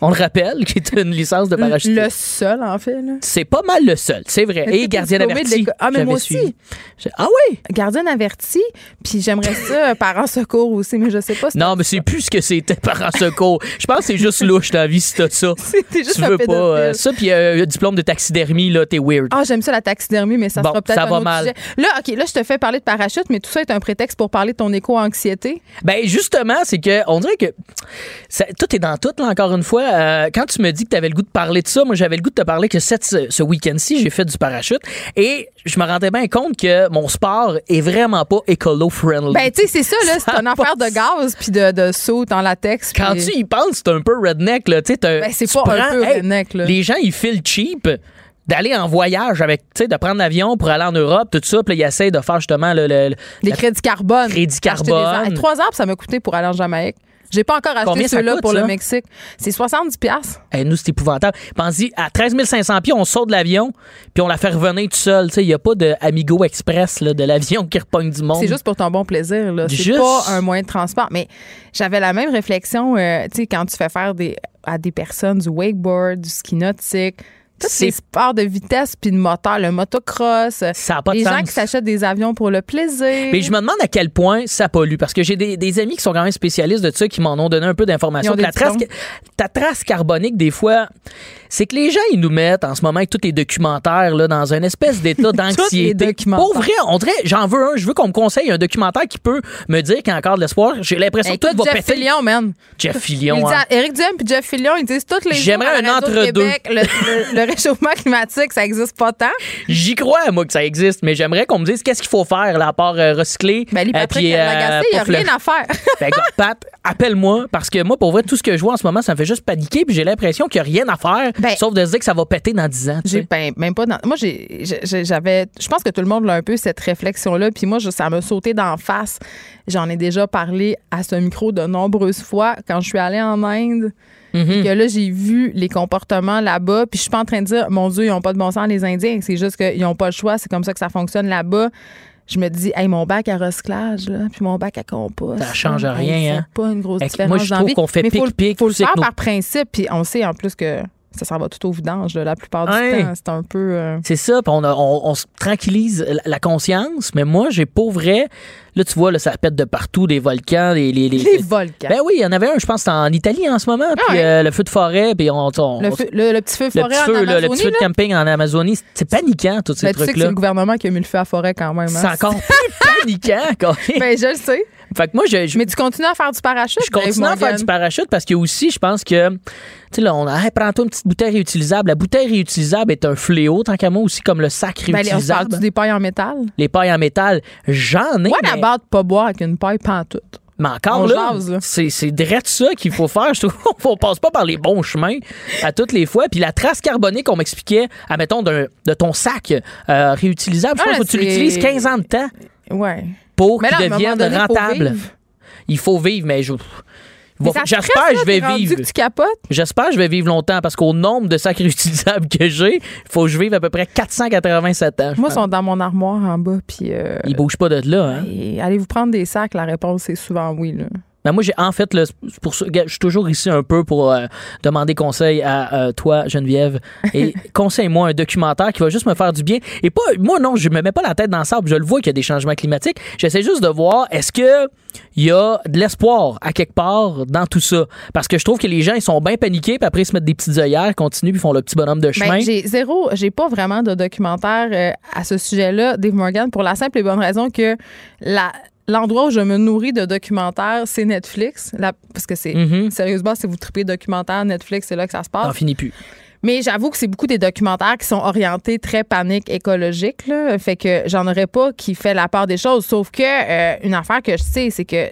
on le rappelle, qui est une licence de parachutisme. Le seul, en fait. Là. C'est pas mal le seul, c'est vrai. Mais Et gardienne avertie. Ah, mais moi aussi. Suivi. Ah oui? Gardienne avertie, puis j'aimerais ça, parents secours aussi, mais je sais pas. Si non, mais c'est plus ce que c'était parents secours. Je pense que c'est juste louche dans la vie si t'as ça. C'était juste tu un veux pas euh, pédophile. ça, puis euh, diplôme de taxidermie, là, t'es weird. Ah, j'aime ça la taxidermie, mais ça Bon, sera peut-être ça un va autre mal. sujet. Là, OK, là, je te fais parler de parachute, mais tout ça est un prétexte pour parler de ton éco-anxiété. Ben justement, c'est que on dirait que ça, tout est dans tout, là, encore une fois. Euh, quand tu me dis que tu avais le goût de parler de ça, moi, j'avais le goût de te parler que cette, ce, ce week-end-ci, j'ai fait du parachute et je me rendais bien compte que mon sport est vraiment pas écolo-friendly. Ben, tu sais, c'est ça, là. C'est une affaire de gaz puis de, de saut en latex. Quand puis- tu y penses, c'est un peu redneck, là. Tu sais, t'as- Ben, c'est tu pas un prends- peu hey, redneck, là. Les gens, ils filent cheap d'aller en voyage avec, tu sais, de prendre l'avion pour aller en Europe, tout ça, puis là, ils essayent de faire justement le, le- Des la- crédits carbone. Crédits Acheter des carbone. arbres. Hey, Trois arbres, ça m'a coûté pour aller en Jamaïque. J'ai pas encore acheté Combien ça ceux-là coûte, pour ça? le Mexique. C'est soixante-dix piastres. Hey, nous, c'est épouvantable. Pense-y, à treize mille cinq cents pieds, on sort de l'avion, puis on la fait revenir tout seul. Tu sais, il n'y a pas de Amigo Express, là, de l'avion qui repogne du monde. C'est juste pour ton bon plaisir. Là. C'est Juste- pas un moyen de transport. Mais j'avais la même réflexion, euh, tu sais, quand tu fais faire des, à des personnes du wakeboard, du ski nautique, tous C'est- ces sports de vitesse puis de moteur, le motocross, Ça n'a pas de les sens. gens qui s'achètent des avions pour le plaisir. Mais je me demande à quel point ça pollue, parce que j'ai des, des amis qui sont quand même spécialistes de ça, qui m'en ont donné un peu d'informations. Ils ont des La trace, diplômes. ta trace carbonique, des fois, c'est que les gens, ils nous mettent en ce moment avec tous les documentaires là, dans une espèce d'état d'anxiété. documentaires. Pour vrai, on dirait, j'en veux un, je veux qu'on me conseille un documentaire qui peut me dire qu'il y a encore de l'espoir. J'ai l'impression que Écoute, tout va Jeff péter. Fillion, man. Jeff Il Fillion, dit hein. à Éric Duhem puis Jeff Fillion, ils disent toutes les jours J'aimerais à la un radio de entre-deux. Québec, le, le- le réchauffement climatique, ça existe pas tant. J'y crois, moi, que ça existe, mais j'aimerais qu'on me dise qu'est-ce qu'il faut faire, là, à part euh, recycler. Ben, lui, euh, Patrick puis, euh, Lagacé, il n'y a pour le- rien à faire. Ben, gars, Pat, appelle-moi, parce que moi, pour vrai, tout ce que je vois en ce moment, ça me fait juste paniquer, puis j'ai l'impression qu'il n'y a rien à faire, Ben, sauf de se dire que ça va péter dans dix ans. tu J'ai sais. ben, même pas dans- moi j'ai j'ai- j'avais je pense que tout le monde a un peu cette réflexion là puis moi je- ça m'a sauté d'en face. J'en ai déjà parlé à ce micro de nombreuses fois quand je suis allée en Inde. Mhm. Que là j'ai vu les comportements là-bas puis je suis pas en train de dire mon Dieu ils ont pas de bon sens les Indiens, c'est juste qu'ils ont pas le choix, c'est comme ça que ça fonctionne là-bas. Je me dis, hey, mon bac à recyclage, là, puis mon bac à compost. Ça change là, rien, hey, hein. C'est pas une grosse Fait que différence moi, je dans trouve la vie. qu'on fait Mais faut, le- pic-pic, faut le tu sais faire que nos- par principe, puis on sait en plus que ça s'en va tout au vidange là, la plupart du Ouais. temps. C'est un peu... euh, C'est ça, puis on, a- on, on se tranquillise la, la conscience, mais moi, j'ai pour vrai. Là, tu vois, là, ça pète de partout, des volcans, les. Les, les- Les volcans. Ben oui, il y en avait un, je pense, c'était en Italie en ce moment, puis Ah ouais. euh, le feu de forêt, puis on. on- Le, on- feu- le, le petit feu le forêt petit en feu, là, Amazonie, le petit feu de là. camping en Amazonie, c'est- c'est paniquant, tous ces Ben, tu sais que c'est trucs-là. le gouvernement qui a mis le feu à forêt quand même. C'est hein. encore plus paniquant, quoi. Ben, je le sais. Fait que moi, je, je, Mais tu continues à faire du parachute, je continue Dave à faire Morgan. du parachute parce que aussi, je pense que, tu sais, là, on a, hey, prends-toi une petite bouteille réutilisable. La bouteille réutilisable est un fléau, tant qu'à moi, aussi, comme le sac Ben, allez, on se réutilisable. parle-tu des pailles en métal? Les pailles en métal, j'en ai. Moi, mais, la barre de pas boire avec une paille pantoute. mais encore on là, jase, là. c'est, c'est direct ça qu'il faut faire. Je trouve qu'on passe pas par les bons chemins à toutes les fois. Puis la trace carbonique qu'on m'expliquait, admettons, d'un, de ton sac euh, réutilisable, je Ah, pense que tu c'est- l'utilises quinze ans de temps Ouais. pour Mais là, à un qu'il moment devienne donné, faut rentable. vivre. Il faut vivre, mais je. Mais ça te J'espère stresse, que là, je vais t'es rendu vivre. que tu capotes? J'espère que je vais vivre longtemps parce qu'au nombre de sacs réutilisables que j'ai, il faut que je vive à peu près quatre cent quatre-vingt-sept ans. je Moi, ils pense. sont dans mon armoire en bas, puis... euh, Ils bougent pas de là. Hein? et allez-vous prendre des sacs? La réponse, c'est souvent oui, là. Ben moi, j'ai en fait, là, c'est pour ça, regarde, je suis toujours ici un peu pour euh, demander conseil à euh, toi, Geneviève. Et conseille-moi un documentaire qui va juste me faire du bien. Et pas, moi, non, je me mets pas la tête dans le sable. Je le vois qu'il y a des changements climatiques. J'essaie juste de voir, est-ce que il y a de l'espoir à quelque part dans tout ça? Parce que je trouve que les gens, ils sont bien paniqués, puis après, ils se mettent des petites œillères, continuent, puis font le petit bonhomme de chemin. Ben, j'ai zéro, j'ai pas vraiment de documentaire euh, à ce sujet-là, Dave Morgan, pour la simple et bonne raison que la l'endroit où je me nourris de documentaires, c'est Netflix. La- parce que c'est, Mhm. sérieusement, si vous tripez documentaire, Netflix, c'est là que ça se passe. N'en finit plus. Mais j'avoue que c'est beaucoup des documentaires qui sont orientés très panique écologique, là. Fait que j'en aurais pas qui fait la part des choses. Sauf que, euh, une affaire que je sais, c'est que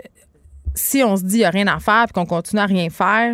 si on se dit qu'il n'y a rien à faire puis qu'on continue à rien faire,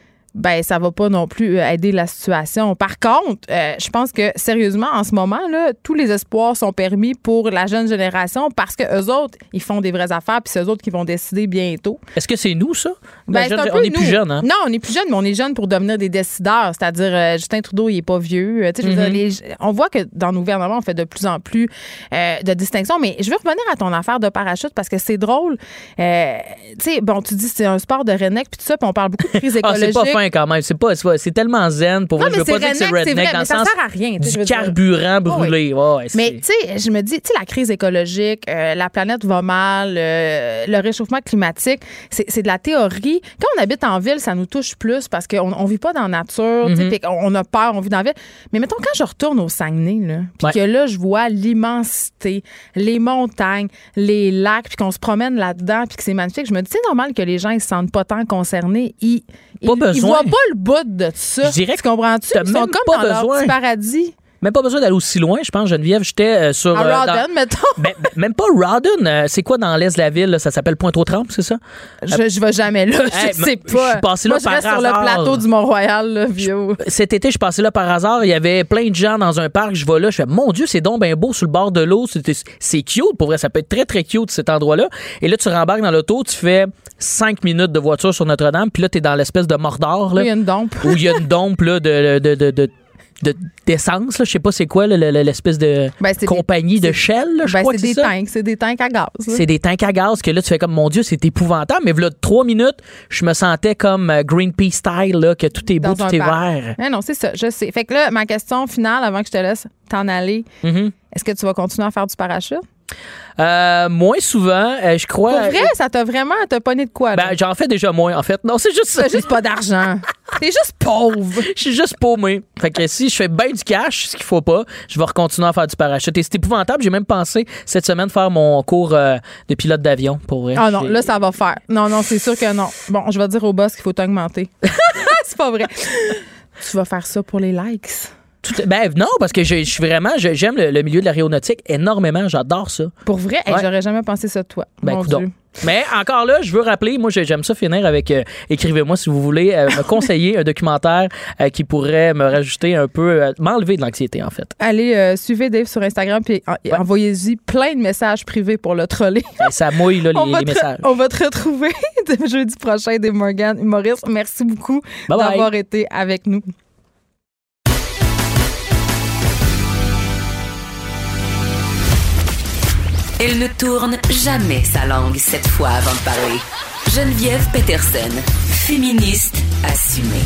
ben ça va pas non plus euh, aider la situation. Par contre, euh, je pense que sérieusement, en ce moment, là, tous les espoirs sont permis pour la jeune génération parce que eux autres, ils font des vraies affaires puis c'est eux autres qui vont décider bientôt. Est-ce que c'est nous, ça? Ben, La c'est jeune- un on peu est plus nous. jeunes, hein? Non, on est plus jeunes, mais on est jeunes pour devenir des décideurs. C'est-à-dire, euh, Justin Trudeau, il est pas vieux. Euh, tu sais, je veux Mhm. dire, les- on voit que dans nos gouvernements, on fait de plus en plus euh, de distinctions. Mais je veux revenir à ton affaire de parachute parce que c'est drôle. Euh, tu sais, bon, tu dis c'est un sport de redneck puis tout ça, puis on parle beaucoup de crise Ah, c'est écologique. pas fin quand même. C'est pas, c'est, pas, c'est tellement zen. Pour non, vrai, je veux pas redneck, dire que c'est redneck vrai, dans le ça sens sert à rien, du carburant brûlé. Oh, oui. ouais, mais tu sais, je me dis, tu sais, la crise écologique, euh, la planète va mal, euh, le réchauffement climatique, c'est, c'est de la théorie. Quand on habite en ville, ça nous touche plus parce qu'on on vit pas dans la nature, mm-hmm. on, on a peur, on vit dans la ville. Mais mettons, quand je retourne au Saguenay, là, puis ouais. que là, je vois l'immensité, les montagnes, les lacs, puis qu'on se promène là-dedans, puis que c'est magnifique, je me dis, c'est normal que les gens ils se sentent pas tant concernés. Ils, pas ils, ils voient pas le bout de ça. Je dirais tu comprends-tu? Ils sont comme dans besoin. Leur petit paradis. Même pas besoin d'aller aussi loin, je pense, Geneviève. J'étais euh, sur... À euh, Rawdon, dans... mettons. Ben, ben, même pas Rawdon. Euh, c'est quoi dans l'est de la ville? Là? Ça s'appelle Pointe-aux-Trembles, c'est ça? Je, je vais jamais là. Je hey, sais pas. Je suis passé là Moi, je par reste hasard. sur le plateau du Mont-Royal, là, vieux. Cet été, je suis passé là par hasard. Il y avait plein de gens dans un parc. Je vais là. Je fais, mon Dieu, c'est donc bien beau sur le bord de l'eau. C'est, c'est cute. Pour vrai, ça peut être très, très cute, cet endroit-là. Et là, tu rembarques dans l'auto. Tu fais cinq minutes de voiture sur Notre-Dame. Puis là, t'es dans l'espèce de Mordor. Là, où il y a une dompe. Où il y a une dompe là, de... de, de, de De, d'essence, là. Je sais pas c'est quoi, là, l'espèce de ben, compagnie des, de Shell, là, je ben, crois c'est que c'est des ça. tanks, c'est des tanks à gaz. Là. C'est des tanks à gaz que là, tu fais comme, mon Dieu, c'est épouvantable. Mais là, trois minutes, je me sentais comme Greenpeace style, là, que tout est beau, dans tout est parc. vert. Non, non, c'est ça, je sais. Fait que là, ma question finale, avant que je te laisse t'en aller, mm-hmm. est-ce que tu vas continuer à faire du parachute? Euh, moins souvent, euh, je crois. Pour vrai, euh, ça t'a vraiment t'as pogné de quoi? Là? Ben, j'en fais déjà moins, en fait. Non, c'est juste ça. T'as juste pas d'argent. T'es juste pauvre. Je suis juste paumé. Fait que si je fais bien du cash, ce qu'il faut pas, je vais continuer à faire du parachute. Et c'est épouvantable. J'ai même pensé cette semaine faire mon cours euh, de pilote d'avion, pour vrai. Ah non, J'ai... là, ça va faire. Non, non, c'est sûr que non. Bon, je vais dire au boss qu'il faut t'augmenter. C'est pas vrai. Tu vas faire ça pour les likes. Tout, ben non, parce que je, je suis vraiment, je, j'aime le, le milieu de l'aéronautique énormément. J'adore ça. Pour vrai, ouais. hey, j'aurais jamais pensé ça de toi. Ben, mon Dieu. Mais encore là, je veux rappeler, moi j'aime ça finir avec, euh, écrivez-moi si vous voulez, euh, me conseiller un documentaire euh, qui pourrait me rajouter un peu, euh, m'enlever de l'anxiété en fait. Allez, euh, suivez Dave sur Instagram puis en, ouais. envoyez-y plein de messages privés pour le troller. Et ça mouille là, les, les messages. Te, on va te retrouver jeudi prochain, Dave Morgan, humoriste. Merci beaucoup bye d'avoir bye. été avec nous. Elle ne tourne jamais sa langue cette fois avant de parler. Geneviève Peterson, féministe assumée.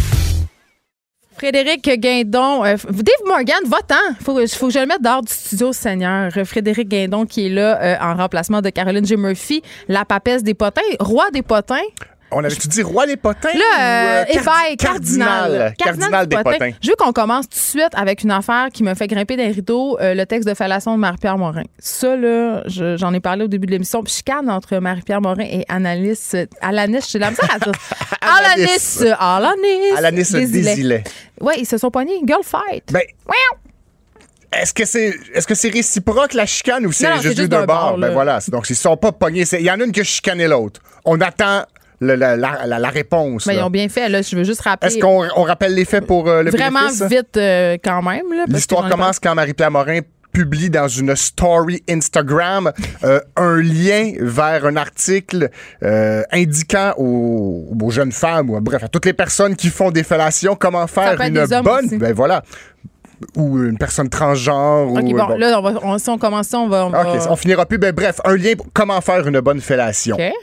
Frédéric Guindon, euh, Dave Morgan, va-t'en. Il faut, faut que je le mette dehors du studio, Seigneur. Frédéric Guindon qui est là euh, en remplacement de Caroline J. Murphy, la papesse des potins, roi des potins. On avait-tu dit roi des potins? Là, euh, ou, euh, évêque, cardinal. cardinal. Cardinal des potins. Je veux qu'on commence tout de suite avec une affaire qui me fait grimper des rideaux, euh, le texte de fellation de Marie-Pierre Morin. Ça, là, je, j'en ai parlé au début de l'émission. Puis chicane entre Marie-Pierre Morin et Annalise. Alanis, j'ai la misère à dire. Alanis. Alanis. Alanis Desilets. Oui, ils se sont pognés. Girl fight. Ben, Est-ce que c'est est-ce que c'est réciproque la chicane ou c'est non, non, juste, c'est juste d'un d'un bord? bord Ben voilà. Donc, ils sont pas pognés. Il y en a une qui a chicané l'autre. On attend le, la, la, la, la réponse. Ben, là. ils ont bien fait. Là, je veux juste rappeler. Est-ce qu'on on rappelle les faits pour euh, le Vraiment bénéfice? vite euh, quand même. Là, L'histoire commence quand Marie-Pierre Morin publie dans une story Instagram euh, un lien vers un article euh, indiquant aux, aux jeunes femmes ou bref à toutes les personnes qui font des fellations comment faire une bonne aussi. Ben voilà ou une personne transgenre. OK, ou, bon, bon. là, on va, on, si on commence ça, on va... On, va... OK, on finira plus. Ben bref, un lien pour comment faire une bonne fellation. OK.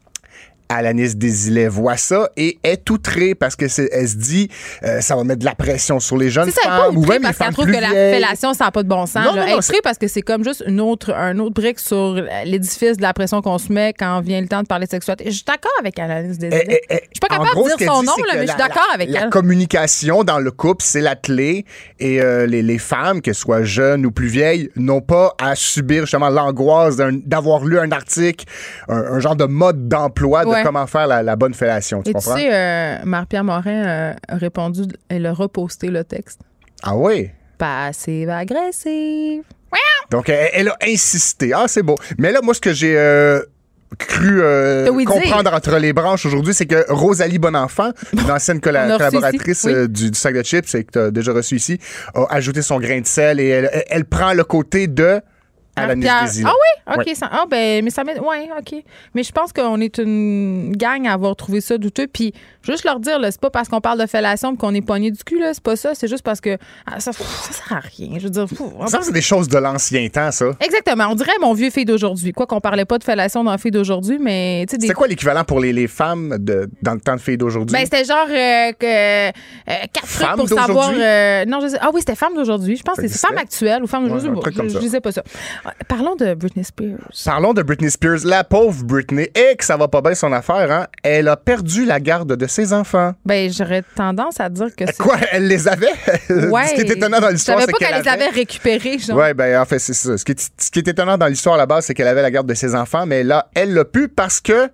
Alanis Desilets voit ça et est outrée parce que c'est, elle se dit euh, ça va mettre de la pression sur les jeunes c'est ça, femmes pas ou même les parce qu'elle femmes trouve plus que la vieilles. fellation ça n'a pas de bon sens. Non, là. non, non, outrée parce que c'est comme juste une autre, un autre brique sur l'édifice de la pression qu'on se met quand vient le temps de parler de sexualité. Je suis d'accord avec Alanis Desilets. Eh, eh, eh, je suis pas capable gros, de dire son dit, nom, là, que mais la, je suis d'accord la, avec la elle. La communication dans le couple, c'est la clé et euh, les, les femmes, qu'elles soient jeunes ou plus vieilles, n'ont pas à subir justement l'angoisse d'un, d'avoir lu un article, un, un genre de mode d'emploi de ouais. comment faire la, la bonne fellation. Tu Et comprends? tu sais, euh, Marie-Pierre Morin euh, a répondu, elle a reposté le texte. Ah oui? Passive-agressive. Donc, elle, elle a insisté. Ah, c'est beau. Mais là, moi, ce que j'ai euh, cru euh, oui comprendre dire. entre les branches aujourd'hui, c'est que Rosalie Bonenfant, une ancienne colla- collaboratrice euh, du, du sac de chips et que tu as déjà reçu ici, a ajouté son grain de sel et elle, elle, elle prend le côté de Alanis Pierre. Vézina. Ah oui? OK. Ouais. Ça, ah, ben, mais ça m'aide. Oui, OK. Mais je pense qu'on est une gang à avoir trouvé ça douteux. Puis, juste leur dire, là, c'est pas parce qu'on parle de fellation et qu'on est pogné du cul, là. C'est pas ça. C'est juste parce que ah, ça, ça sert à rien. Je veux dire. Pff, Ça, c'est des choses de l'ancien temps, ça. Exactement. On dirait mon vieux fille d'aujourd'hui. Quoi qu'on parlait pas de fellation dans fille d'aujourd'hui, mais. Tu sais, des. C'est quoi l'équivalent pour les, les femmes de, dans le temps de filles d'aujourd'hui? Ben, c'était genre euh, que, euh, quatre trucs Femme pour savoir. d'aujourd'hui? euh, non, je sais. Ah oui, c'était femme d'aujourd'hui. Je pense Ça que c'est existait? femme actuelle ou femme d'aujourd'hui. Ouais, un truc je, comme je ça. disais pas ça. Parlons de Britney Spears. Parlons de Britney Spears. La pauvre Britney, et que ça va pas bien son affaire, hein? Elle a perdu la garde de ses enfants. Ben, j'aurais tendance à dire que c'est. Quoi? Elle les avait? Ouais. Ce qui est étonnant dans l'histoire, Je c'est savais pas qu'elle qu'elle les avait récupérés, genre. Oui, ben en fait, c'est ça. Ce qui, est, ce qui est étonnant dans l'histoire à la base, c'est qu'elle avait la garde de ses enfants, mais là, elle l'a pu parce que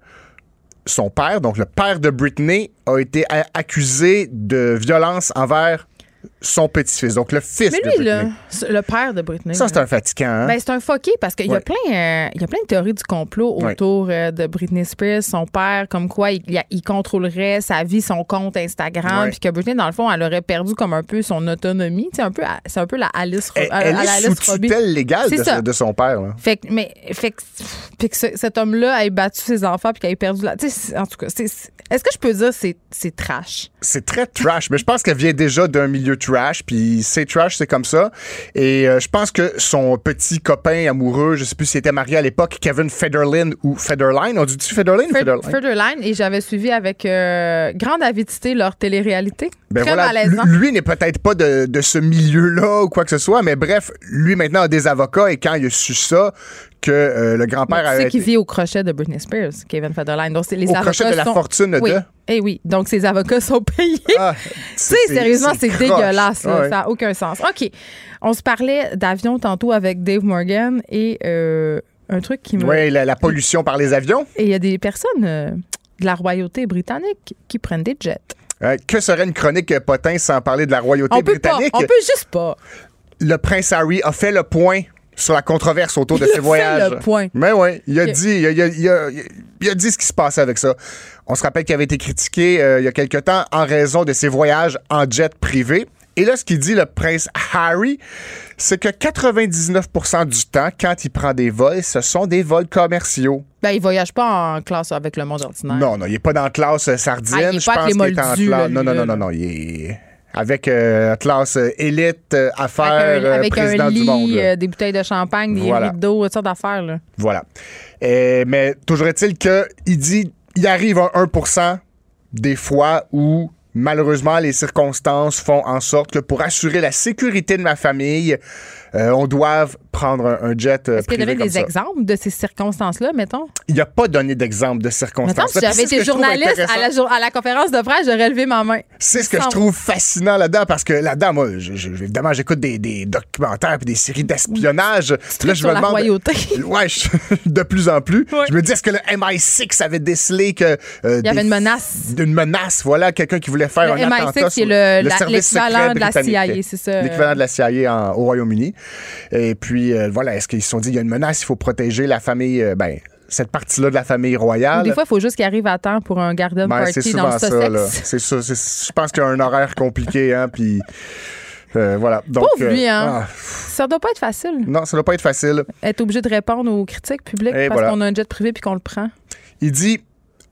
son père, donc le père de Britney, a été a- accusé de violence envers son petit-fils, donc le fils Mais de lui, Britney. là, c'est le père de Britney. Ça, c'est un fatigant, hein? Ben, c'est un fucké parce qu'il y, a Ouais. plein, euh, il y a plein de théories du complot Ouais. autour euh, de Britney Spears, son père, comme quoi il, il, il contrôlerait sa vie, son compte Instagram, Ouais. puis que Britney, dans le fond, elle aurait perdu comme un peu son autonomie. Tu sais, un peu, à- c'est un peu la Alice Elle, à- elle à la est sous Alice Robbie. tutelle légale C'est de, ça. de son père. Là. Fait que, mais, fait que, puis que ce- cet homme-là ait battu ses enfants puis qu'il ait perdu la. Tu sais, c'est- en tout cas, c'est, c'est- est-ce que je peux dire que c'est, c'est trash? C'est très trash, mais je pense qu'elle vient déjà d'un milieu trash, puis c'est trash, c'est comme ça. Et euh, je pense que son petit copain amoureux, je sais plus s'il était marié à l'époque, Kevin Federline ou Federline, on dit-tu Federline ou Fred- Federline? Federline, et j'avais suivi avec euh, grande avidité leur télé-réalité. Ben Très voilà, malaisant. lui, lui n'est peut-être pas de, de ce milieu-là ou quoi que ce soit, mais bref, lui maintenant a des avocats et quand il a su ça, que euh, le grand-père Tu avait sais qu'il été vit au crochet de Britney Spears, Kevin Federline. Donc, c'est les au avocats crochet de la sont... fortune oui. de... Eh oui, donc ses avocats sont payés. Ah, tu sais, sérieusement, c'est, croche. dégueulasse. là. Ouais. Ça n'a aucun sens. OK. On se parlait d'avion tantôt avec Dave Morgan et euh, un truc qui me... Oui, la, la pollution par les avions. Et il y a des personnes euh, de la royauté britannique qui prennent des jets. Euh, que serait une chronique Potin sans parler de la royauté On peut pas. britannique? On peut juste pas. Le prince Harry a fait le point sur la controverse autour de Il ses a fait voyages. le point. Mais oui, il a Ok. dit, il a, il a- il a- il a dit ce qui se passait avec ça. On se rappelle qu'il avait été critiqué euh, il y a quelque temps en raison de ses voyages en jet privé. Et là, ce qu'il dit, le prince Harry, c'est que quatre-vingt-dix-neuf pour cent du temps, quand il prend des vols, ce sont des vols commerciaux. Ben, il voyage pas en classe avec le monde ordinaire. Non, non, il n'est pas dans la classe euh, sardine. Ah, il est Je pas avec pense les qu'il est en moldus, classe. là, Non, lui, non, là, non, non, là. non. Il est avec euh, classe euh, élite, euh, affaires, Avec un, euh, avec président un du lit, monde. là. euh, des bouteilles de champagne, des Voilà. rideaux, toutes sortes d'affaires. Là. Voilà. Euh, mais toujours est-il qu'il dit il arrive à un pour cent des fois où malheureusement les circonstances font en sorte que pour assurer la sécurité de ma famille, euh, on doit prendre un, un jet euh, Est-ce qu'il y privé avait comme des ça. exemples de ces circonstances-là, mettons? Il n'a pas donné d'exemple de circonstances. Mettons, si Puis j'avais c'est ce été que je trouve journaliste à intéressant. la, jour- à la conférence de presse, j'aurais levé ma main. C'est ce que je Sans- trouve fascinant là-dedans, parce que là-dedans, moi, je- je- évidemment, j'écoute des, des documentaires et des séries d'espionnage. Là, je sur me la demande. royauté. Ouais, je- de plus en plus. Ouais. Je me dis, est-ce que le M I six avait décelé que. euh, Il y avait des- une menace. D'une menace, voilà, quelqu'un qui voulait faire Le un M I attentat. six, qui est sur le- la- service l'équivalent secret de la britannique. C I A, c'est ça. L'équivalent de la C I A en- au Royaume-Uni. Et puis, euh, voilà, est-ce qu'ils se sont dit, il y a une menace, il faut protéger la famille, euh, ben, cette partie-là de la famille royale. Ou des fois, il faut juste qu'il arrive à temps pour un garden Ben, c'est party dans souvent le ça, Sussex. là. C'est ça. c'est- Je pense qu'il y a un horaire compliqué, hein, puis euh, voilà. Donc, Pauvre lui, euh, hein? ah, Ça doit pas être facile. non, ça doit pas être facile. Être obligé de répondre aux critiques publiques Et parce voilà. qu'on a un jet privé puis qu'on le prend. Il dit,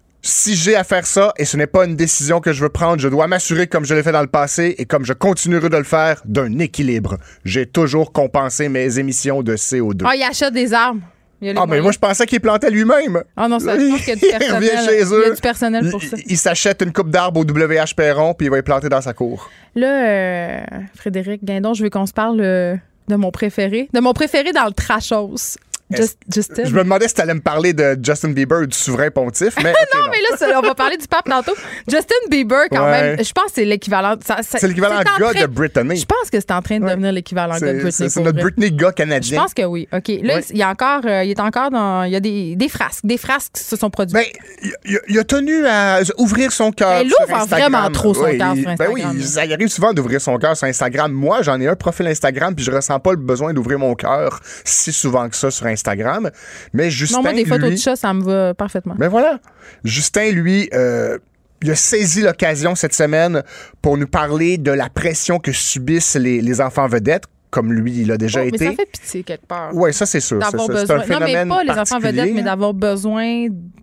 si j'ai à faire ça et ce n'est pas une décision que je veux prendre, je dois m'assurer, comme je l'ai fait dans le passé et comme je continuerai de le faire, d'un équilibre. J'ai toujours compensé mes émissions de C O deux. Ah, il achète des armes. Il y a les Ah, mais moyens. moi, je pensais qu'il plantait lui-même. Ah non, ça, je pense qu'il y a du Il personnel. revient chez Il y a eux. du personnel pour Il, ça. il s'achète une coupe d'arbres au W H Perron puis il va les planter dans sa cour. Là, euh, Frédéric Guindon, je veux qu'on se parle euh, de mon préféré. De mon préféré dans le trashos. Just, Justin. Je me demandais si tu allais me parler de Justin Bieber ou du souverain pontife, mais. ok, non, mais là, ça, on va parler du pape tantôt. Justin Bieber, quand Ouais. même, je pense que c'est l'équivalent. ça- ça- C'est l'équivalent en gars train- de Brittany. Je pense que c'est en train de devenir l'équivalent gars de C'est Britney. c'est- c'est pour notre vrai. Britney gars Je canadien. pense que oui. OK. Là, Ouais. il y a encore, euh, il est encore dans. Il y a des, des frasques. Des frasques qui se sont produites. Ben, il, il- il a tenu à ouvrir son cœur. Ben, il sur ouvre Instagram. vraiment trop son Oui, cœur il- sur Ben oui, Instagram. ça y arrive souvent d'ouvrir son cœur sur Instagram. Moi, j'en ai un profil Instagram, puis je ressens pas le besoin d'ouvrir mon cœur si souvent que ça sur Instagram. Mais Justin, non, moi, des photos lui, de chat, ça me va parfaitement. Mais voilà. Justin, lui, euh, il a saisi l'occasion cette semaine pour nous parler de la pression que subissent les, les enfants vedettes. comme lui, il a déjà oh, été. Mais ça fait pitié quelque part. Oui, ça, c'est sûr. D'avoir c'est, besoin. c'est un phénomène non, mais pas les enfants vedettes, mais hein. d'avoir besoin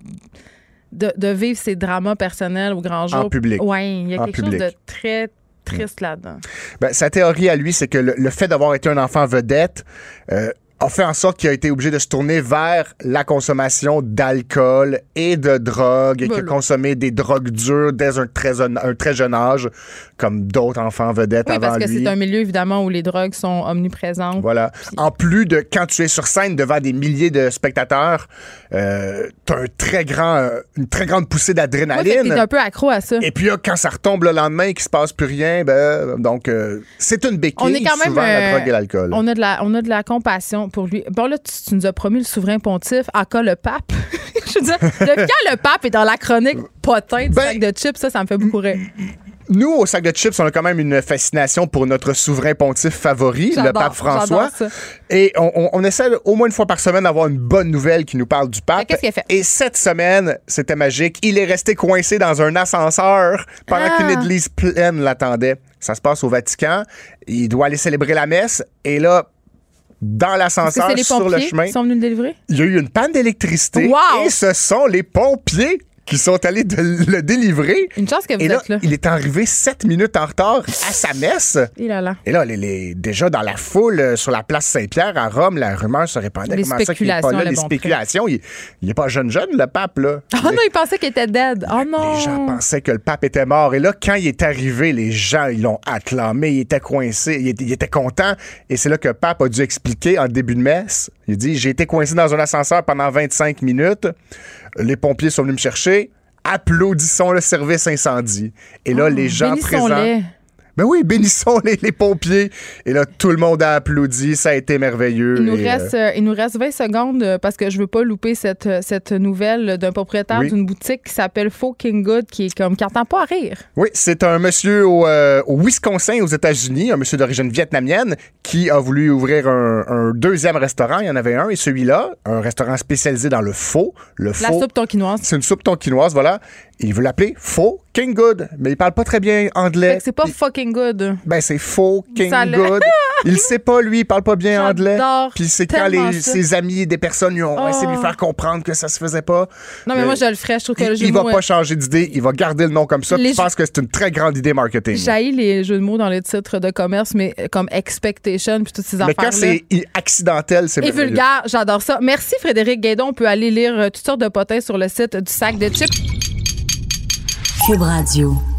de, de vivre ces dramas personnels au grand jour. En public. Oui, il y a en quelque public. chose de très triste là-dedans. Ben, sa théorie à lui, c'est que le, le fait d'avoir été un enfant vedette euh, a fait en sorte qu'il a été obligé de se tourner vers la consommation d'alcool et de drogue, et qu'il a consommé des drogues dures dès un très, un très jeune âge, comme d'autres enfants vedettes oui, avant lui. parce que c'est un milieu, évidemment, où les drogues sont omniprésentes. Voilà. Puis... En plus de quand tu es sur scène devant des milliers de spectateurs, euh, t'as un très grand, euh, une très grande poussée d'adrénaline. Oui, t'es un peu accro à ça. Et puis là, quand ça retombe le lendemain et qu'il se passe plus rien, ben, donc, euh, c'est une béquille, on est quand même, souvent, euh, la drogue et l'alcool. On a de la, on a de la compassion pour lui. Bon, là, tu, tu nous as promis le souverain pontife, aka le pape. Je veux dire, depuis quand le pape est dans la chronique potin du ben, sac de chips, ça, ça me fait beaucoup rire. Nous, au sac de chips, on a quand même une fascination pour notre souverain pontife favori, j'adore, le pape François. Et on, on, on essaie au moins une fois par semaine d'avoir une bonne nouvelle qui nous parle du pape. Mais qu'est-ce qu'il a fait? Et cette semaine, c'était magique. Il est resté coincé dans un ascenseur pendant ah. qu'une église pleine l'attendait. Ça se passe au Vatican. Il doit aller célébrer la messe. Et là, dans l'ascenseur, les sur le chemin, qui sont venus le délivrer? Il y a eu une panne d'électricité. Wow. Et ce sont les pompiers qui sont allés de le délivrer. Une chance que vous et là, êtes là. Il est arrivé sept minutes en retard à sa messe. Et là, là. Et là, les, les, déjà dans la foule euh, sur la place Saint-Pierre à Rome, la rumeur se répandait. Les Comment ça qu'il est pas là? Les bon spéculations. Il, il est pas jeune jeune, le pape, là. Oh non, il pensait qu'il était dead. Oh non. Les gens pensaient que le pape était mort. Et là, quand il est arrivé, les gens, ils l'ont acclamé. Il était coincé. Il était, il était content. Et c'est là que le pape a dû expliquer en début de messe. Il dit, j'ai été coincé dans un ascenseur pendant vingt-cinq minutes. Les pompiers sont venus me chercher. Applaudissons le service incendie. Et là, oh, les gens présents... Ben oui, bénissons les, les pompiers. Et là, tout le monde a applaudi. Ça a été merveilleux. Il nous, et, reste, euh... il nous reste vingt secondes parce que je veux pas louper cette, cette nouvelle d'un propriétaire oui. d'une boutique qui s'appelle Fucking Good, qui est comme qui n'entend pas à rire. Oui, c'est un monsieur au, euh, au Wisconsin, aux États-Unis, un monsieur d'origine vietnamienne qui a voulu ouvrir un, un deuxième restaurant. Il y en avait un. Et celui-là, un restaurant spécialisé dans le pho. Le La pho, soupe tonkinoise. C'est une soupe tonkinoise, voilà. Il veut l'appeler Fucking Good, mais il parle pas très bien anglais. C'est pas il... fucking good. Ben, c'est Fucking Good. Il sait pas, lui, il parle pas bien anglais. Puis c'est quand les, ses amis et des personnes lui ont oh. essayé de lui faire comprendre que ça se faisait pas. Non, mais euh, moi, je le ferais. Je trouve que il, le jeu il de mots... va pas changer d'idée. Il va garder le nom comme ça. Je pense que c'est une très grande idée marketing. J'haïs les jeux de mots dans les titres de commerce, mais comme expectation puis toutes ces affaires-là. Mais quand c'est accidentel, c'est Et vulgaire, j'adore ça. Merci, Frédéric Guédon. On peut aller lire toutes sortes de potins sur le site du sac de chips. Cube Radio.